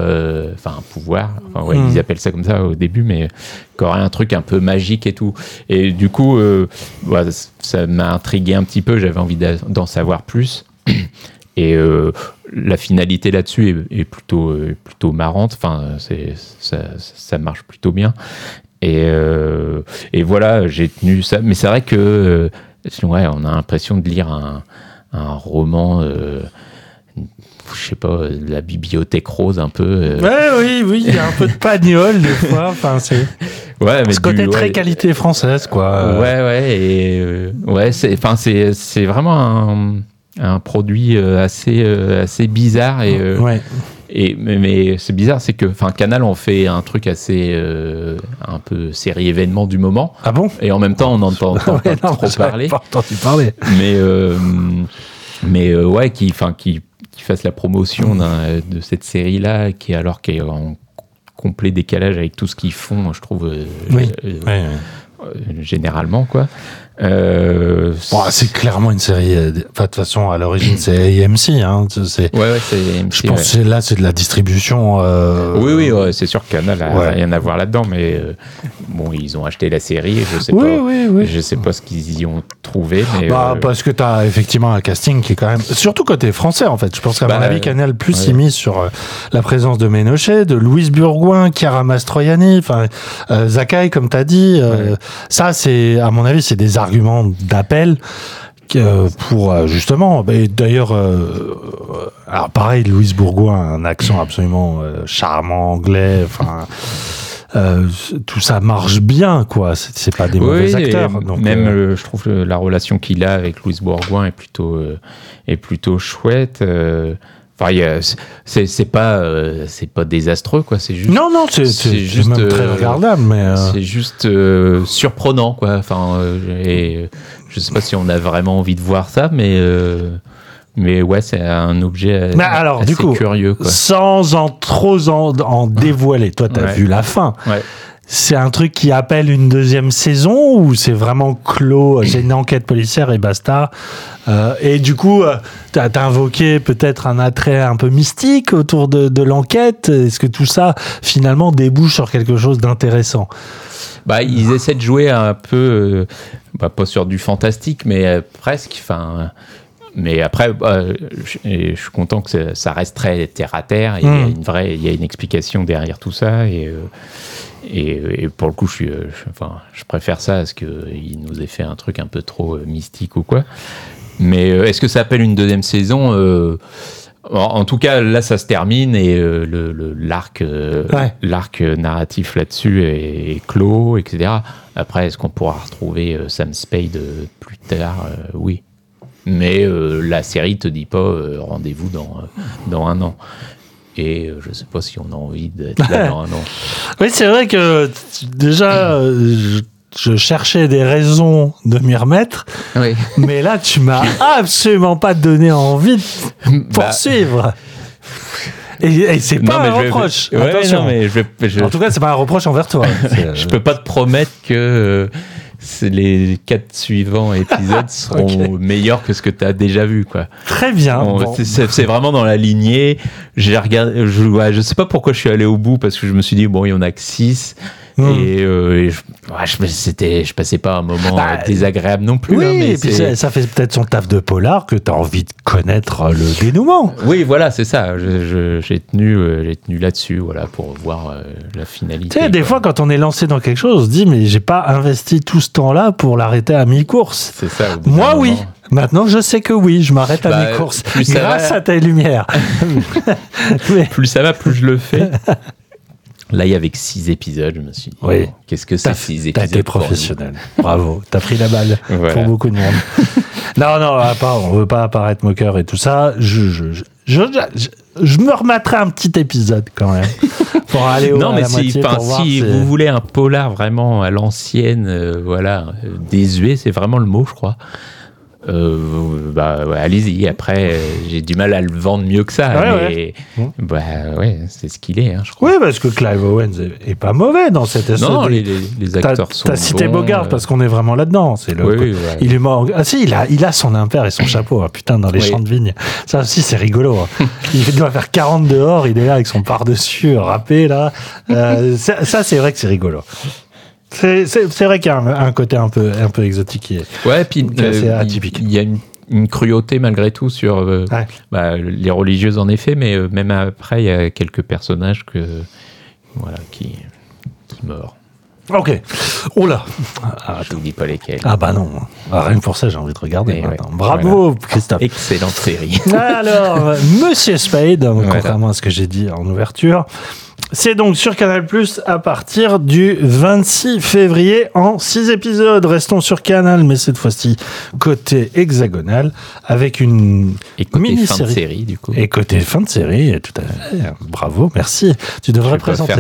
ils appellent ça comme ça au début, mais qui aurait un truc un peu magique et tout. Et du coup, ça m'a intrigué un petit peu, j'avais envie d'en savoir plus. Et la finalité là-dessus est plutôt marrante. Enfin, ça marche plutôt bien. Et voilà, j'ai tenu ça. Mais c'est vrai que on a l'impression de lire un roman, je sais pas, de la Bibliothèque Rose un peu. Oui, il y a un peu de Pagnol des fois. Enfin, c'est. Ouais, mais ce côté très qualité française, quoi. C'est vraiment un produit assez bizarre, mais c'est bizarre, c'est que Canal on fait un truc assez un peu série événement du moment. Ah bon? Et en même temps on n'entend pas trop parler. Pas entendu parler. Mais qui fasse la promotion de cette série là, qui est en complet décalage avec tout ce qu'ils font, je trouve. Généralement, quoi. C'est clairement une série. De toute façon, à l'origine, c'est AMC. Hein, c'est AMC. Je pense que là, c'est de la distribution. Oui, c'est sûr que Canal a rien à voir là-dedans, mais ils ont acheté la série. Je sais pas ce qu'ils y ont trouvé. Mais parce que t'as effectivement un casting qui est quand même, surtout côté français en fait. Je pense qu'à mon avis, Canal Plus s'y mise sur la présence de Ménochet, de Louise Burgoyne, Chiara Mastroianni, Zakai, comme t'as dit. Ça, c'est à mon avis, c'est des argument d'appel pour justement, d'ailleurs, alors pareil, Louise Bourgoin a un accent absolument charmant anglais, tout ça marche bien, quoi. C'est pas des mauvais acteurs. Donc, même, je trouve la relation qu'il a avec Louise Bourgoin est plutôt chouette. C'est pas désastreux, quoi. C'est juste. Non, c'est juste même très regardable, mais c'est juste surprenant, quoi. Et je sais pas si on a vraiment envie de voir ça, mais c'est un objet assez curieux, quoi. Sans trop en dévoiler. Toi, t'as vu la fin. Ouais. C'est un truc qui appelle une deuxième saison ou c'est vraiment clos, c'est une enquête policière et basta. Et du coup, t'as invoqué peut-être un attrait un peu mystique autour de l'enquête. Est-ce que tout ça, finalement, débouche sur quelque chose d'intéressant ? Ils essaient de jouer un peu, pas sur du fantastique, mais presque. Mais après, je suis content que ça reste très terre à terre. Il y a une explication derrière tout ça. Et pour le coup, je préfère ça à ce qu'il nous ait fait un truc un peu trop mystique ou quoi. Mais est-ce que ça appelle une deuxième saison ? En tout cas, là, ça se termine et l'arc narratif là-dessus est clos, etc. Après, est-ce qu'on pourra retrouver Sam Spade plus tard ? Oui. Mais la série te dit pas rendez-vous dans un an. Et je sais pas si on a envie d'être là dans un an. Oui, c'est vrai que déjà, je cherchais des raisons de m'y remettre. Oui. Mais là, tu m'as absolument pas donné envie de poursuivre. Et c'est pas un reproche. Attention. Non, mais en tout cas, c'est pas un reproche envers toi. Je peux pas te promettre que les 4 suivants épisodes seront meilleurs que ce que tu as déjà vu, quoi. Très bien. C'est vraiment dans la lignée. J'ai regardé, je sais pas pourquoi je suis allé au bout, parce que je me suis dit, il y en a que 6. Et je passais pas un moment désagréable non plus. Oui, mais et puis ça fait peut-être son taf de polar que tu as envie de connaître le dénouement. Oui, voilà, c'est ça. J'ai tenu là-dessus, voilà, pour voir la finalité. Tu sais, des fois, quand on est lancé dans quelque chose, on se dit, mais j'ai pas investi tout ce temps-là pour l'arrêter à mi-course. C'est ça. Moi, oui. Maintenant, je sais que oui, je m'arrête à mi-course grâce à tes lumières. Plus ça va, plus je le fais. Là, il y avait 6 épisodes, je me suis dit, qu'est-ce que c'est 6 épisodes? T'as été professionnel. Bravo, t'as pris la balle pour beaucoup de monde. Non, on veut pas apparaître moqueur et tout ça. Je me remettrai un petit épisode quand même pour aller à la moitié pour voir si vous voulez un polar vraiment à l'ancienne, désuet, c'est vraiment le mot, je crois. Allez-y. Après, j'ai du mal à le vendre mieux que ça, c'est ce qu'il est, je crois. Oui, parce que Clive Owens est pas mauvais dans cette essai. Non, les acteurs sont T'as cité Bogart parce qu'on est vraiment là-dedans. C'est il est mort. Ah si, il a son impair et son chapeau. Putain, dans les champs de vigne. Ça aussi, c'est rigolo. Il doit faire 40 dehors. Il est là avec son par-dessus râpé là. Ça, c'est vrai que c'est rigolo. C'est vrai qu'il y a un côté un peu exotique qui est atypique. Il y a une cruauté malgré tout sur les religieuses en effet, mais même après il y a quelques personnages qui meurent. Ok. Oh là. Je vous dis pas lesquels. Ah bah non. Rien que pour ça, j'ai envie de regarder. Bravo, Christophe. Excellente série. Alors, Monsieur Spade, contrairement à ce que j'ai dit en ouverture, c'est donc sur Canal+ à partir du 26 février en 6 épisodes. Restons sur Canal, mais cette fois-ci côté hexagonal, avec une mini-série. Fin de série, du coup. Et côté fin de série, tout à fait. Bravo, merci. Tu devrais présenter.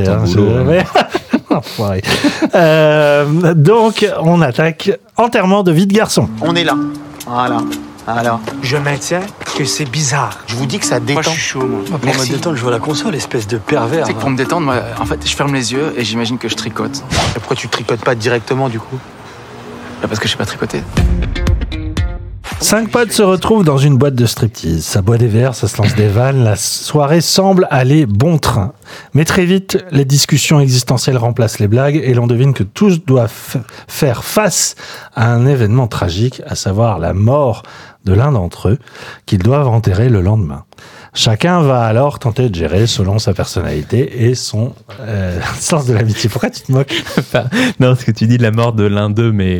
Donc, on attaque Enterrement de vie de garçon. On est là. Voilà. Alors, je maintiens que c'est bizarre. Je vous dis que ça détend. Moi, je suis chaud, moi. Pour me détendre, je vois la console, espèce de pervers. C'est que pour me détendre, moi, en fait, je ferme les yeux et j'imagine que je tricote. Et pourquoi tu tricotes pas directement, du coup ? Parce que je sais pas tricoter. 5 potes se retrouvent dans une boîte de striptease. Ça boit des verres, ça se lance des vannes. La soirée semble aller bon train. Mais très vite, les discussions existentielles remplacent les blagues et l'on devine que tous doivent faire face à un événement tragique, à savoir la mort de l'un d'entre eux, qu'ils doivent enterrer le lendemain. Chacun va alors tenter de gérer selon sa personnalité et son sens de l'amitié. Pourquoi tu te moques ? Non, parce que tu dis la mort de l'un d'eux, mais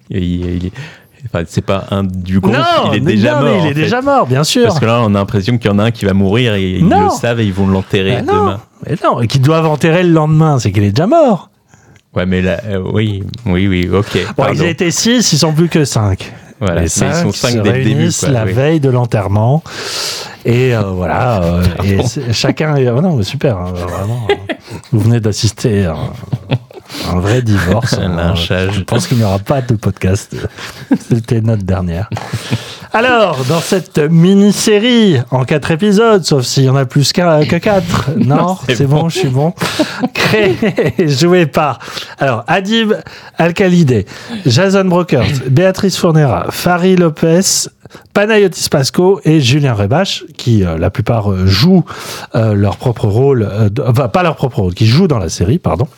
enfin, c'est pas un du groupe, il est déjà mort. Il est déjà mort, bien sûr. Parce que là, on a l'impression qu'il y en a un qui va mourir et ils le savent et ils vont l'enterrer demain. Mais non, et qu'ils doivent enterrer le lendemain, c'est qu'il est déjà mort. Ouais, mais là, oui, ok. Bon, ils étaient 6, ils sont plus que 5. Voilà, les 5 ils sont 5 se dès le début. réunissent la veille de l'enterrement. Et voilà. Et chacun. Non, mais super, hein, vraiment. Vous venez d'assister à un vrai divorce. Un lynchage. Je pense qu'il n'y aura pas de podcast. C'était notre dernière. Alors, dans cette mini-série en 4 épisodes, sauf s'il y en a plus que 4. Non, c'est bon, je suis bon. Créé et joué par Adib Al-Khalidé, Jason Brokers, Béatrice Fournera, Fari Lopez, Panayotis Pasco et Julien Rebache, qui la plupart jouent leur propre rôle, enfin pas leur propre rôle, qui jouent dans la série, pardon.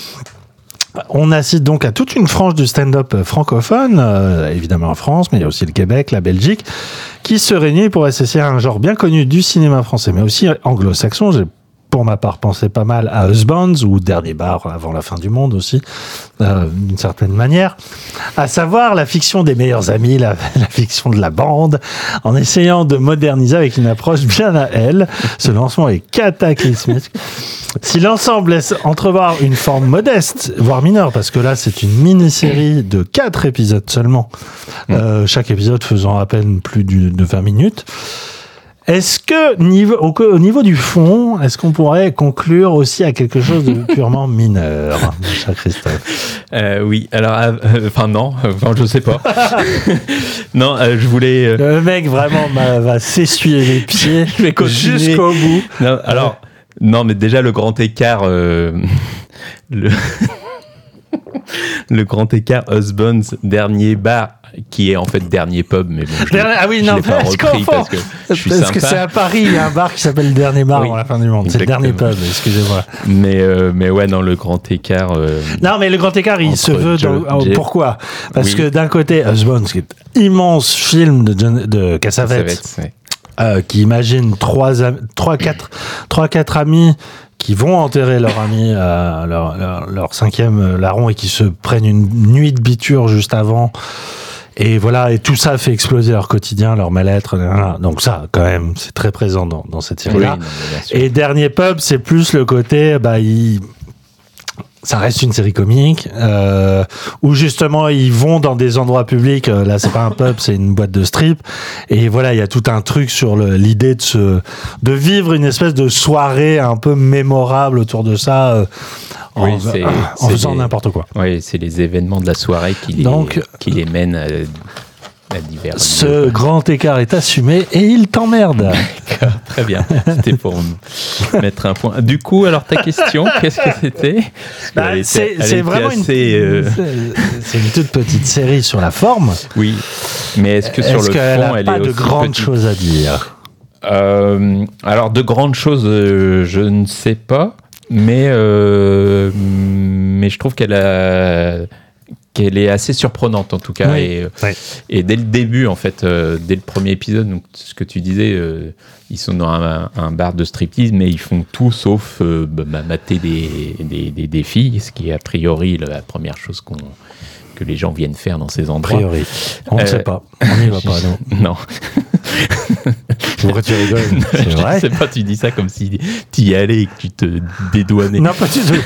On assiste donc à toute une frange du stand-up francophone, évidemment en France, mais il y a aussi le Québec, la Belgique, qui se réunit pour associer un genre bien connu du cinéma français, mais aussi anglo-saxon. J'ai pour ma part pensé pas mal à Husbands ou Dernier bar avant la fin du monde aussi, d'une certaine manière, à savoir la fiction des meilleurs amis, la fiction de la bande, en essayant de moderniser avec une approche bien à elle. Ce lancement est cataclysmique. Si l'ensemble laisse entrevoir une forme modeste, voire mineure, parce que là c'est une mini-série de 4 épisodes seulement, chaque épisode faisant à peine plus de 20 minutes, est-ce que, au niveau du fond, est-ce qu'on pourrait conclure aussi à quelque chose de purement mineur, mon cher Christophe ? Oui, alors, non, je sais pas. Non, je voulais... Le mec vraiment va s'essuyer les pieds jusqu'au bout. Non, alors, non, mais déjà le grand écart... le grand écart Husbands, Dernier bar, qui est en fait Dernier pub, mais bon, je l'ai pas repris parce que je suis sympa. Parce que c'est à Paris, il y a un bar qui s'appelle le Dernier bar à la fin du monde. Exactement. C'est le Dernier pub, excusez-moi. Mais ouais, non, le grand écart... non, mais le grand écart, il se veut... Pourquoi ? Parce que d'un côté, Husbands, qui est immense film de Cassavetes, qui imagine 3-4 amis qui vont enterrer leur ami, leur 5e larron, et qui se prennent une nuit de biture juste avant. Et voilà, et tout ça fait exploser leur quotidien, leur mal-être. Donc ça, quand même, c'est très présent dans cette série-là. Oui, et Dernier pub, c'est plus le côté, ça reste une série comique, où justement ils vont dans des endroits publics. Là, c'est pas un pub, c'est une boîte de strip. Et voilà, il y a tout un truc sur l'idée de vivre une espèce de soirée un peu mémorable autour de ça. En faisant n'importe quoi. Oui, c'est les événements de la soirée qui les mènent à divers... Ce grand écart est assumé et il t'emmerde. D'accord, très bien. C'était pour mettre un point. Du coup, alors ta question, qu'est-ce que c'était ? C'est vraiment c'est une toute petite série sur la forme. Oui, mais est-ce que sur le fond, elle est aussi... Est-ce qu'elle n'a pas de grandes choses à dire ? Alors, de grandes choses, je ne sais pas. Mais je trouve qu'elle est assez surprenante en tout cas. Oui. Et dès le début, en fait, dès le premier épisode, donc, ce que tu disais, ils sont dans un bar de striptease, mais ils font tout sauf mater des filles, ce qui est a priori la première chose que les gens viennent faire dans ces endroits. A priori. On ne sait pas. On n'y va pas, non. Non. Pourquoi tu rigoles ? C'est vrai. Je sais pas, tu dis ça comme si tu y allais et que tu te dédouanais. Non, pas du tout.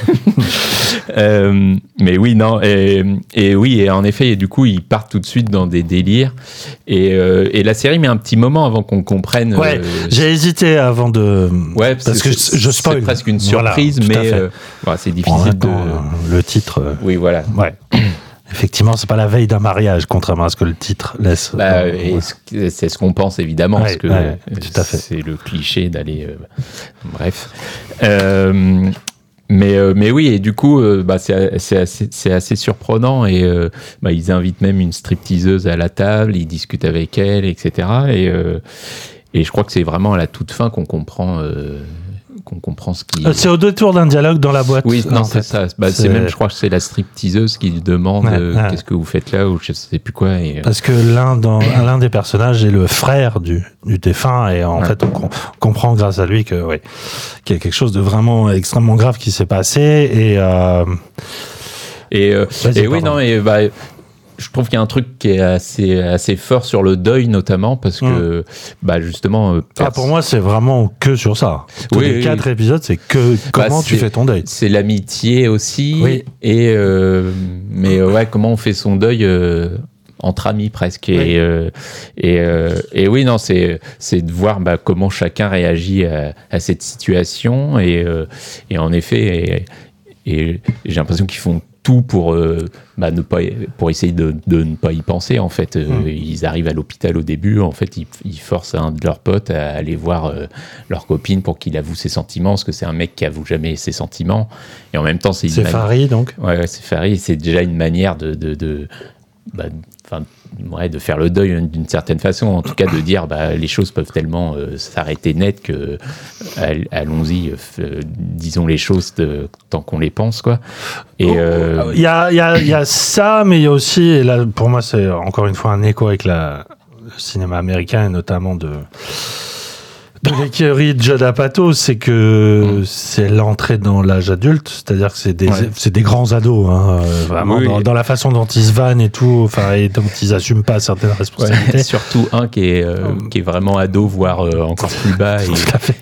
Mais oui, non. Et oui, et en effet, et du coup, ils partent tout de suite dans des délires. Et la série met un petit moment avant qu'on comprenne. Ouais, j'ai hésité avant de. Ouais, parce que je spoil. C'est presque une surprise, voilà, mais c'est difficile de. Le titre. Oui, voilà. Ouais. Effectivement, c'est pas la veille d'un mariage, contrairement à ce que le titre laisse. C'est ce qu'on pense évidemment, parce que tout à fait. C'est le cliché d'aller. Bref. Mais oui, et du coup, c'est assez surprenant. Et ils invitent même une stripteaseuse à la table, ils discutent avec elle, etc. Et je crois que c'est vraiment à la toute fin qu'on comprend ce qui... C'est au détour d'un dialogue dans la boîte. Oui, non, c'est ça. C'est même, je crois que c'est la stripteaseuse qui lui demande qu'est-ce que vous faites là, ou je sais plus quoi. Parce que l'un des personnages est le frère du défunt, et en fait, on comprend grâce à lui qu'il y a quelque chose de vraiment extrêmement grave qui s'est passé. Je trouve qu'il y a un truc qui est assez fort sur le deuil, notamment, parce que, justement... pour moi, c'est vraiment que sur ça. Tous les 4 épisodes, c'est que comment tu fais ton deuil. C'est l'amitié aussi, comment on fait son deuil entre amis, presque. Et oui, non, c'est de voir comment chacun réagit à cette situation, et en effet, et j'ai l'impression qu'ils font tout pour pour essayer de ne pas y penser, en fait. Ils arrivent à l'hôpital au début, en fait, ils forcent un de leurs potes à aller voir leur copine pour qu'il avoue ses sentiments, parce que c'est un mec qui avoue jamais ses sentiments, et en même temps c'est Farid, donc c'est Farid, c'est déjà une manière de faire le deuil d'une certaine façon, en tout cas de dire les choses peuvent tellement s'arrêter net que allons-y, disons les choses tant qu'on les pense, quoi. Et il y a ça, mais il y a aussi, et là pour moi c'est encore une fois un écho avec le cinéma américain, et notamment de l'écurie de Judd Apatow, c'est que c'est l'entrée dans l'âge adulte, c'est-à-dire que c'est des grands ados, vraiment, dans la façon dont ils se vannent et tout, et dont ils n'assument pas certaines responsabilités. Surtout un qui est vraiment ado, voire encore plus bas. Tout à fait.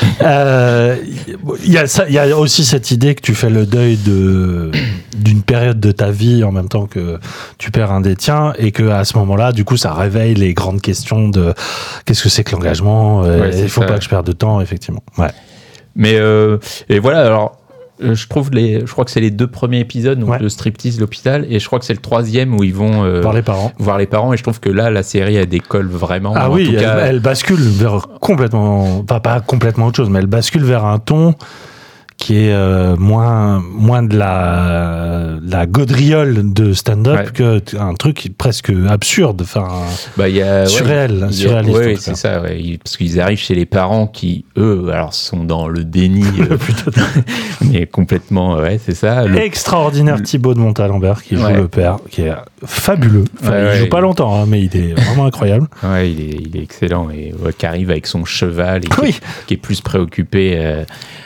Il y a aussi cette idée que tu fais le deuil d'une période de ta vie en même temps que tu perds un des tiens, et que à ce moment-là, du coup, ça réveille les grandes questions de qu'est-ce que c'est que l'engagement. Il faut pas que je perde de temps, effectivement. Ouais. Mais et voilà. Alors, je crois que c'est les 2 premiers épisodes, donc le striptease, l'hôpital, et je crois que c'est le 3e où ils vont voir les parents. Et je trouve que là, la série, elle décolle vraiment. Ah oui, elle bascule vers complètement, pas complètement autre chose, mais elle bascule vers un ton qui est moins de la gaudriole de stand-up qu'un truc presque absurde, surréel. Oui, c'est ça, parce qu'ils arrivent chez les parents qui, eux, alors sont dans le déni, mais complètement, c'est ça. Extraordinaire Thibaut de Montalembert qui joue le père, qui est fabuleux. Il joue pas longtemps, mais il est vraiment incroyable. Ouais, il est excellent, et qui arrive avec son cheval, et qui est plus préoccupé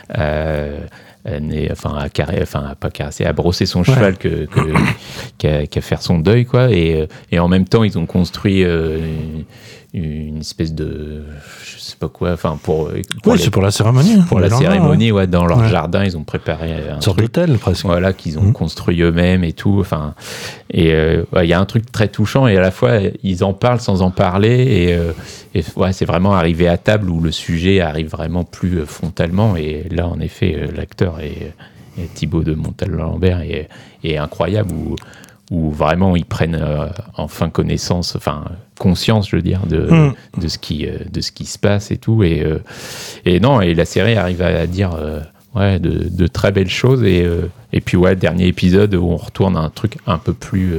à brosser son cheval qu'à faire son deuil, quoi. Et en même temps, ils ont construit une espèce de, je sais pas quoi, c'est pour la cérémonie. Pour la cérémonie, dans leur jardin, ils ont préparé un sorte d'hôtel, presque. Voilà, qu'ils ont construit eux-mêmes et tout. Et il y a un truc très touchant, et à la fois, ils en parlent sans en parler, et c'est vraiment arrivé à table où le sujet arrive vraiment plus frontalement. Et là, en effet, l'acteur et Thibaut de Montalembert est incroyable, où vraiment ils prennent enfin conscience, je veux dire, de ce qui se passe et tout, et la série arrive à dire de très belles choses, et puis dernier épisode où on retourne à un truc un peu plus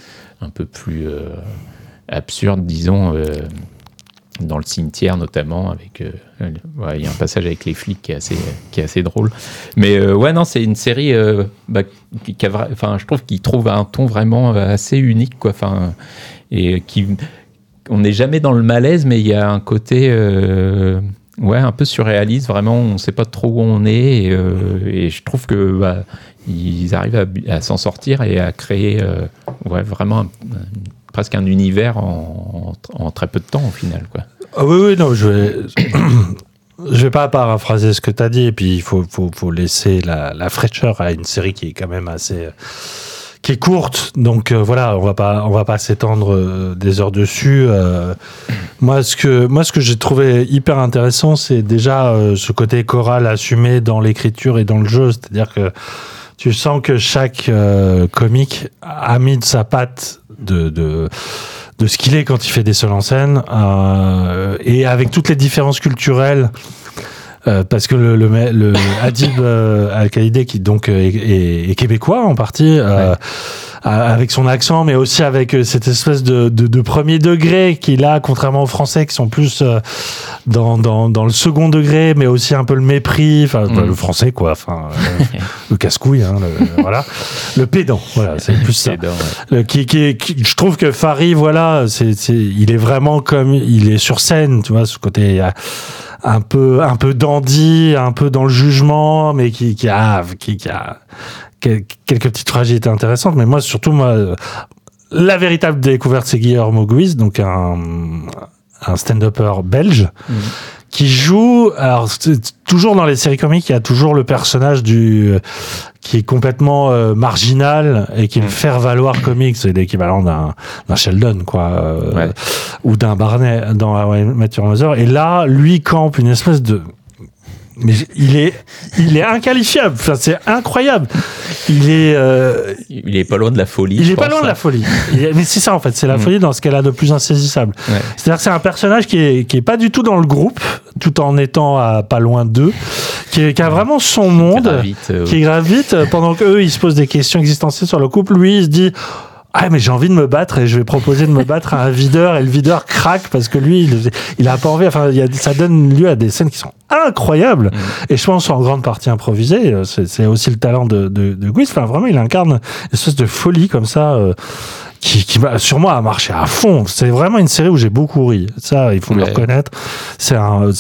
absurde, disons, dans le cimetière notamment, avec il y a un passage avec les flics qui est assez drôle, mais c'est une série je trouve qu'il trouve un ton vraiment assez unique, quoi, et on n'est jamais dans le malaise, mais il y a un côté un peu surréaliste, vraiment, on ne sait pas trop où on est, et je trouve que ils arrivent à s'en sortir et à créer vraiment presque un univers en très peu de temps, au final, quoi. Ah oui, non, je vais pas paraphraser ce que tu as dit, et puis il faut laisser la fraîcheur à une série qui est quand même qui est courte, donc on va pas s'étendre des heures dessus. Moi, ce que j'ai trouvé hyper intéressant, c'est déjà ce côté choral assumé dans l'écriture et dans le jeu, c'est-à-dire que tu sens que chaque comique a mis de sa patte de ce qu'il est quand il fait des seuls en scène, et avec toutes les différences culturelles parce que le Adib Al-Khalidi, qui donc est québécois en partie, avec son accent, mais aussi avec cette espèce de premier degré qu'il a, contrairement aux Français qui sont plus dans le second degré, mais aussi un peu le mépris, le français quoi, le casse-couille, hein, voilà, le pédant, voilà, c'est plus ça. Je trouve que Fari, voilà, il est vraiment comme il est sur scène, tu vois, ce côté un peu dandy, un peu dans le jugement, mais qui a quelques petites fragilités intéressantes. Mais moi, surtout, la véritable découverte, c'est Guillermo Guiz, donc un stand-upper belge, qui joue, alors toujours dans les séries comiques, il y a toujours le personnage qui est complètement marginal et qui est le faire-valoir comique, c'est l'équivalent d'un Sheldon, quoi, ou d'un Barney dans How I Met Your Mother. Et là, lui campe une espèce de... Mais il est inqualifiable. Enfin, c'est incroyable. Il est pas loin de la folie. Il est pas loin de la folie. Mais c'est ça, en fait. C'est la folie dans ce qu'elle a de plus insaisissable. Ouais. C'est-à-dire que c'est un personnage qui est pas du tout dans le groupe, tout en étant à pas loin d'eux, qui a vraiment son monde, qui gravite pendant qu'eux, ils se posent des questions existentielles sur le couple. Lui, il se dit... Ah, mais j'ai envie de me battre et je vais proposer de me battre à un videur, et le videur craque parce que lui, il a pas envie. Enfin, ça donne lieu à des scènes qui sont incroyables. Et je pense en grande partie improvisées. C'est aussi le talent de Guiz. Enfin, vraiment, il incarne une espèce de folie comme ça, qui va, sur moi, a marché à fond. C'est vraiment une série où j'ai beaucoup ri. Ça, il faut le reconnaître. C'est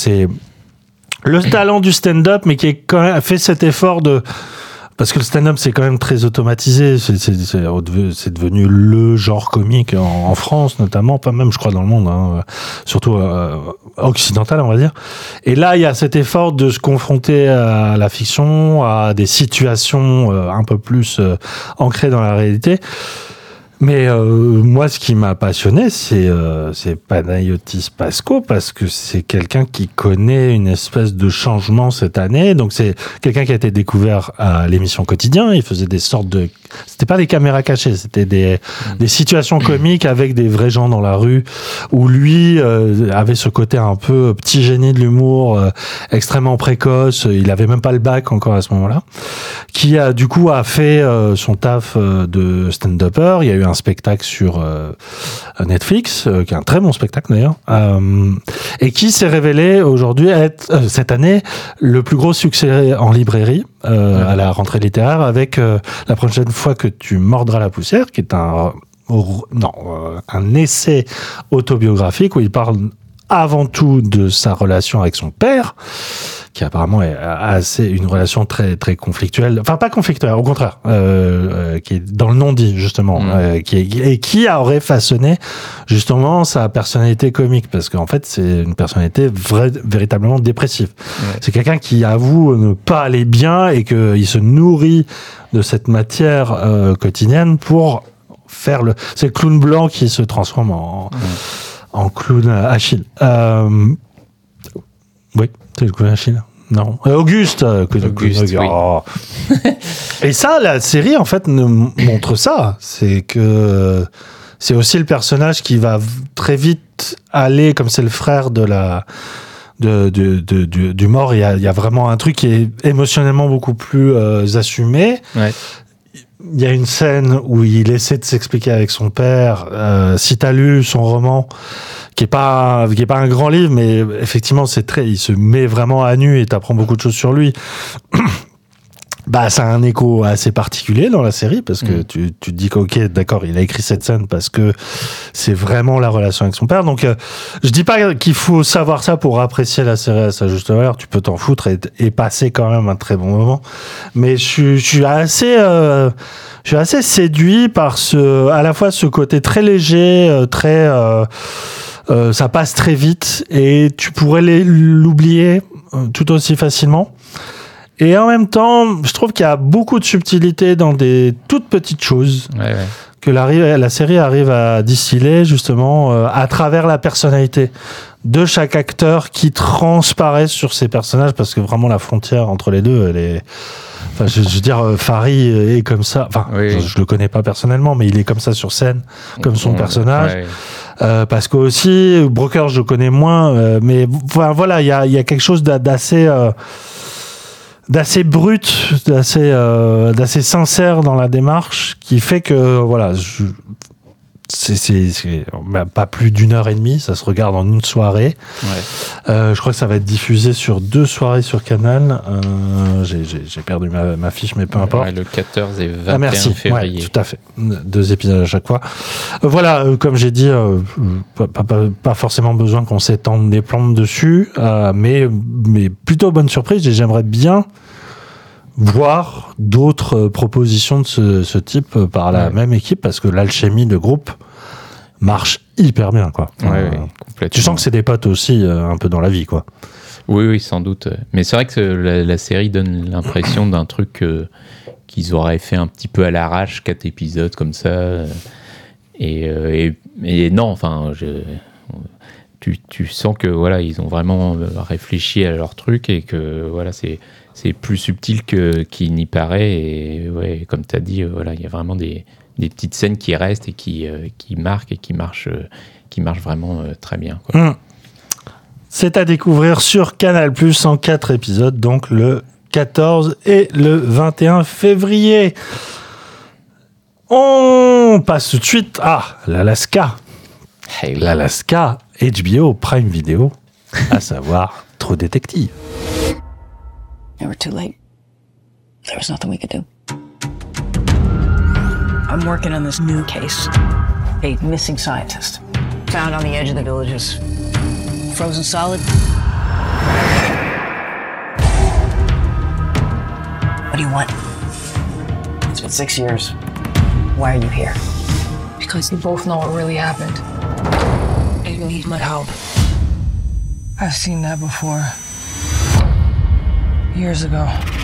le talent du stand-up, mais qui est quand même fait cet effort parce que le stand-up, c'est quand même très automatisé. C'est devenu le genre comique en France, notamment, pas même, je crois, dans le monde, hein, surtout occidental, on va dire. Et là, il y a cet effort de se confronter à la fiction, à des situations un peu plus ancrées dans la réalité. Mais moi, ce qui m'a passionné, c'est Panayotis Pasco, parce que c'est quelqu'un qui connaît une espèce de changement cette année. Donc c'est quelqu'un qui a été découvert à l'émission Quotidien. Il faisait des sortes c'était pas des caméras cachées, c'était des situations comiques avec des vrais gens dans la rue, où lui avait ce côté un peu petit génie de l'humour, extrêmement précoce. Il avait même pas le bac encore à ce moment-là, qui a du coup fait son taf de stand-upper. Il y a eu un spectacle sur Netflix, qui est un très bon spectacle d'ailleurs, et qui s'est révélé aujourd'hui être cette année le plus gros succès en librairie à la rentrée littéraire, avec La prochaine fois que tu mordras la poussière, qui est un essai autobiographique où il parle avant tout de sa relation avec son père, qui apparemment est une relation très très conflictuelle, enfin pas conflictuelle, au contraire, qui est dans le non-dit justement, qui aurait façonné justement sa personnalité comique, parce qu'en fait c'est une personnalité véritablement dépressive. Ouais. C'est quelqu'un qui avoue ne pas aller bien et qu'il se nourrit de cette matière quotidienne pour faire c'est le clown blanc qui se transforme en clown Achille. Oui, c'est le clown Achille. Non, Auguste. Oui. Oh. Et ça, la série en fait nous montre ça. C'est que c'est aussi le personnage qui va très vite aller, comme c'est le frère du mort. Il y a vraiment un truc qui est émotionnellement beaucoup plus assumé. Ouais. Il y a une scène où il essaie de s'expliquer avec son père. Si t'as lu son roman, qui est pas un grand livre, mais effectivement il se met vraiment à nu et t'apprends beaucoup de choses sur lui. Ça a un écho assez particulier dans la série, parce que tu te dis qu'ok, d'accord, il a écrit cette scène parce que c'est vraiment la relation avec son père. Donc, je dis pas qu'il faut savoir ça pour apprécier la série à sa juste valeur. Tu peux t'en foutre et passer quand même un très bon moment. Mais je suis assez séduit par à la fois ce côté très léger, ça passe très vite et tu pourrais l'oublier tout aussi facilement. Et en même temps, je trouve qu'il y a beaucoup de subtilité dans des toutes petites choses que la série arrive à distiller justement à travers la personnalité de chaque acteur qui transparaît sur ces personnages, parce que vraiment la frontière entre les deux, elle est... Enfin, je veux dire, Fari est comme ça. Enfin, je le connais pas personnellement, mais il est comme ça sur scène, comme son personnage. parce que aussi Broker je connais moins, mais voilà, il y a quelque chose d'assez brut, d'assez sincère dans la démarche, qui fait que voilà, c'est pas plus d'1h30, ça se regarde en une soirée. Je crois que ça va être diffusé sur 2 soirées sur Canal. J'ai perdu ma fiche, mais peu importe. Le 14 et 21 février. Ouais, tout à fait. 2 épisodes à chaque fois. Voilà, comme j'ai dit, pas forcément besoin qu'on s'étende des plantes dessus, mais plutôt bonne surprise, et j'aimerais bien voir d'autres propositions de ce type par la même équipe, parce que l'alchimie de groupe marche hyper bien, quoi. Complètement. Tu sens que c'est des potes aussi un peu dans la vie, quoi. Oui, sans doute. Mais c'est vrai que la série donne l'impression d'un truc qu'ils auraient fait un petit peu à l'arrache, 4 épisodes comme ça. Et non, enfin, tu sens que voilà, ils ont vraiment réfléchi à leur truc, et que voilà, c'est plus subtil qu'il n'y paraît. Et ouais, comme tu as dit, voilà, il y a vraiment des petites scènes qui restent et qui marquent et qui marchent vraiment très bien, quoi. C'est à découvrir sur Canal+, en 4 épisodes, donc le 14 et le 21 février. On passe tout de suite à l'Alaska. L'Alaska, HBO, Prime Video, à savoir True Detective. You were too late. There was nothing we could do. I'm working on this new case. A missing scientist. Found on the edge of the villages. Frozen solid. What do you want? It's been 6 years. Why are you here? Because you both know what really happened. And you need my help. I've seen that before. Years ago.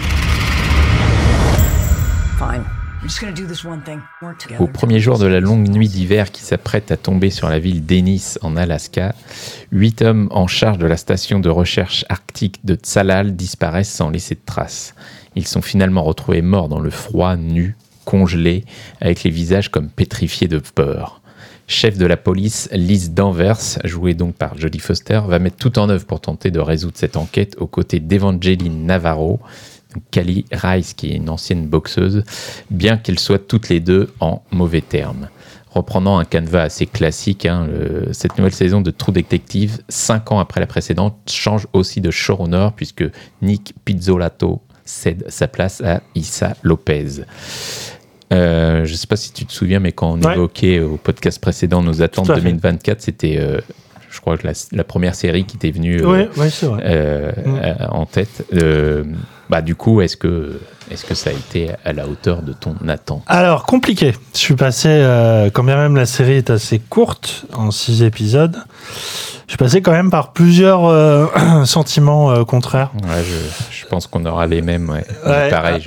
Fine. I'm just gonna do this one thing. Work together. Au premier jour de la longue nuit d'hiver qui s'apprête à tomber sur la ville d'Ennis en Alaska, 8 hommes en charge de la station de recherche arctique de Tsalal disparaissent sans laisser de traces. Ils sont finalement retrouvés morts dans le froid, nus, congelés, avec les visages comme pétrifiés de peur. Chef de la police, Liz Danvers, jouée donc par Jodie Foster, va mettre tout en œuvre pour tenter de résoudre cette enquête aux côtés d'Evangeline Navarro, Kali Rice, qui est une ancienne boxeuse, bien qu'elles soient toutes les deux en mauvais termes. Reprenant un canevas assez classique, cette nouvelle saison de True Detective, 5 ans après la précédente, change aussi de showrunner, puisque Nick Pizzolatto cède sa place à Issa Lopez. Je ne sais pas si tu te souviens, mais quand on évoquait au podcast précédent nos attentes 2024, c'était, je crois, que la première série qui t'est venue c'est vrai. En tête. Du coup, est-ce que ça a été à la hauteur de ton attente ? Alors, compliqué. Je suis passé, quand bien même la série est assez courte, en 6 épisodes, je suis passé quand même par plusieurs sentiments contraires. Ouais, je pense qu'on aura les mêmes. Ouais. Pareil.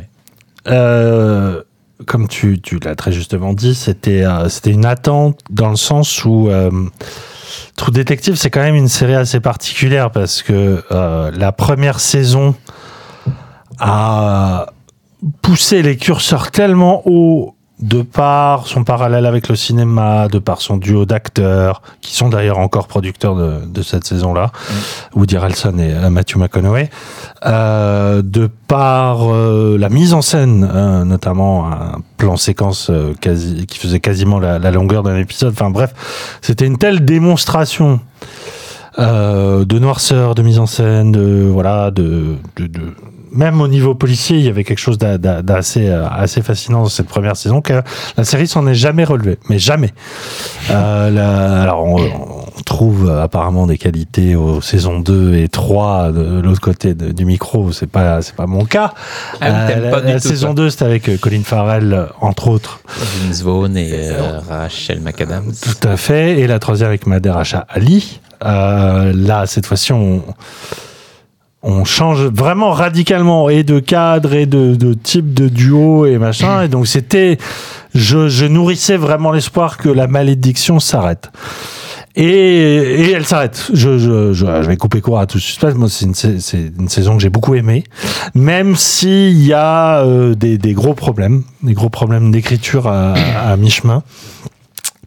Comme tu l'as très justement dit, c'était une attente dans le sens où True Detective, c'est quand même une série assez particulière, parce que la première saison a poussé les curseurs tellement haut, de par son parallèle avec le cinéma, de par son duo d'acteurs, qui sont d'ailleurs encore producteurs de cette saison-là, Woody Harrelson et Matthew McConaughey, de par la mise en scène, notamment un plan séquence qui faisait quasiment la longueur d'un épisode. Enfin bref, c'était une telle démonstration de noirceur, de mise en scène, de même au niveau policier, il y avait quelque chose assez fascinant dans cette première saison, que la série s'en est jamais relevée, mais jamais. Alors on trouve apparemment des qualités aux saisons 2 et 3 de l'autre côté du micro, c'est pas mon cas. La saison 2, c'était avec Colin Farrell, entre autres. Vince Vaughn et Rachel McAdams. Tout à fait. Et la troisième avec Mahershala Ali. Là, cette fois-ci, on change vraiment radicalement, et de cadre et de type de duo et machin. Et donc je nourrissais vraiment l'espoir que la malédiction s'arrête. Et elle s'arrête. Je vais couper court à tout suspense. Moi, c'est une saison que j'ai beaucoup aimée, même s'il y a des gros problèmes d'écriture à mi-chemin.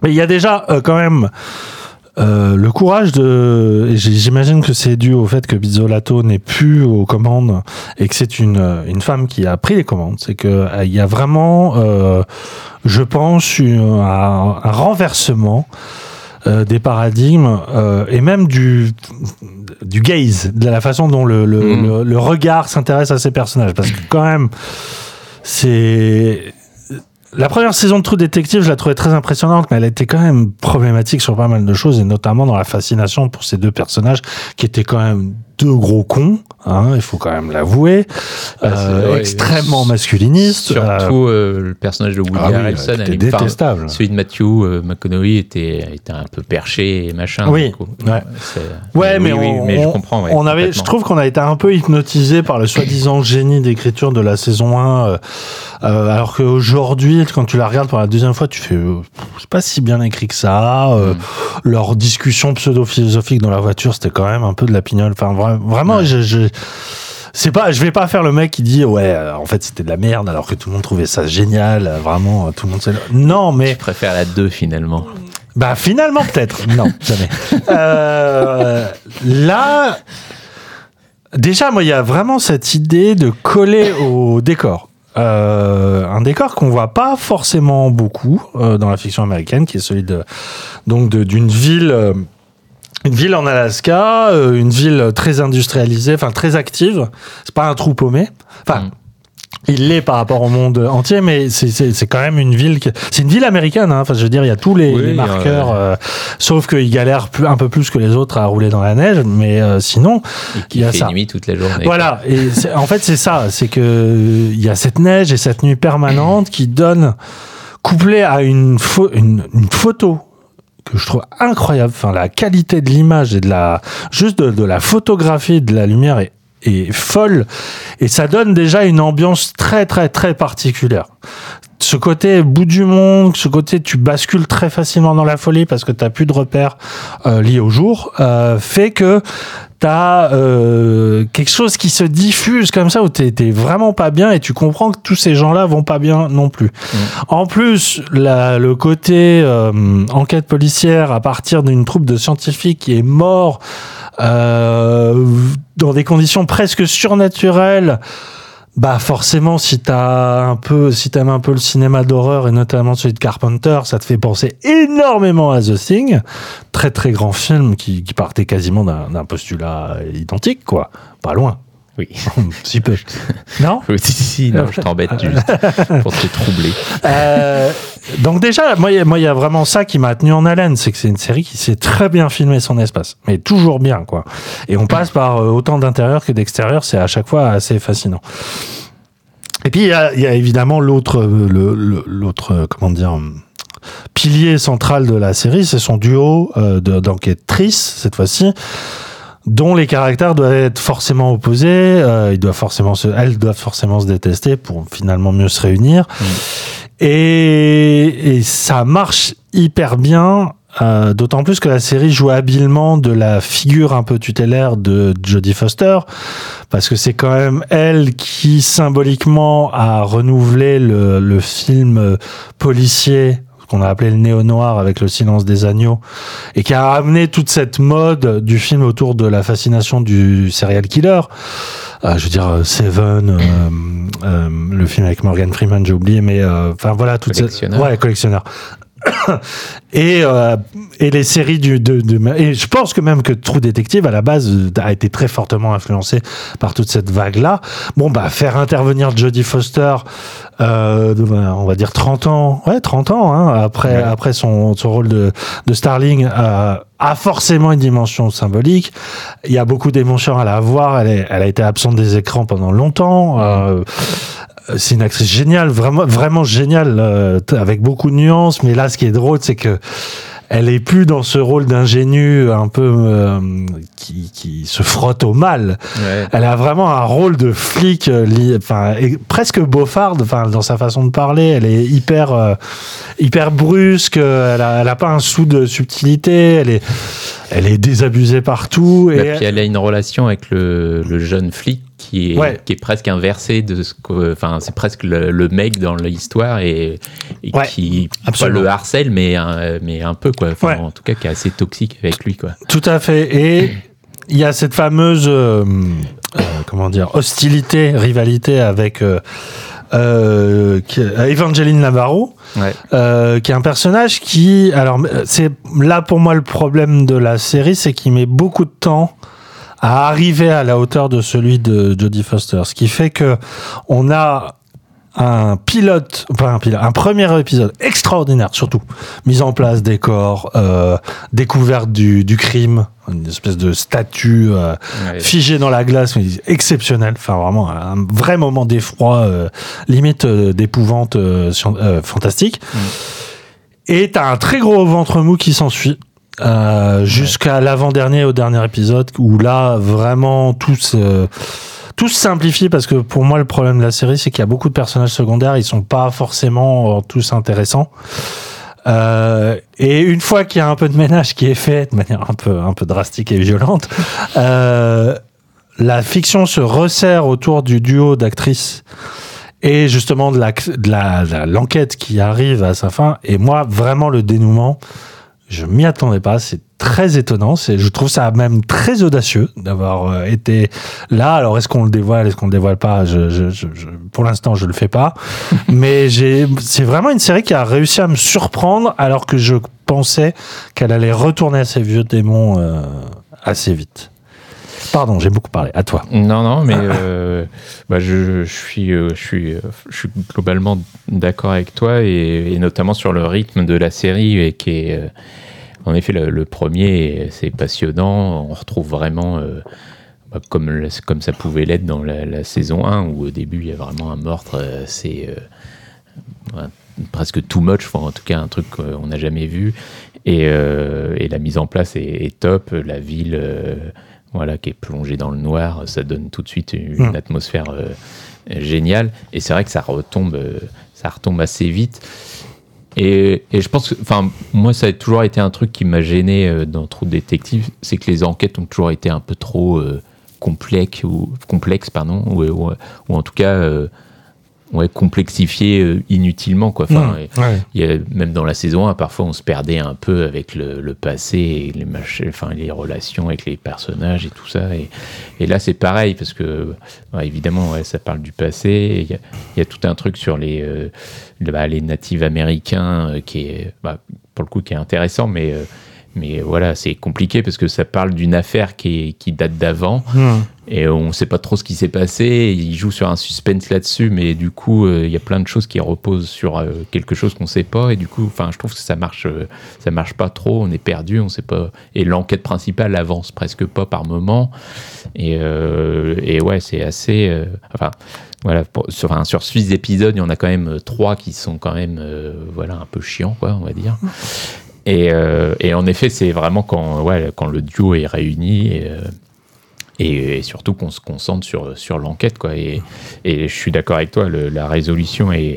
Mais il y a déjà quand même le courage de... Et j'imagine que c'est dû au fait que Bizzolato n'est plus aux commandes et que c'est une femme qui a pris les commandes. C'est qu'il y a vraiment, je pense, un renversement des paradigmes et même du gaze, de la façon dont le regard s'intéresse à ces personnages. Parce que quand même, c'est... La première saison de True Detective, je la trouvais très impressionnante, mais elle était quand même problématique sur pas mal de choses, et notamment dans la fascination pour ces deux personnages qui étaient quand même deux gros cons, hein, il faut quand même l'avouer, extrêmement masculinistes. Surtout le personnage de Woody Harrelson, était détestable. Celui de Matthew McConaughey était un peu perché et machin. Oui, mais je comprends. Je trouve qu'on a été un peu hypnotisé par le soi-disant génie d'écriture de la saison 1, alors qu'aujourd'hui, quand tu la regardes pour la deuxième fois, tu fais c'est pas si bien écrit que ça. Leur discussion pseudo-philosophique dans la voiture, c'était quand même un peu de la pignole. Enfin, vraiment, je vais pas faire le mec qui dit en fait c'était de la merde alors que tout le monde trouvait ça génial, vraiment tout le monde non, mais je préfère la 2 finalement. Bah finalement peut-être. Non, jamais. Là déjà moi il y a vraiment cette idée de coller au décor. Un décor qu'on voit pas forcément beaucoup dans la fiction américaine, qui est celui d'une ville. Une ville en Alaska, une ville très industrialisée, enfin très active. C'est pas un trou paumé. Enfin, il l'est par rapport au monde entier, mais c'est quand même une ville. C'est une ville américaine. Hein. Enfin, je veux dire, il y a tous les marqueurs, sauf qu'ils galèrent un peu plus que les autres à rouler dans la neige. Mais sinon, il y a ça. Nuit toute la journée. Voilà. Et en fait, c'est ça. C'est que il y a cette neige et cette nuit permanente qui donne, couplée à une photo que je trouve incroyable. Enfin, la qualité de l'image et de la photographie de la lumière est folle, et ça donne déjà une ambiance très très très particulière. Ce côté bout du monde, ce côté tu bascules très facilement dans la folie parce que t'as plus de repères liés au jour, fait que t'as quelque chose qui se diffuse comme ça où t'es vraiment pas bien, et tu comprends que tous ces gens-là vont pas bien non plus. En plus, le côté enquête policière à partir d'une troupe de scientifiques qui est mort dans des conditions presque surnaturelles, bah forcément si t'aimes un peu le cinéma d'horreur et notamment celui de Carpenter, ça te fait penser énormément à The Thing, très très grand film qui partait quasiment d'un postulat identique, quoi, pas loin. Oui. Si peu. Non? Oui, si, non, je t'embête juste pour te troubler. Donc déjà, moi, il y a vraiment ça qui m'a tenu en haleine, c'est que c'est une série qui sait très bien filmer son espace, mais toujours bien, quoi. Et on passe par autant d'intérieur que d'extérieur, c'est à chaque fois assez fascinant. Et puis il y a évidemment l'autre, comment dire, pilier central de la série, c'est son duo d'enquêtrices cette fois-ci, dont les caractères doivent être forcément opposés, elles doivent forcément se détester pour finalement mieux se réunir. Et ça marche hyper bien, d'autant plus que la série joue habilement de la figure un peu tutélaire de Jodie Foster, parce que c'est quand même elle qui symboliquement a renouvelé le film policier qu'on a appelé le néo-noir avec Le Silence des agneaux, et qui a amené toute cette mode du film autour de la fascination du serial killer. Je veux dire Seven, le film avec Morgan Freeman, j'ai oublié, mais enfin voilà, toute cette... Ouais, collectionneur. Et les séries et je pense que même que True Detective à la base a été très fortement influencé par toute cette vague là. Bon bah faire intervenir Jodie Foster on va dire 30 ans hein, après son rôle de Starling, a forcément une dimension symbolique. Il y a beaucoup d'émotions à la voir. Elle a été absente des écrans pendant longtemps. C'est une actrice géniale, vraiment, vraiment géniale, avec beaucoup de nuances. Mais là, ce qui est drôle, c'est que elle est plus dans ce rôle d'ingénue un peu qui se frotte au mal. Ouais. Elle a vraiment un rôle de flic, presque beaufarde, dans sa façon de parler. Elle est hyper brusque. Elle a pas un sou de subtilité. Elle est désabusée partout. Et puis elle a une relation avec le jeune flic qui est presque inversé de ce que, enfin, c'est presque le mec dans l'histoire et qui pas le harcèle, mais un peu, quoi. Enfin, en tout cas, qui est assez toxique avec lui, quoi. Tout à fait. Et il y a cette fameuse, hostilité, rivalité avec Evangeline Navarro, qui est un personnage qui, alors, c'est là pour moi le problème de la série, c'est qu'il met beaucoup de temps à arriver à la hauteur de celui de Jodie Foster, ce qui fait que on a un premier épisode extraordinaire, surtout mise en place, décor, découverte du crime, une espèce de statue figée dans la glace, mais exceptionnelle, enfin vraiment un vrai moment d'effroi, limite d'épouvante fantastique. Et t'as un très gros ventre mou qui s'ensuit. Jusqu'à l'avant-dernier au dernier épisode où là vraiment tout se simplifie, parce que pour moi le problème de la série c'est qu'il y a beaucoup de personnages secondaires, ils sont pas forcément tous intéressants, et une fois qu'il y a un peu de ménage qui est fait de manière un peu drastique et violente, la fiction se resserre autour du duo d'actrices et justement de l'enquête qui arrive à sa fin. Et moi vraiment le dénouement, je m'y attendais pas, c'est très étonnant, je trouve ça même très audacieux d'avoir été là. Alors est-ce qu'on le dévoile pas, pour l'instant je le fais pas, mais c'est vraiment une série qui a réussi à me surprendre alors que je pensais qu'elle allait retourner à ses vieux démons assez vite. Pardon, j'ai beaucoup parlé. À toi. Non, mais je suis globalement d'accord avec toi et notamment sur le rythme de la série et qui est en effet le premier, c'est passionnant. On retrouve vraiment comme ça pouvait l'être dans la saison 1 où au début il y a vraiment un meurtre, c'est presque too much, enfin, en tout cas un truc qu'on n'a jamais vu, et la mise en place est top. La ville qui est plongée dans le noir, ça donne tout de suite une atmosphère géniale, et c'est vrai que ça retombe assez vite. Et je pense que, enfin, moi, ça a toujours été un truc qui m'a gêné dans True Detective, c'est que les enquêtes ont toujours été un peu trop complexes, ou en tout cas complexifiées inutilement, quoi. Enfin, il y a, même dans la saison 1, parfois, on se perdait un peu avec le passé et les relations avec les personnages et tout ça. Et là, c'est pareil, parce que évidemment, ça parle du passé. Il y a tout un truc sur les natifs américains qui est, pour le coup, qui est intéressant, mais voilà, c'est compliqué parce que ça parle d'une affaire qui date d'avant et on ne sait pas trop ce qui s'est passé. Il joue sur un suspense là-dessus, mais du coup, il y a plein de choses qui reposent sur quelque chose qu'on ne sait pas, et du coup, je trouve que ça marche pas trop. On est perdu, on sait pas, et l'enquête principale avance presque pas par moment. Et ouais, c'est assez. Voilà, sur 6 épisodes, il y en a quand même 3 qui sont quand même un peu chiants, quoi, on va dire. Et en effet, c'est vraiment quand le duo est réuni et surtout qu'on se concentre sur l'enquête, quoi. Et je suis d'accord avec toi, la résolution est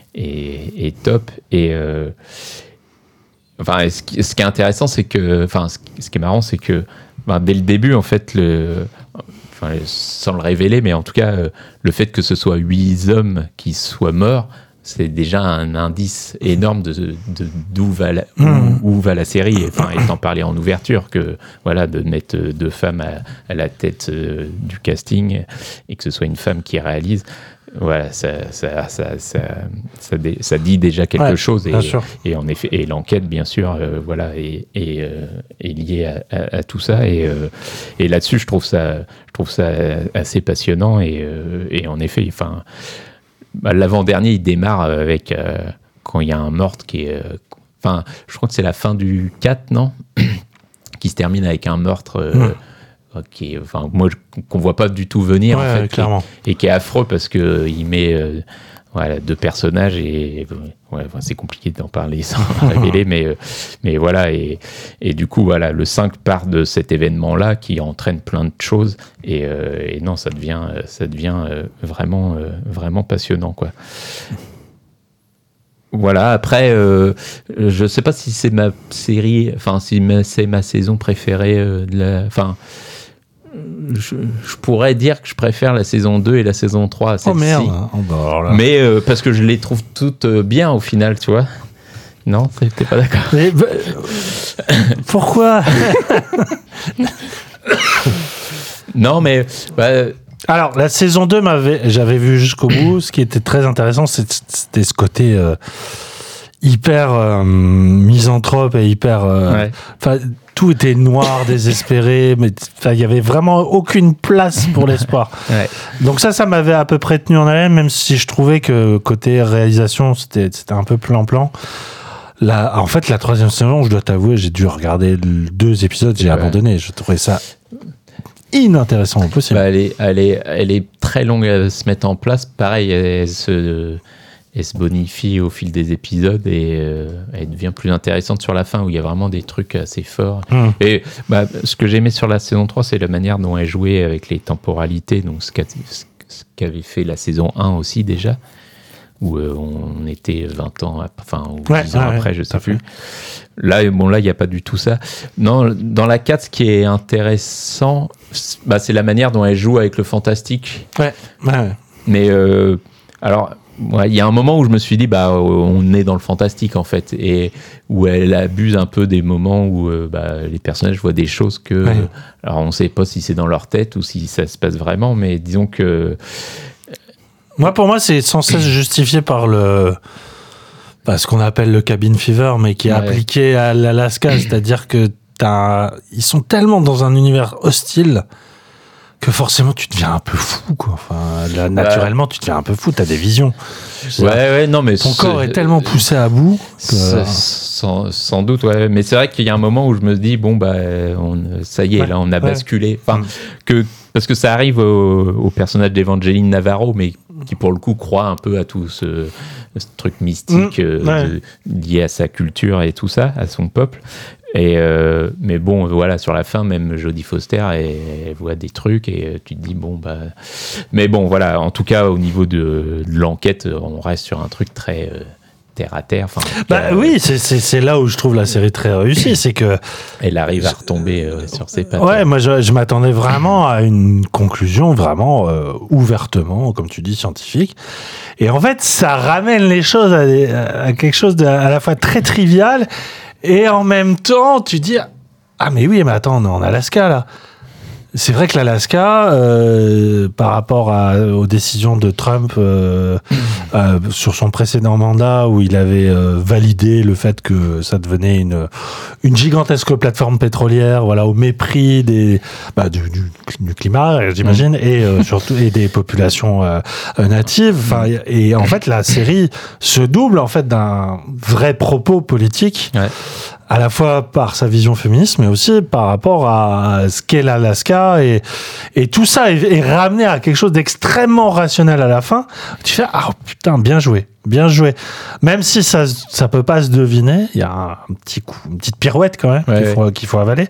top. Et ce qui est intéressant, c'est que, ce qui est marrant, c'est que dès le début, en fait, sans le révéler, mais en tout cas, le fait que ce soit 8 hommes qui soient morts, c'est déjà un indice énorme d'où va la série. Étant parlé en ouverture, que de mettre 2 femmes à la tête du casting et que ce soit une femme qui réalise, ça dit déjà quelque chose. Et en effet, et l'enquête, bien sûr, est liée à tout ça. Et là-dessus, je trouve ça assez passionnant. Et en effet, l'avant-dernier, il démarre avec quand il y a un meurtre qui est... je crois que c'est la fin du 4, non ? Qui se termine avec un meurtre qui est, qu'on voit pas du tout venir, en fait, clairement. Et qui est affreux parce qu'il met 2 personnages et c'est compliqué d'en parler sans révéler, mais voilà, et du coup le 5 part de cet événement là qui entraîne plein de choses, et non, ça devient vraiment passionnant, quoi. Voilà, après je sais pas si c'est ma série, si c'est ma saison préférée je pourrais dire que je préfère la saison 2 et la saison 3 à celle-ci. Oh merde. Mais parce que je les trouve toutes bien au final, tu vois. Non, t'es pas d'accord. Mais, pourquoi? Non, mais... Alors, la saison 2, j'avais vu jusqu'au bout. Ce qui était très intéressant, c'était ce côté hyper misanthrope et hyper... tout était noir, désespéré, mais il y avait vraiment aucune place pour l'espoir. Ouais. Donc ça m'avait à peu près tenu en haleine, même si je trouvais que côté réalisation, c'était un peu plan-plan. Là, en fait, la troisième saison, je dois t'avouer, j'ai dû regarder 2 épisodes, j'ai abandonné. Je trouvais ça inintéressant au possible. Elle est très longue à se mettre en place. Pareil, elle se bonifie au fil des épisodes et elle devient plus intéressante sur la fin où il y a vraiment des trucs assez forts. Et ce que j'aimais sur la saison 3, c'est la manière dont elle jouait avec les temporalités, donc ce qu'avait fait la saison 1 aussi déjà, où on était 20 ans, ou 10 ans après, je sais plus. Là, il n'y a pas du tout ça. Non, dans la 4, ce qui est intéressant, c'est la manière dont elle joue avec le fantastique. Ouais. Mais alors, il y a un moment où je me suis dit, on est dans le fantastique en fait, et où elle abuse un peu des moments où les personnages voient des choses que, alors on ne sait pas si c'est dans leur tête ou si ça se passe vraiment, mais disons que. Pour moi, c'est sans cesse justifié par ce qu'on appelle le cabin fever, mais qui est appliqué à l'Alaska, c'est-à-dire que ils sont tellement dans un univers hostile que forcément tu deviens un peu fou, quoi. Enfin, naturellement, tu deviens un peu fou, t'as des visions. Non, mais ton corps est tellement poussé à bout. Sans doute, ouais. Mais c'est vrai qu'il y a un moment où je me dis, ça y est, là, on a basculé. Parce que ça arrive au personnage d'Evangeline Navarro, mais qui pour le coup croit un peu à tout ce truc mystique lié à sa culture et tout ça, à son peuple. Et mais bon, voilà, sur la fin, même Jodie Foster, elle voit des trucs et tu te dis mais bon, voilà, en tout cas, au niveau de l'enquête, on reste sur un truc très terre à terre. Oui, c'est là où je trouve la série très réussie, c'est que elle arrive à retomber sur ses pattes. Ouais, moi je m'attendais vraiment à une conclusion vraiment ouvertement, comme tu dis, scientifique. Et en fait, ça ramène les choses à quelque chose à la fois très trivial. Et en même temps, tu dis mais oui, mais attends, on est en Alaska là. C'est vrai que l'Alaska, par rapport aux décisions de Trump sur son précédent mandat, où il avait validé le fait que ça devenait une gigantesque plateforme pétrolière, voilà, au mépris du climat, j'imagine, et surtout et des populations natives. Enfin, et en fait, la série se double en fait d'un vrai propos politique. Ouais. À la fois par sa vision féministe, mais aussi par rapport à ce qu'est l'Alaska, et tout ça est ramené à quelque chose d'extrêmement rationnel à la fin. Tu fais putain, bien joué. Même si ça peut pas se deviner, il y a un petit coup, une petite pirouette quand même qu'il faut avaler.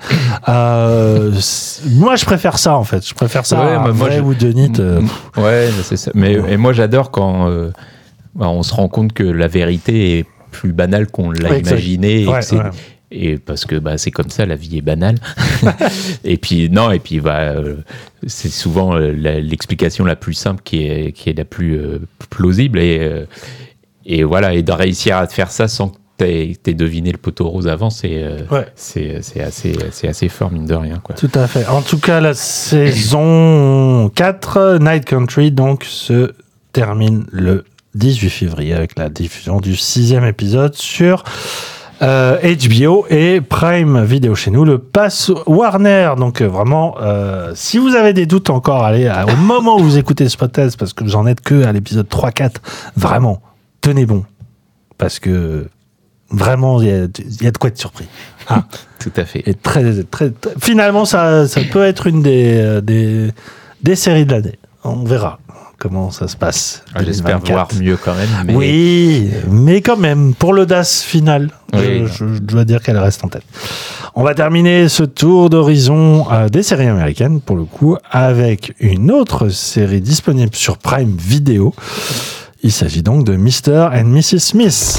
Moi, je préfère ça en fait. Je préfère ça à vrai ou de Nit. C'est ça. Et moi, j'adore quand on se rend compte que la vérité est plus banale qu'on l'a imaginé, et parce que c'est comme ça, la vie est banale. et puis c'est souvent l'explication la plus simple qui est la plus plausible, et voilà, et de réussir à te faire ça sans que t'aies deviné le poteau rose avant, c'est assez fort, mine de rien, quoi. Tout à fait. En tout cas, la saison 4 Night Country donc se termine le 18 février avec la diffusion du 6e épisode sur HBO et Prime Video chez nous, le pass Warner. Donc vraiment, si vous avez des doutes encore, allez au moment où vous écoutez ce podcast, parce que vous en êtes que à l'épisode 3-4, vraiment, tenez bon, parce que vraiment, il y a de quoi être surpris. Tout à fait. Et très, finalement, ça peut être une des séries de l'année. On verra comment ça se passe. J'espère voir mieux quand même. Mais... Oui, mais quand même, pour l'audace finale, je dois dire qu'elle reste en tête. On va terminer ce tour d'horizon des séries américaines, pour le coup, avec une autre série disponible sur Prime Video. Il s'agit donc de Mr. and Mrs. Smith.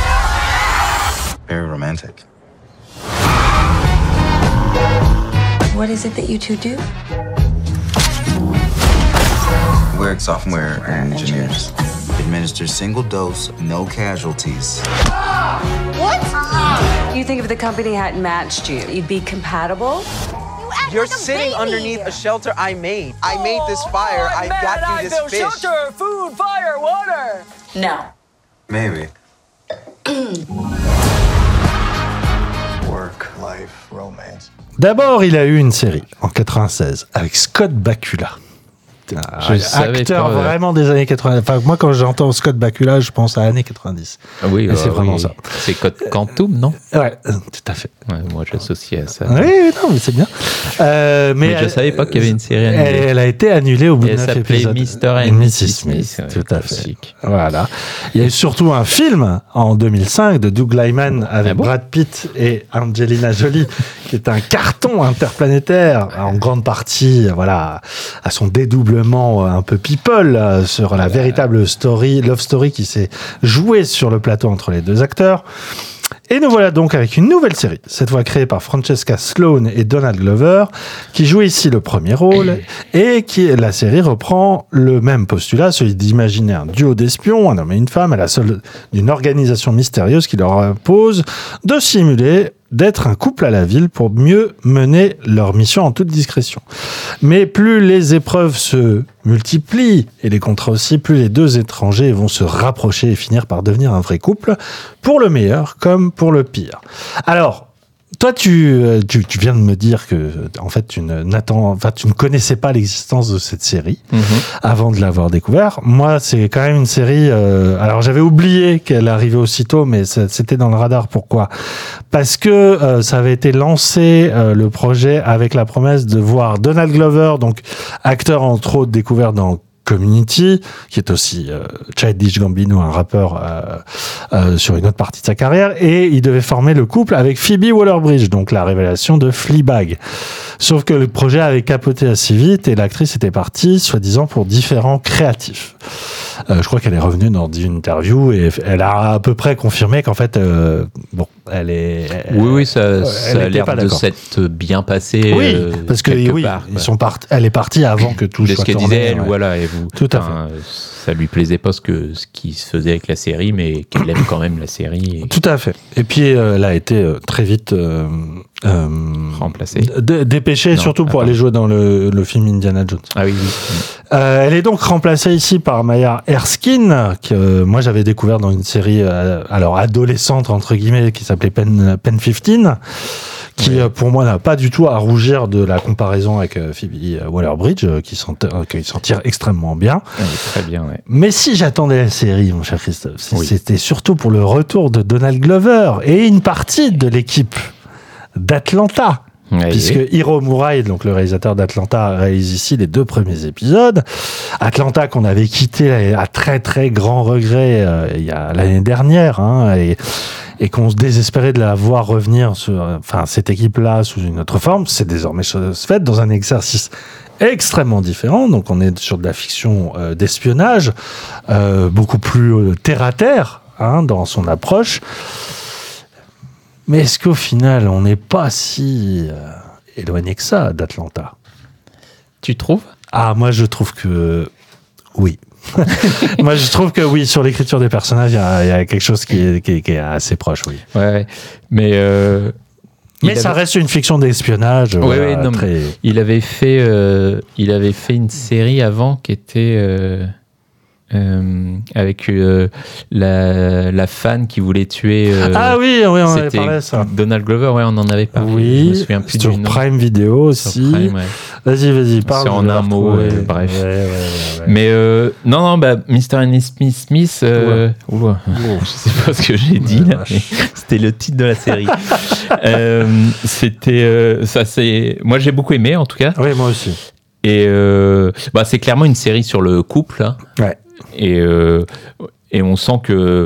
Very romantic. What is it that you two do? We're software engineers. Administer single dose, no casualties. What? You think if the company hadn't matched you, you'd be compatible? You're sitting underneath a shelter I made. I made this fire. I got you this fish. Shelter, food, fire, water. No. Maybe. Work, life, romance. D'abord, il a eu une série en 96 avec Scott Bakula. Acteur vraiment des années 80. Enfin, moi, quand j'entends Scott Bakula, je pense à années 90. Ah oui, c'est vraiment ça. C'est Code Quantum, non? Ouais, tout à fait. Ouais, moi, j'associais à ça. Oui, non, mais c'est bien. Mais je savais pas qu'il y avait une série annulée. Elle a été annulée au bout de 9 épisodes. Mr. and Mrs. Smith. Tout à fait. Voilà. Il y a eu surtout un film en 2005 de Doug Liman avec Brad Pitt et Angelina Jolie, qui est un carton interplanétaire, en grande partie, voilà, à son dédoublement un peu people sur la véritable love story qui s'est jouée sur le plateau entre les deux acteurs. Et nous voilà donc avec une nouvelle série, cette fois créée par Francesca Sloane et Donald Glover, qui joue ici le premier rôle, et la série reprend le même postulat, celui d'imaginer un duo d'espions, un homme et une femme, à la solde d'une organisation mystérieuse qui leur impose de simuler d'être un couple à la ville pour mieux mener leur mission en toute discrétion. Mais plus les épreuves se multiplient, et les contrats aussi, plus les deux étrangers vont se rapprocher et finir par devenir un vrai couple, pour le meilleur comme pour le pire. Alors, toi, tu viens de me dire que, en fait, tu ne connaissais pas l'existence de cette série avant de l'avoir découvert. Moi, c'est quand même une série. Alors, j'avais oublié qu'elle arrivait aussitôt, mais c'était dans le radar. Pourquoi ? Parce que ça avait été lancé le projet avec la promesse de voir Donald Glover, donc acteur entre autres découvert dans Community, qui est aussi Childish Gambino, un rappeur sur une autre partie de sa carrière, et il devait former le couple avec Phoebe Waller-Bridge, donc la révélation de Fleabag. Sauf que le projet avait capoté assez vite et l'actrice était partie, soi-disant, pour différents créatifs. Je crois qu'elle est revenue dans une interview et elle a à peu près confirmé qu'en fait, elle est... Oui, ça a l'air de s'être bien passé. Oui, parce que elle est partie avant que tout soit tourné. C'est ce qu'elle disait, elle, voilà. Et tout à fait. Ça lui plaisait pas ce qui se faisait avec la série, mais qu'elle aime quand même la série. Tout à fait. Et puis, elle a été très vite remplacée. Dépêchée, surtout pour aller jouer dans le film Indiana Jones. Ah oui. Elle est donc remplacée ici par Maya Erskine, que moi j'avais découvert dans une série alors adolescente, entre guillemets, qui s'appelait Pen 15. Qui, pour moi, n'a pas du tout à rougir de la comparaison avec Phoebe Waller-Bridge, qui s'en tire extrêmement bien. Elle est très bien, ouais. Mais si j'attendais la série, mon cher Christophe, c'était surtout pour le retour de Donald Glover et une partie de l'équipe d'Atlanta. Puisque Hiro Murai, donc le réalisateur d'Atlanta, réalise ici les 2 premiers épisodes. Atlanta qu'on avait quitté à très très grand regret il y a l'année dernière, et qu'on se désespérait de la voir revenir cette équipe-là sous une autre forme. C'est désormais chose faite dans un exercice extrêmement différent. Donc on est sur de la fiction d'espionnage, beaucoup plus terre à terre dans son approche. Mais est-ce qu'au final, on n'est pas si éloigné que ça d'Atlanta ? Tu trouves ? Ah, moi je trouve que oui. Moi je trouve que oui, sur l'écriture des personnages, il y a quelque chose qui est assez proche, oui. Ouais, mais ça reste une fiction d'espionnage. Il avait fait une série avant qui était avec la fan qui voulait tuer. Ah oui, on avait parlé de ça. Donald Glover, on en avait parlé. Oui, je me souviens plus sur Prime Video aussi. Prime, Vas-y, parle. C'est en un mot, bref. Ouais. Mais non, Mr. and Mrs. Smith. Je sais pas ce que j'ai dit là. Mais c'était le titre de la série. C'était ça. Moi, j'ai beaucoup aimé en tout cas. Oui, moi aussi. Et c'est clairement une série sur le couple. Ouais. Et on sent que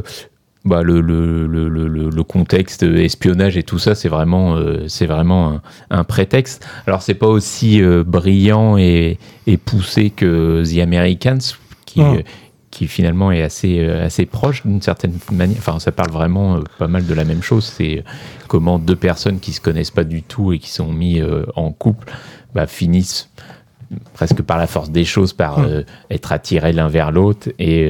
le contexte espionnage et tout ça, c'est vraiment un prétexte. Alors c'est pas aussi brillant et poussé que The Americans, qui finalement est assez proche d'une certaine manière. Enfin, ça parle vraiment pas mal de la même chose. C'est comment deux personnes qui se connaissent pas du tout et qui sont mis en couple finissent presque par la force des choses par être attirés l'un vers l'autre et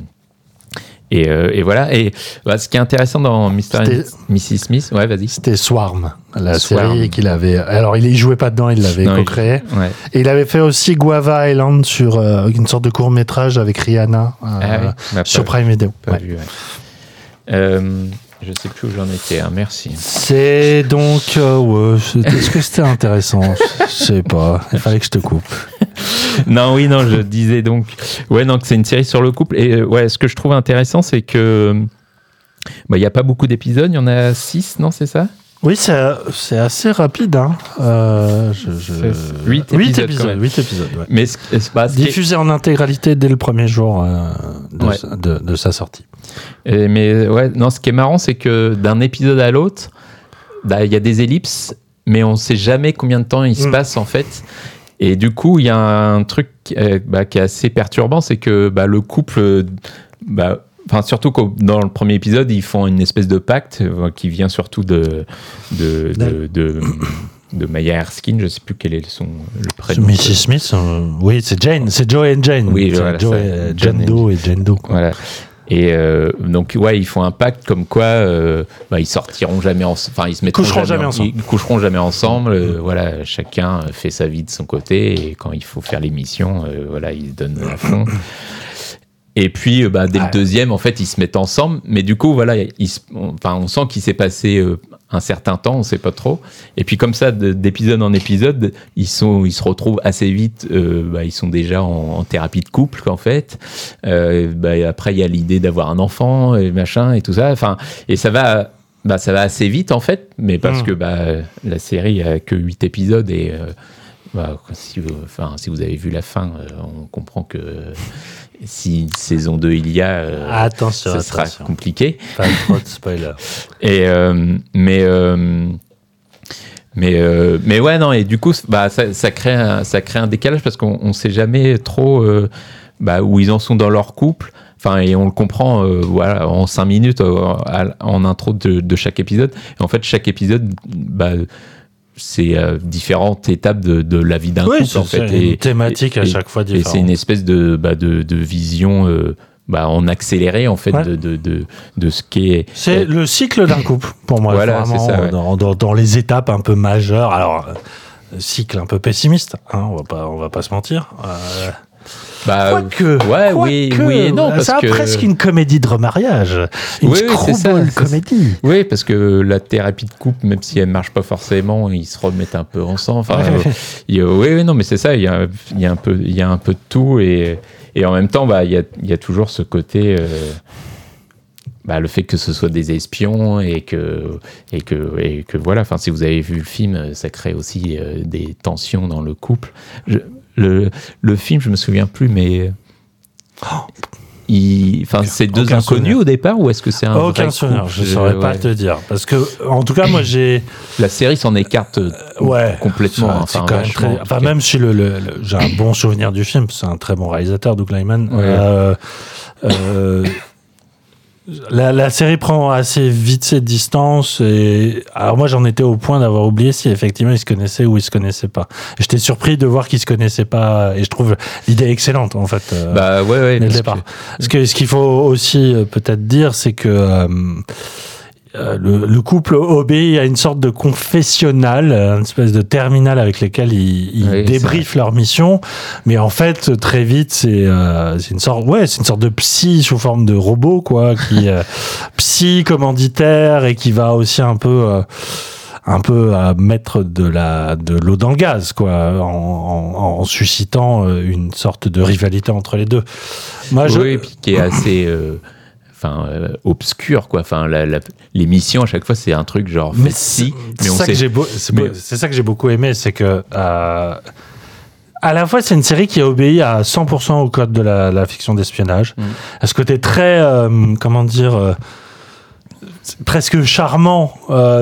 voilà. Et ce qui est intéressant dans Mr. & Mrs. Smith, ouais, vas-y. C'était Swarm, série qu'il avait. Alors, il jouait pas dedans, il l'avait co-créé. Ouais. Et il avait fait aussi Guava Island sur une sorte de court métrage avec Rihanna sur Prime Video. Pas vu, je sais plus où j'en étais. Merci. C'est donc est-ce que c'était intéressant? Je sais pas. Il fallait que je te coupe. Non, je disais donc que c'est une série sur le couple et ce que je trouve intéressant c'est que il y a pas beaucoup d'épisodes, il y en a 6, non, c'est ça? Oui, c'est assez rapide 8 épisodes, ouais. Mais diffusé en intégralité dès le premier jour de sa sortie. Ce qui est marrant c'est que d'un épisode à l'autre, il y a des ellipses mais on sait jamais combien de temps il se passe en fait. Et du coup, il y a un truc qui est assez perturbant, c'est que le couple, surtout que dans le premier épisode, ils font une espèce de pacte qui vient surtout de Maya Erskine, je ne sais plus quel est le prénom. Mrs. Smith, oui, c'est Jane, c'est Joe et Jane. Oui, voilà, Jane Doe et Jane Doe. Voilà. Et donc ils font un pacte comme quoi ils sortiront jamais ensemble, ils coucheront jamais ensemble. Voilà, chacun fait sa vie de son côté et quand il faut faire l'émission, ils se donnent à fond. Et puis dès le deuxième, en fait, ils se mettent ensemble, mais du coup on sent qu'il s'est passé un certain temps, on sait pas trop. Et puis comme ça, d'épisode en épisode, ils se retrouvent assez vite. Ils sont déjà en thérapie de couple, en fait. Après, il y a l'idée d'avoir un enfant et machin et tout ça. Enfin, et ça va assez vite en fait, mais parce que la série a que 8 épisodes et si vous avez vu la fin, on comprend que si saison 2 il y a, attention, sera compliqué. Pas trop de spoiler. Et mais et du coup ça crée un décalage parce qu'on sait jamais trop où ils en sont dans leur couple. Et on le comprend en 5 minutes en intro de chaque épisode. Et en fait, chaque épisode, c'est différentes étapes de la vie d'un couple. En fait. C'est une thématique à chaque fois différente. Et c'est une espèce de vision en accéléré, en fait, de ce qu'est... C'est le cycle d'un couple, pour moi. Voilà, vraiment, c'est ça. Ouais. Dans les étapes un peu majeures. Alors, cycle un peu pessimiste, on va pas se mentir. Quoique, oui et non. C'est presque une comédie de remariage. Une screwball comédie. Oui, parce que la thérapie de couple, même si elle marche pas forcément, ils se remettent un peu ensemble. Non, mais c'est ça, il y a un peu de tout et en même temps, il y a toujours ce côté... le fait que ce soit des espions et que voilà, si vous avez vu le film, ça crée aussi des tensions dans le couple. Le film, je me souviens plus, mais c'est deux inconnus souvenir. Au départ, ou est-ce que c'est un aucun vrai souvenir, couple? Je saurais pas te dire, parce que en tout cas, moi j'ai la série s'en écarte complètement. C'est quand même très... même si j'ai un bon souvenir du film, c'est un très bon réalisateur, Doug Liman. La série prend assez vite ses distances et alors moi j'en étais au point d'avoir oublié si effectivement ils se connaissaient ou ils se connaissaient pas. J'étais surpris de voir qu'ils se connaissaient pas et je trouve l'idée excellente en fait. Dès le départ. Parce que ce qu'il faut aussi peut-être dire, c'est que le couple obéit à une sorte de confessionnal, une espèce de terminal avec lequel ils débriefent leur mission, mais en fait très vite c'est une sorte de psy sous forme de robot qui psy commanditaire et qui va aussi un peu à mettre de l'eau dans le gaz en suscitant une sorte de rivalité entre les deux. Et puis qui est assez obscur l'émission à chaque fois c'est un truc genre c'est ça que j'ai beaucoup aimé, c'est que à la fois c'est une série qui obéit à 100% au code de la fiction d'espionnage, à ce côté très presque charmant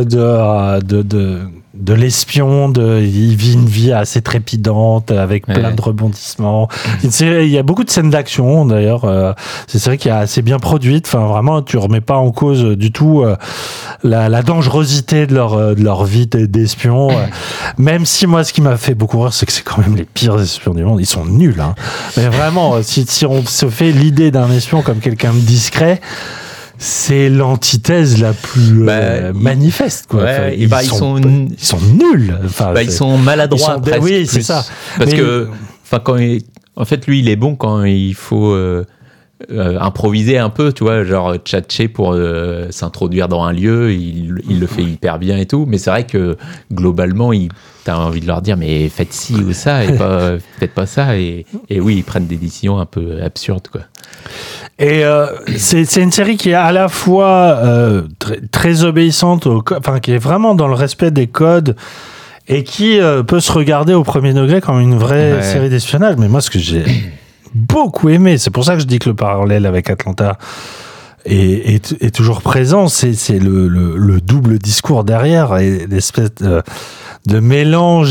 de l'espion, il vit une vie assez trépidante avec plein de rebondissements. Il y a beaucoup de scènes d'action d'ailleurs. C'est vrai qu'il est assez bien produite. Enfin, vraiment, tu remets pas en cause du tout la dangerosité de leur vie d'espion. Même si moi, ce qui m'a fait beaucoup rire, c'est que c'est quand même les pires espions du monde. Ils sont nuls. Hein. Mais vraiment, si on se fait l'idée d'un espion comme quelqu'un de discret, c'est l'antithèse la plus manifeste, quoi. Ouais, enfin, ils sont nuls. Enfin, ils sont maladroits. Oui, c'est ça. Parce que, en fait, lui, il est bon quand il faut improviser un peu, tu vois, genre tchatcher pour s'introduire dans un lieu. Il le fait hyper bien et tout. Mais c'est vrai que globalement, t'as envie de leur dire, mais faites ci ou ça et faites pas ça. Et oui, ils prennent des décisions un peu absurdes, quoi. Et c'est une série qui est à la fois très obéissante, qui est vraiment dans le respect des codes et qui peut se regarder au premier degré comme une vraie série d'espionnage. Mais moi, ce que j'ai beaucoup aimé, c'est pour ça que je dis que le parallèle avec Atlanta est toujours présent, c'est le double discours derrière et l'espèce de mélange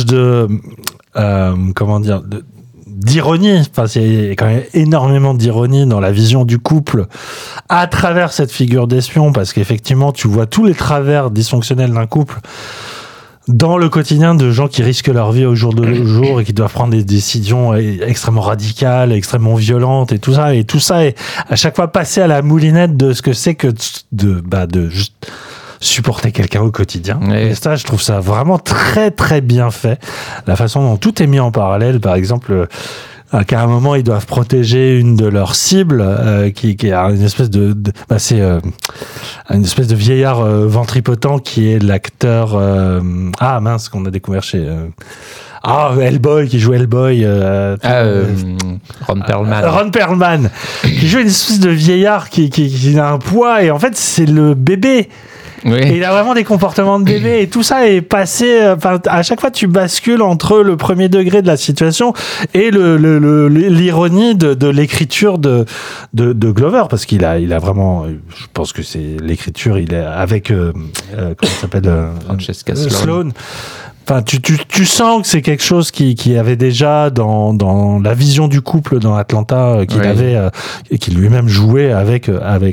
d'ironie. Enfin, c'est quand même énormément d'ironie dans la vision du couple à travers cette figure d'espion, parce qu'effectivement, tu vois tous les travers dysfonctionnels d'un couple dans le quotidien de gens qui risquent leur vie au jour le jour et qui doivent prendre des décisions extrêmement radicales, extrêmement violentes et tout ça est à chaque fois passé à la moulinette de ce que c'est que de juste supporter quelqu'un au quotidien. Et ça, je trouve ça vraiment très très bien fait. La façon dont tout est mis en parallèle, par exemple, qu'à un moment ils doivent protéger une de leurs cibles, qui est une espèce une espèce de vieillard ventripotent qui est l'acteur qu'on a découvert chez Hellboy, qui joue Hellboy. Ron Perlman. Ron Perlman, qui joue une espèce de vieillard qui a un poids, et en fait c'est le bébé. Oui. Et il a vraiment des comportements de bébé, et tout ça est passé. À chaque fois, tu bascules entre le premier degré de la situation et l'ironie de l'écriture de Glover, parce qu'il a vraiment. Je pense que c'est l'écriture. Il est avec comment il s'appelle, Francesca Sloane. Enfin, tu sens que c'est quelque chose qui avait déjà dans la vision du couple dans Atlanta, qu'il avait et qu'il lui-même jouait avec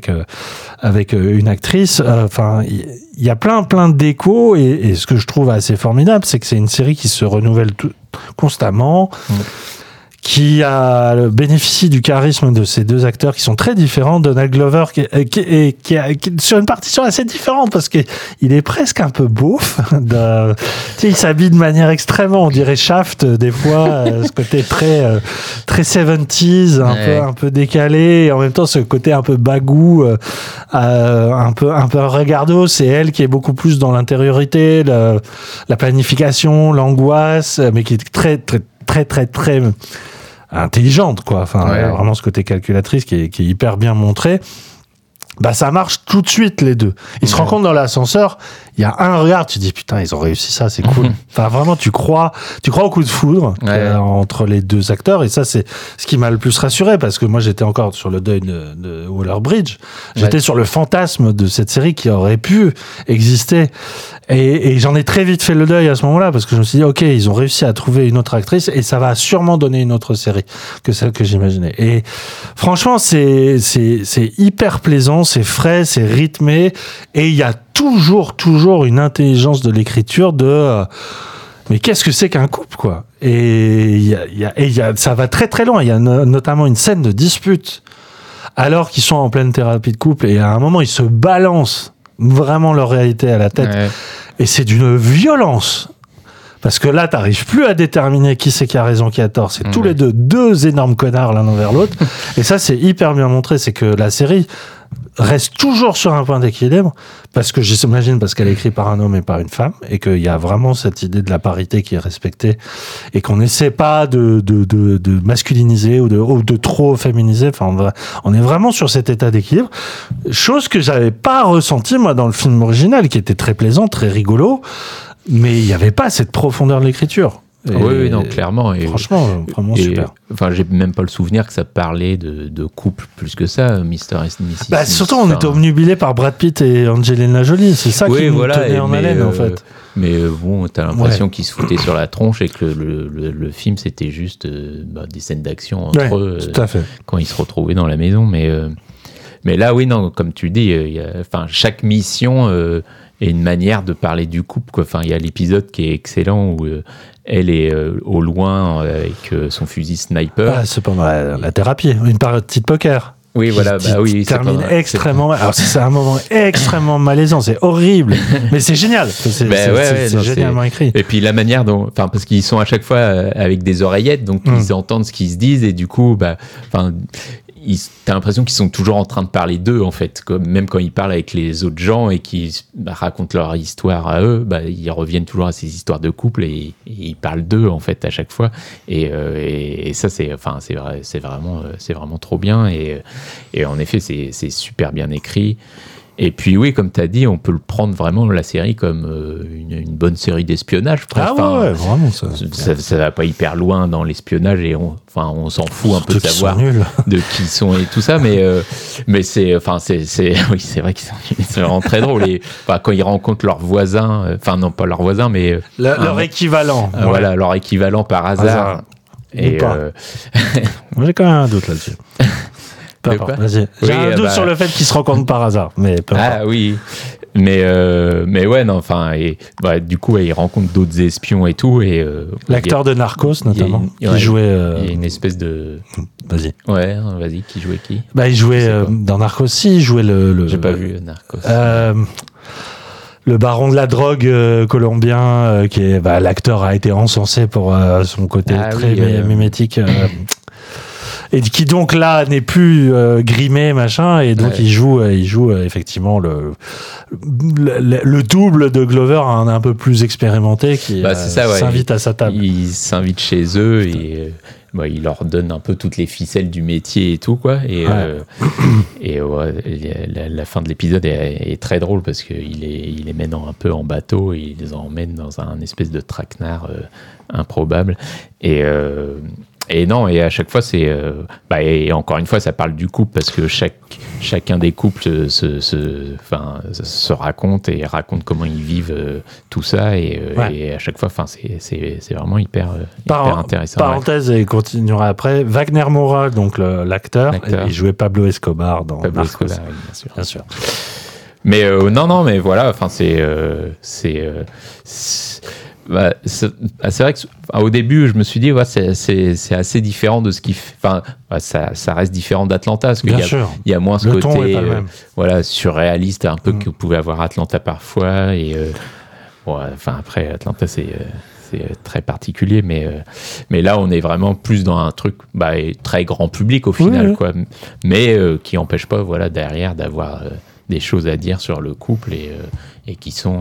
une actrice. Enfin, il y a plein d'échos, et ce que je trouve assez formidable, c'est que c'est une série qui se renouvelle constamment. Qui bénéficie du charisme de ces deux acteurs qui sont très différents. Donald Glover qui est sur une partition assez différente, parce que il est presque un peu beauf. Il s'habille de manière extrêmement, on dirait Shaft des fois, ce côté très 70s, un peu décalé, et en même temps ce côté un peu bagou, un peu regardo. C'est elle qui est beaucoup plus dans l'intériorité, la planification, l'angoisse, mais qui est très très très très très intelligente, quoi. Enfin, vraiment ce côté calculatrice qui est hyper bien montré. Ça marche tout de suite, les deux. Ils se rencontrent dans l'ascenseur, il y a un regard, tu dis putain, ils ont réussi ça, c'est cool. Enfin, vraiment, tu crois au coup de foudre entre les deux acteurs, et ça, c'est ce qui m'a le plus rassuré, parce que moi, j'étais encore sur le deuil de Waller-Bridge. J'étais sur le fantasme de cette série qui aurait pu exister. Et j'en ai très vite fait le deuil à ce moment-là, parce que je me suis dit, ok, ils ont réussi à trouver une autre actrice, et ça va sûrement donner une autre série que celle que j'imaginais. Et franchement, c'est hyper plaisant, c'est frais, c'est rythmé, et il y a toujours une intelligence de l'écriture mais qu'est-ce que c'est qu'un couple, quoi. Et ça va très très loin. Il y a notamment une scène de dispute alors qu'ils sont en pleine thérapie de couple, et à un moment ils se balancent vraiment leur réalité à la tête, et c'est d'une violence, parce que là t'arrives plus à déterminer qui c'est qui a raison, qui a tort. C'est tous les deux énormes connards l'un envers l'autre, et ça c'est hyper bien montré. C'est que la série reste toujours sur un point d'équilibre, parce que j'imagine parce qu'elle est écrite par un homme et par une femme, et qu'il y a vraiment cette idée de la parité qui est respectée, et qu'on n'essaie pas de masculiniser ou de trop féminiser. Enfin, on est vraiment sur cet état d'équilibre, chose que j'avais pas ressentie moi dans le film original, qui était très plaisant, très rigolo, mais il n'y avait pas cette profondeur de l'écriture. Oui, non, clairement. Et, franchement, vraiment super. Enfin, j'ai même pas le souvenir que ça parlait de couple plus que ça, Mr. et Mrs. Smith. Surtout, on était omnubilé par Brad Pitt et Angelina Jolie. C'est ça qui nous tenait en haleine, en fait. Mais bon, t'as l'impression qu'ils se foutaient sur la tronche et que le film, c'était juste des scènes d'action entre eux tout à fait. Quand ils se retrouvaient dans la maison. Mais là, oui, non, comme tu le dis, chaque mission est une manière de parler du couple, quoi. Enfin, il y a l'épisode qui est excellent où elle est au loin avec son fusil sniper. C'est pendant la thérapie, une partie de poker. Oui, voilà, oui. Termine extrêmement mal. Alors, c'est un moment extrêmement malaisant, c'est horrible, mais c'est génial. C'est génialement écrit. Et puis la manière dont, parce qu'ils sont à chaque fois avec des oreillettes, donc ils entendent ce qu'ils se disent et du coup, t'as l'impression qu'ils sont toujours en train de parler d'eux, en fait. Même quand ils parlent avec les autres gens et qu'ils racontent leur histoire à eux, ils reviennent toujours à ces histoires de couple et ils parlent d'eux, en fait, à chaque fois. Et ça, c'est vraiment trop bien. Et en effet, c'est super bien écrit. Et puis oui, comme tu as dit, on peut le prendre vraiment la série comme une bonne série d'espionnage. Vraiment. Ça va pas hyper loin dans l'espionnage et on s'en fout un peu de savoir de qui ils sont et tout ça, mais c'est vrai qu'ils sont vraiment très drôles. Et quand ils rencontrent leurs voisins, non pas leurs voisins, mais leur équivalent. Voilà, leur équivalent par hasard. Et moi j'ai quand même un doute là-dessus. Vas-y. J'ai un doute sur le fait qu'ils se rencontrent par hasard, mais peu importe. Ah oui, mais ouais, non, du coup, ils rencontrent d'autres espions et tout, et l'acteur de Narcos notamment, qui jouait. Il y a une espèce de. Vas-y. Ouais, vas-y. Qui jouait qui? Il jouait dans Narcos. Si, il jouait le. J'ai pas vu Narcos. Le baron de la drogue colombien, qui est l'acteur a été encensé pour son côté très mimétique. Et qui donc là n'est plus grimé machin, et donc il joue effectivement le double de Glover, un peu plus expérimenté, qui s'invite à sa table. Il s'invite chez eux et il leur donne un peu toutes les ficelles du métier et tout, quoi. Et la fin de l'épisode est très drôle parce qu'il les mène un peu en bateau et il les emmène dans un espèce de traquenard improbable. Et non, et à chaque fois, et encore une fois, ça parle du couple parce que chacun des couples se raconte et raconte comment ils vivent tout ça. Et à chaque fois, c'est vraiment hyper intéressant. Parenthèse, et continuera après. Wagner Moura, donc l'acteur, il jouait Pablo Escobar dans Narcos. Escobar, oui, bien sûr. Mais non, mais voilà, c'est vrai que au début je me suis dit c'est assez différent de ce qu'il fait. Ça reste différent d'Atlanta parce qu'il y a moins ce côté surréaliste un peu que vous pouvez avoir Atlanta parfois et après Atlanta c'est très particulier, mais là on est vraiment plus dans un truc très grand public au final, quoi, mais qui empêche pas derrière d'avoir des choses à dire sur le couple et qui sont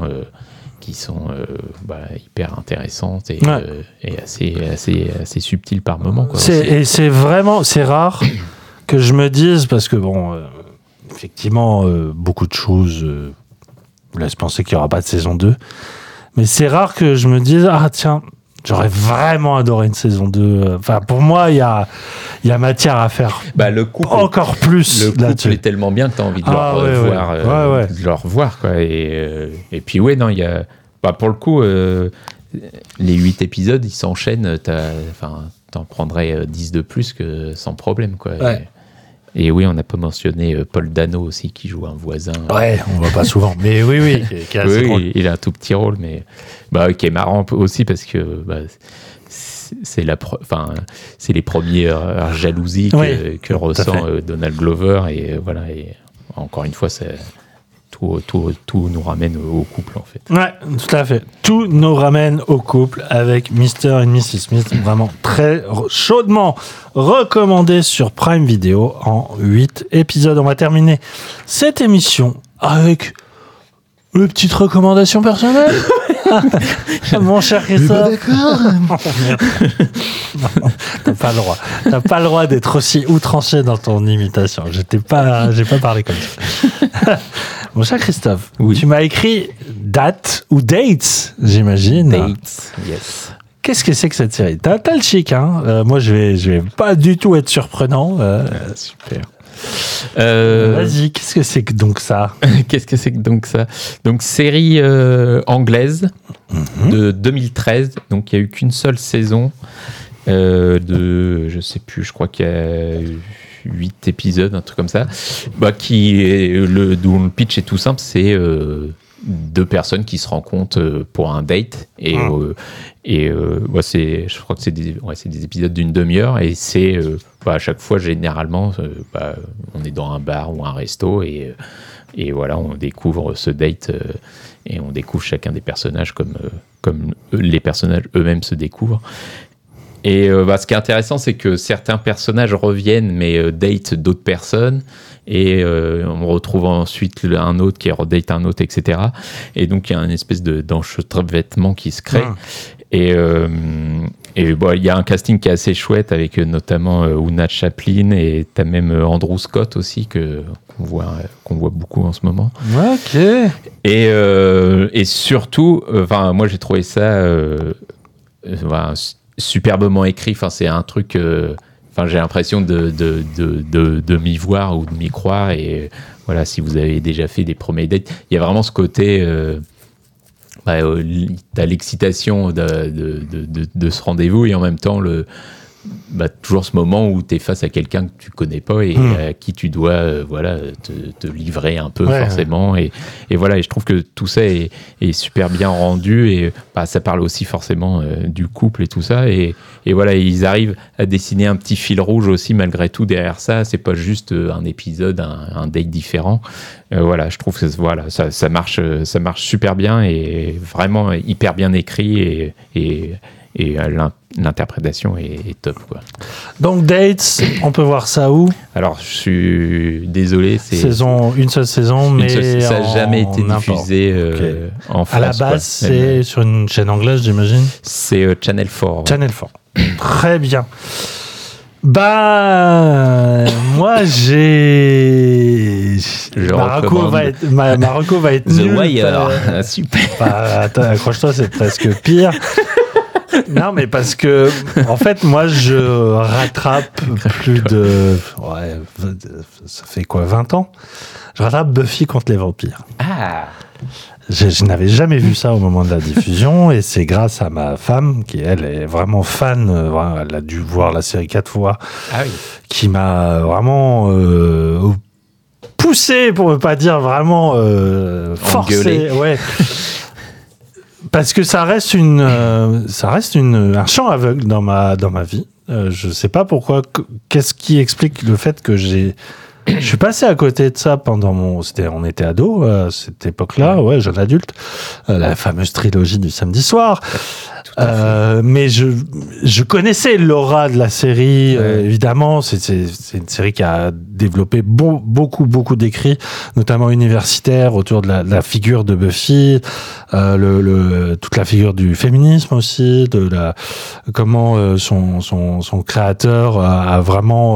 hyper intéressantes et assez subtiles par moment, quoi. C'est rare que je me dise, parce que effectivement beaucoup de choses laissent penser qu'il n'y aura pas de saison 2, mais c'est rare que je me dise j'aurais vraiment adoré une saison 2. Pour moi, il y a matière à faire le couple encore plus. Le couple est tellement bien que tu as envie de de le revoir, quoi. Et puis, non, il y a. Pour le coup, les 8 épisodes, ils s'enchaînent. T'en prendrais 10 de plus que sans problème, quoi. Ouais. Et oui, on n'a pas mentionné Paul Dano aussi, qui joue un voisin. Ouais, on voit pas souvent. Mais oui, qui est assez drôle. Il a un tout petit rôle, mais qui est marrant aussi parce que c'est les premières jalousies que ressent Donald Glover, et voilà. Et encore une fois, tout nous ramène au couple, en fait. Ouais, tout à fait. Tout nous ramène au couple avec Mr. et Mrs. Smith. Vraiment très chaudement recommandé sur Prime Video en 8 épisodes. On va terminer cette émission avec une petite recommandation personnelle. Mon cher Christophe. D'accord. Non, t'as pas le droit. T'as pas le droit d'être aussi outrancier dans ton imitation. J'ai pas parlé comme ça. Mon cher Christophe, tu m'as écrit date ou dates, j'imagine. Dates, yes. Qu'est-ce que c'est que cette série ? T'as le chic, hein. Moi, je vais pas du tout être surprenant. Super. Vas-y, qu'est-ce que c'est que donc ça ? Qu'est-ce que c'est que donc ça ? Donc, série anglaise de 2013. Donc, il n'y a eu qu'une seule saison je sais plus, je crois qu'il y a 8 épisodes, un truc comme ça. Dont le pitch est tout simple, c'est 2 personnes qui se rencontrent pour un date et je crois que c'est des épisodes d'une demi-heure et c'est à chaque fois généralement on est dans un bar ou un resto et voilà, on découvre ce date et on découvre chacun des personnages comme les personnages eux-mêmes se découvrent. Et ce qui est intéressant, c'est que certains personnages reviennent, mais datent d'autres personnes. Et on retrouve ensuite un autre qui redate un autre, etc. Et donc, il y a une espèce d'enchevêtrement qui se crée. Et il y a un casting qui est assez chouette, avec notamment Oona Chaplin, et t'as même Andrew Scott aussi, qu'on voit beaucoup en ce moment. Ok. Et surtout, moi, j'ai trouvé ça... superbement écrit, c'est un truc j'ai l'impression de m'y voir ou de m'y croire et voilà, si vous avez déjà fait des premiers dates, il y a vraiment ce côté t'as l'excitation de ce rendez-vous et en même temps toujours ce moment où tu es face à quelqu'un que tu connais pas et à qui tu dois te livrer un peu forcément et voilà, et je trouve que tout ça est super bien rendu et ça parle aussi forcément du couple et tout ça et voilà, ils arrivent à dessiner un petit fil rouge aussi malgré tout derrière ça, c'est pas juste un épisode, un date différent. Voilà, je trouve que ça marche super bien et vraiment hyper bien écrit et l'interprétation est top, quoi. Donc Dates, on peut voir ça où ? Alors je suis désolé, c'est une seule saison, mais ça n'a jamais été diffusé en France. À la base, c'est sur une chaîne anglaise, j'imagine. C'est Channel 4. Channel 4. Très bien. Moi j'ai. Ma reco va être The nulle. Wire. Super. Attends, accroche-toi, c'est presque pire. Non, mais parce que, en fait, moi, je rattrape ça fait quoi, 20 ans ? Je rattrape Buffy contre les vampires. Ah ! Je n'avais jamais vu ça au moment de la diffusion, et c'est grâce à ma femme, qui, elle, est vraiment fan, elle a dû voir la série 4 fois, qui m'a vraiment poussé, pour ne pas dire vraiment forcé. Ouais. Parce que ça reste un champ aveugle dans ma vie. Je sais pas pourquoi. Qu'est-ce qui explique le fait que je suis passé à côté de ça pendant on était ado à cette époque-là, jeune adulte, la fameuse trilogie du samedi soir. Mais je connaissais l'aura de la série, évidemment. C'est une série qui a développé beaucoup d'écrits, notamment universitaires, autour de la figure de Buffy, toute la figure du féminisme aussi, comment son créateur a vraiment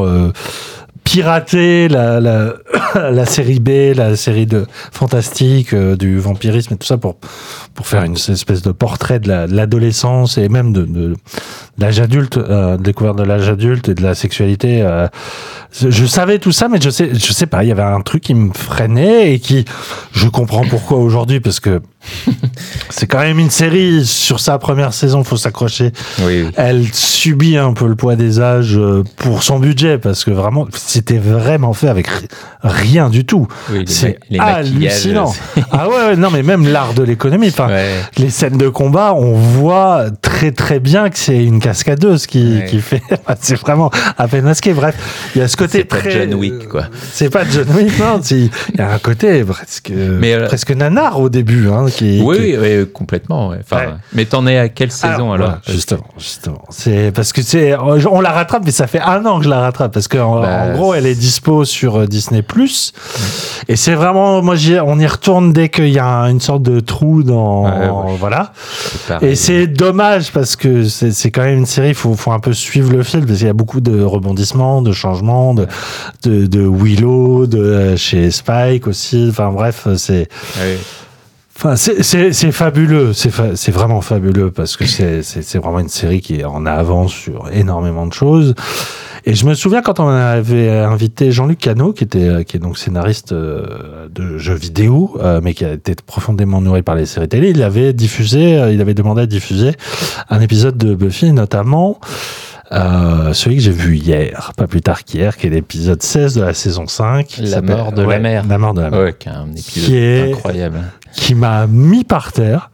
pirater la série B, la série de fantastique, du vampirisme et tout ça pour faire une espèce de portrait de l'adolescence et même de l'âge adulte, découverte de l'âge adulte et de la sexualité. Je savais tout ça, mais je sais pas, il y avait un truc qui me freinait et je comprends pourquoi aujourd'hui, parce que c'est quand même une série, sur sa première saison, faut s'accrocher. Oui. Elle subit un peu le poids des âges pour son budget, parce que vraiment, c'était vraiment fait avec rien du tout. Oui, c'est hallucinant. Non, mais même l'art de l'économie, les scènes de combat, on voit très très bien que c'est une cascadeuse qui fait, c'est vraiment à peine masqué. Bref, il y a ce côté très... C'est pas John Wick, quoi. C'est pas John Wick, non. Il y a un côté presque nanar au début, hein, oui, complètement. Ouais. Mais t'en es à quelle saison alors justement. C'est parce que on la rattrape, mais ça fait 1 an que je la rattrape, parce que en gros, elle est dispo sur Disney+. Et c'est vraiment, moi, on y retourne dès qu'il y a une sorte de trou voilà. Et c'est dommage, parce que c'est quand même une série, faut un peu suivre le fil, parce qu'il y a beaucoup de rebondissements, de changements, de Willow, chez Spike aussi. Enfin bref, c'est... Enfin, c'est fabuleux, c'est vraiment fabuleux parce que c'est vraiment une série qui est en avance sur énormément de choses. Et je me souviens quand on avait invité Jean-Luc Cano, qui est donc scénariste de jeux vidéo, mais qui a été profondément nourri par les séries télé. Il avait demandé à diffuser un épisode de Buffy, notamment celui que j'ai vu hier, pas plus tard qu'hier, qui est l'épisode 16 de la saison 5. La mort de la mer. La mort de la mer. Ouais, qui est un épisode incroyable. Qui m'a mis par terre.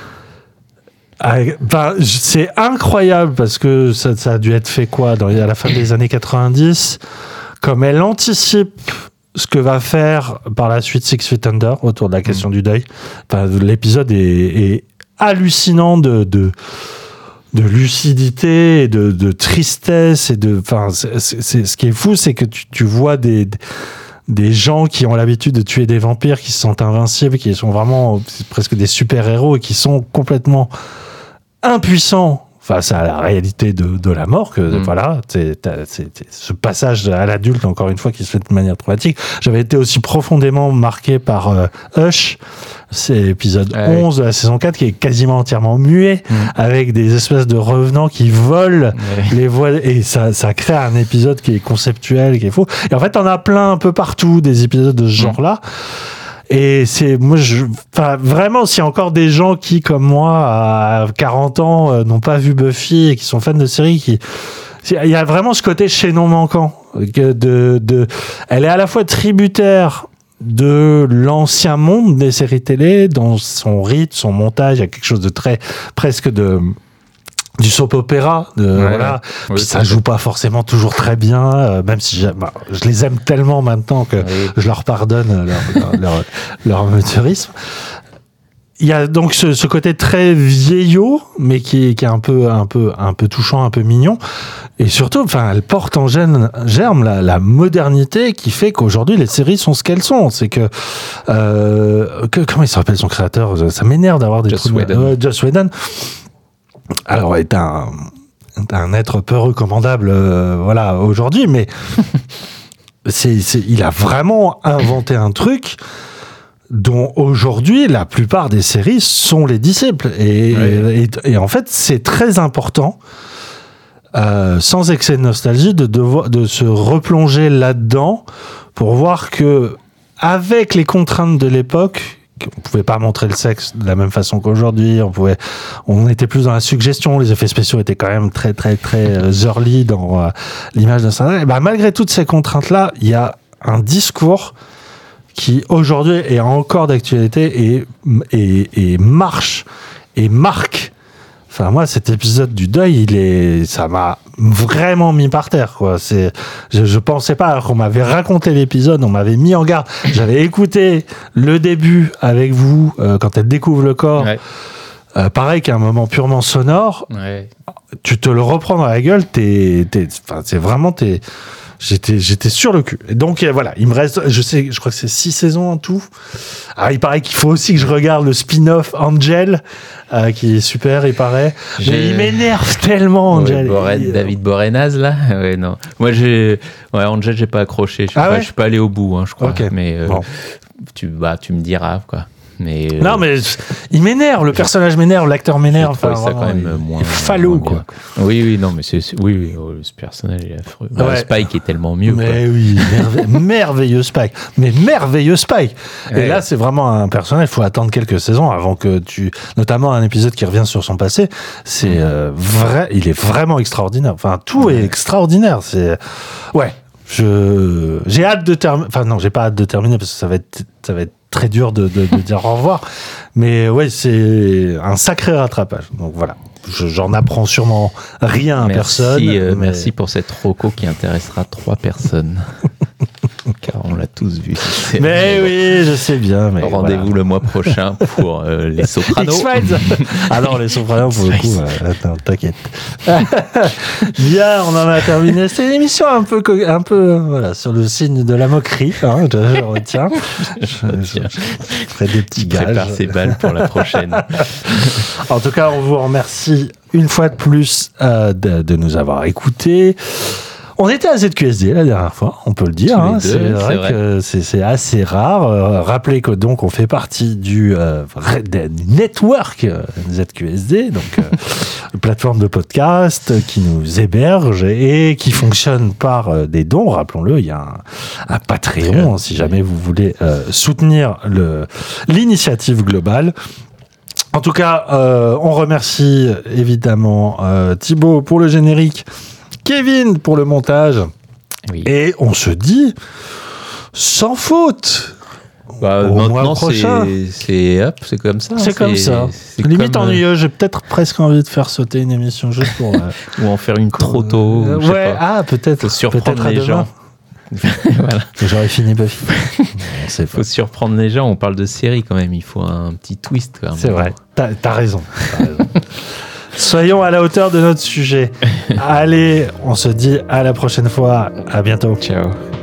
C'est incroyable parce que ça a dû être fait quoi à la fin des années 90, comme elle anticipe ce que va faire par la suite Six Feet Under autour de la question du deuil. Enfin, l'épisode est hallucinant de lucidité et de tristesse et ce qui est fou, c'est que tu vois des gens qui ont l'habitude de tuer des vampires, qui se sentent invincibles, qui sont vraiment presque des super-héros et qui sont complètement impuissants face à la réalité de la mort. Voilà, c'est ce passage à l'adulte, encore une fois, qui se fait de manière traumatique. J'avais été aussi profondément marqué par Hush, c'est l'épisode 11 de la saison 4, qui est quasiment entièrement muet, avec des espèces de revenants qui volent les voix, et ça crée un épisode qui est conceptuel, qui est fou. Et en fait, on a plein un peu partout des épisodes de ce genre-là. Et vraiment, s'il y a encore des gens qui, comme moi, à 40 ans, n'ont pas vu Buffy et qui sont fans de séries, il y a vraiment ce côté chaînon manquant. Elle est à la fois tributaire de l'ancien monde des séries télé, dans son rythme, son montage, il y a quelque chose de presque du soap opéra, voilà. Oui, puis ça joue pas forcément toujours très bien, même si je les aime tellement maintenant que je leur pardonne leur amateurisme. Il y a donc ce côté très vieillot, mais qui est un peu touchant, un peu mignon. Et surtout, elle porte en germe la modernité qui fait qu'aujourd'hui les séries sont ce qu'elles sont. C'est que comment il s'appelle son créateur? Ça m'énerve d'avoir des Joss Whedon. Joss Whedon. Alors, est un être peu recommandable, voilà, aujourd'hui, mais il a vraiment inventé un truc dont aujourd'hui la plupart des séries sont les disciples. Et en fait, c'est très important, sans excès de nostalgie, de se replonger là-dedans pour voir que, avec les contraintes de l'époque, on pouvait pas montrer le sexe de la même façon qu'aujourd'hui, on était plus dans la suggestion, les effets spéciaux étaient quand même très très très early dans l'image de ça. Et malgré toutes ces contraintes là, il y a un discours qui aujourd'hui est encore d'actualité et marche et marque. Enfin, moi, cet épisode du deuil, ça m'a vraiment mis par terre, quoi. Je pensais pas, alors qu'on m'avait raconté l'épisode, on m'avait mis en garde. J'avais écouté le début avec vous, quand elle découvre le corps. Ouais. Pareil qu'un moment purement sonore. Ouais. Tu te le reprends dans la gueule, c'est vraiment, j'étais sur le cul. Et donc, voilà, il me reste, je crois que c'est 6 saisons en tout. Alors, il paraît qu'il faut aussi que je regarde le spin-off Angel, qui est super, il paraît. Mais il m'énerve tellement, Angel. David Boreanaz, là. Ouais, non. Moi, Angel, j'ai pas accroché. Je suis pas allé au bout, hein, je crois. Okay. Mais bon. Tu me diras, quoi. Mais non, mais il m'énerve, le personnage m'énerve, l'acteur m'énerve. Ça quand même moins. Fallot, quoi. Oui, non, mais ce personnage est affreux. Ouais. Spike est tellement mieux. Mais quoi. Oui, merveilleux Spike. Mais merveilleux Spike. Et là, c'est vraiment un personnage, il faut attendre quelques saisons avant que notamment un épisode qui revient sur son passé, c'est vrai, il est vraiment extraordinaire. Enfin, tout est extraordinaire. Ouais. J'ai hâte de terminer. Enfin, non, j'ai pas hâte de terminer parce que ça va être très dur de dire au revoir. Mais ouais, c'est un sacré rattrapage. Donc voilà. J'en apprends sûrement rien à personne. Merci pour cette roco qui intéressera 3 personnes. Car on l'a tous vu. Mais oui, je sais bien. Mais rendez-vous le mois prochain pour les Sopranos. X-Files. Ah non, les Sopranos, pour le coup, attends, t'inquiète. Bien, on en a terminé. C'est une émission un peu voilà, sur le signe de la moquerie. Hein, je retiens. Je ferai des petits gages. Prépare ses balles pour la prochaine. En tout cas, on vous remercie une fois de plus de nous avoir écoutés. On était à ZQSD la dernière fois, on peut le dire. Tous les deux, c'est vrai que c'est assez rare. Rappelez que donc on fait partie du network ZQSD, donc plateforme de podcast qui nous héberge et qui fonctionne par des dons. Rappelons-le, il y a un Patreon si jamais vous voulez soutenir l'initiative globale. En tout cas, on remercie évidemment Thibaut pour le générique, Kevin pour le montage, et on se dit sans faute. Maintenant, c'est comme ça. C'est comme ça. C'est limite ennuyeux. J'ai peut-être presque envie de faire sauter une émission juste pour. Ou en faire une trop tôt. Ouais, peut-être. Faut surprendre peut-être les gens. Voilà. J'aurais fini Buffy. Il faut surprendre les gens. On parle de série quand même. Il faut un petit twist. Quand même. C'est vrai. T'as raison. Soyons à la hauteur de notre sujet. Allez, on se dit à la prochaine fois. À bientôt. Ciao.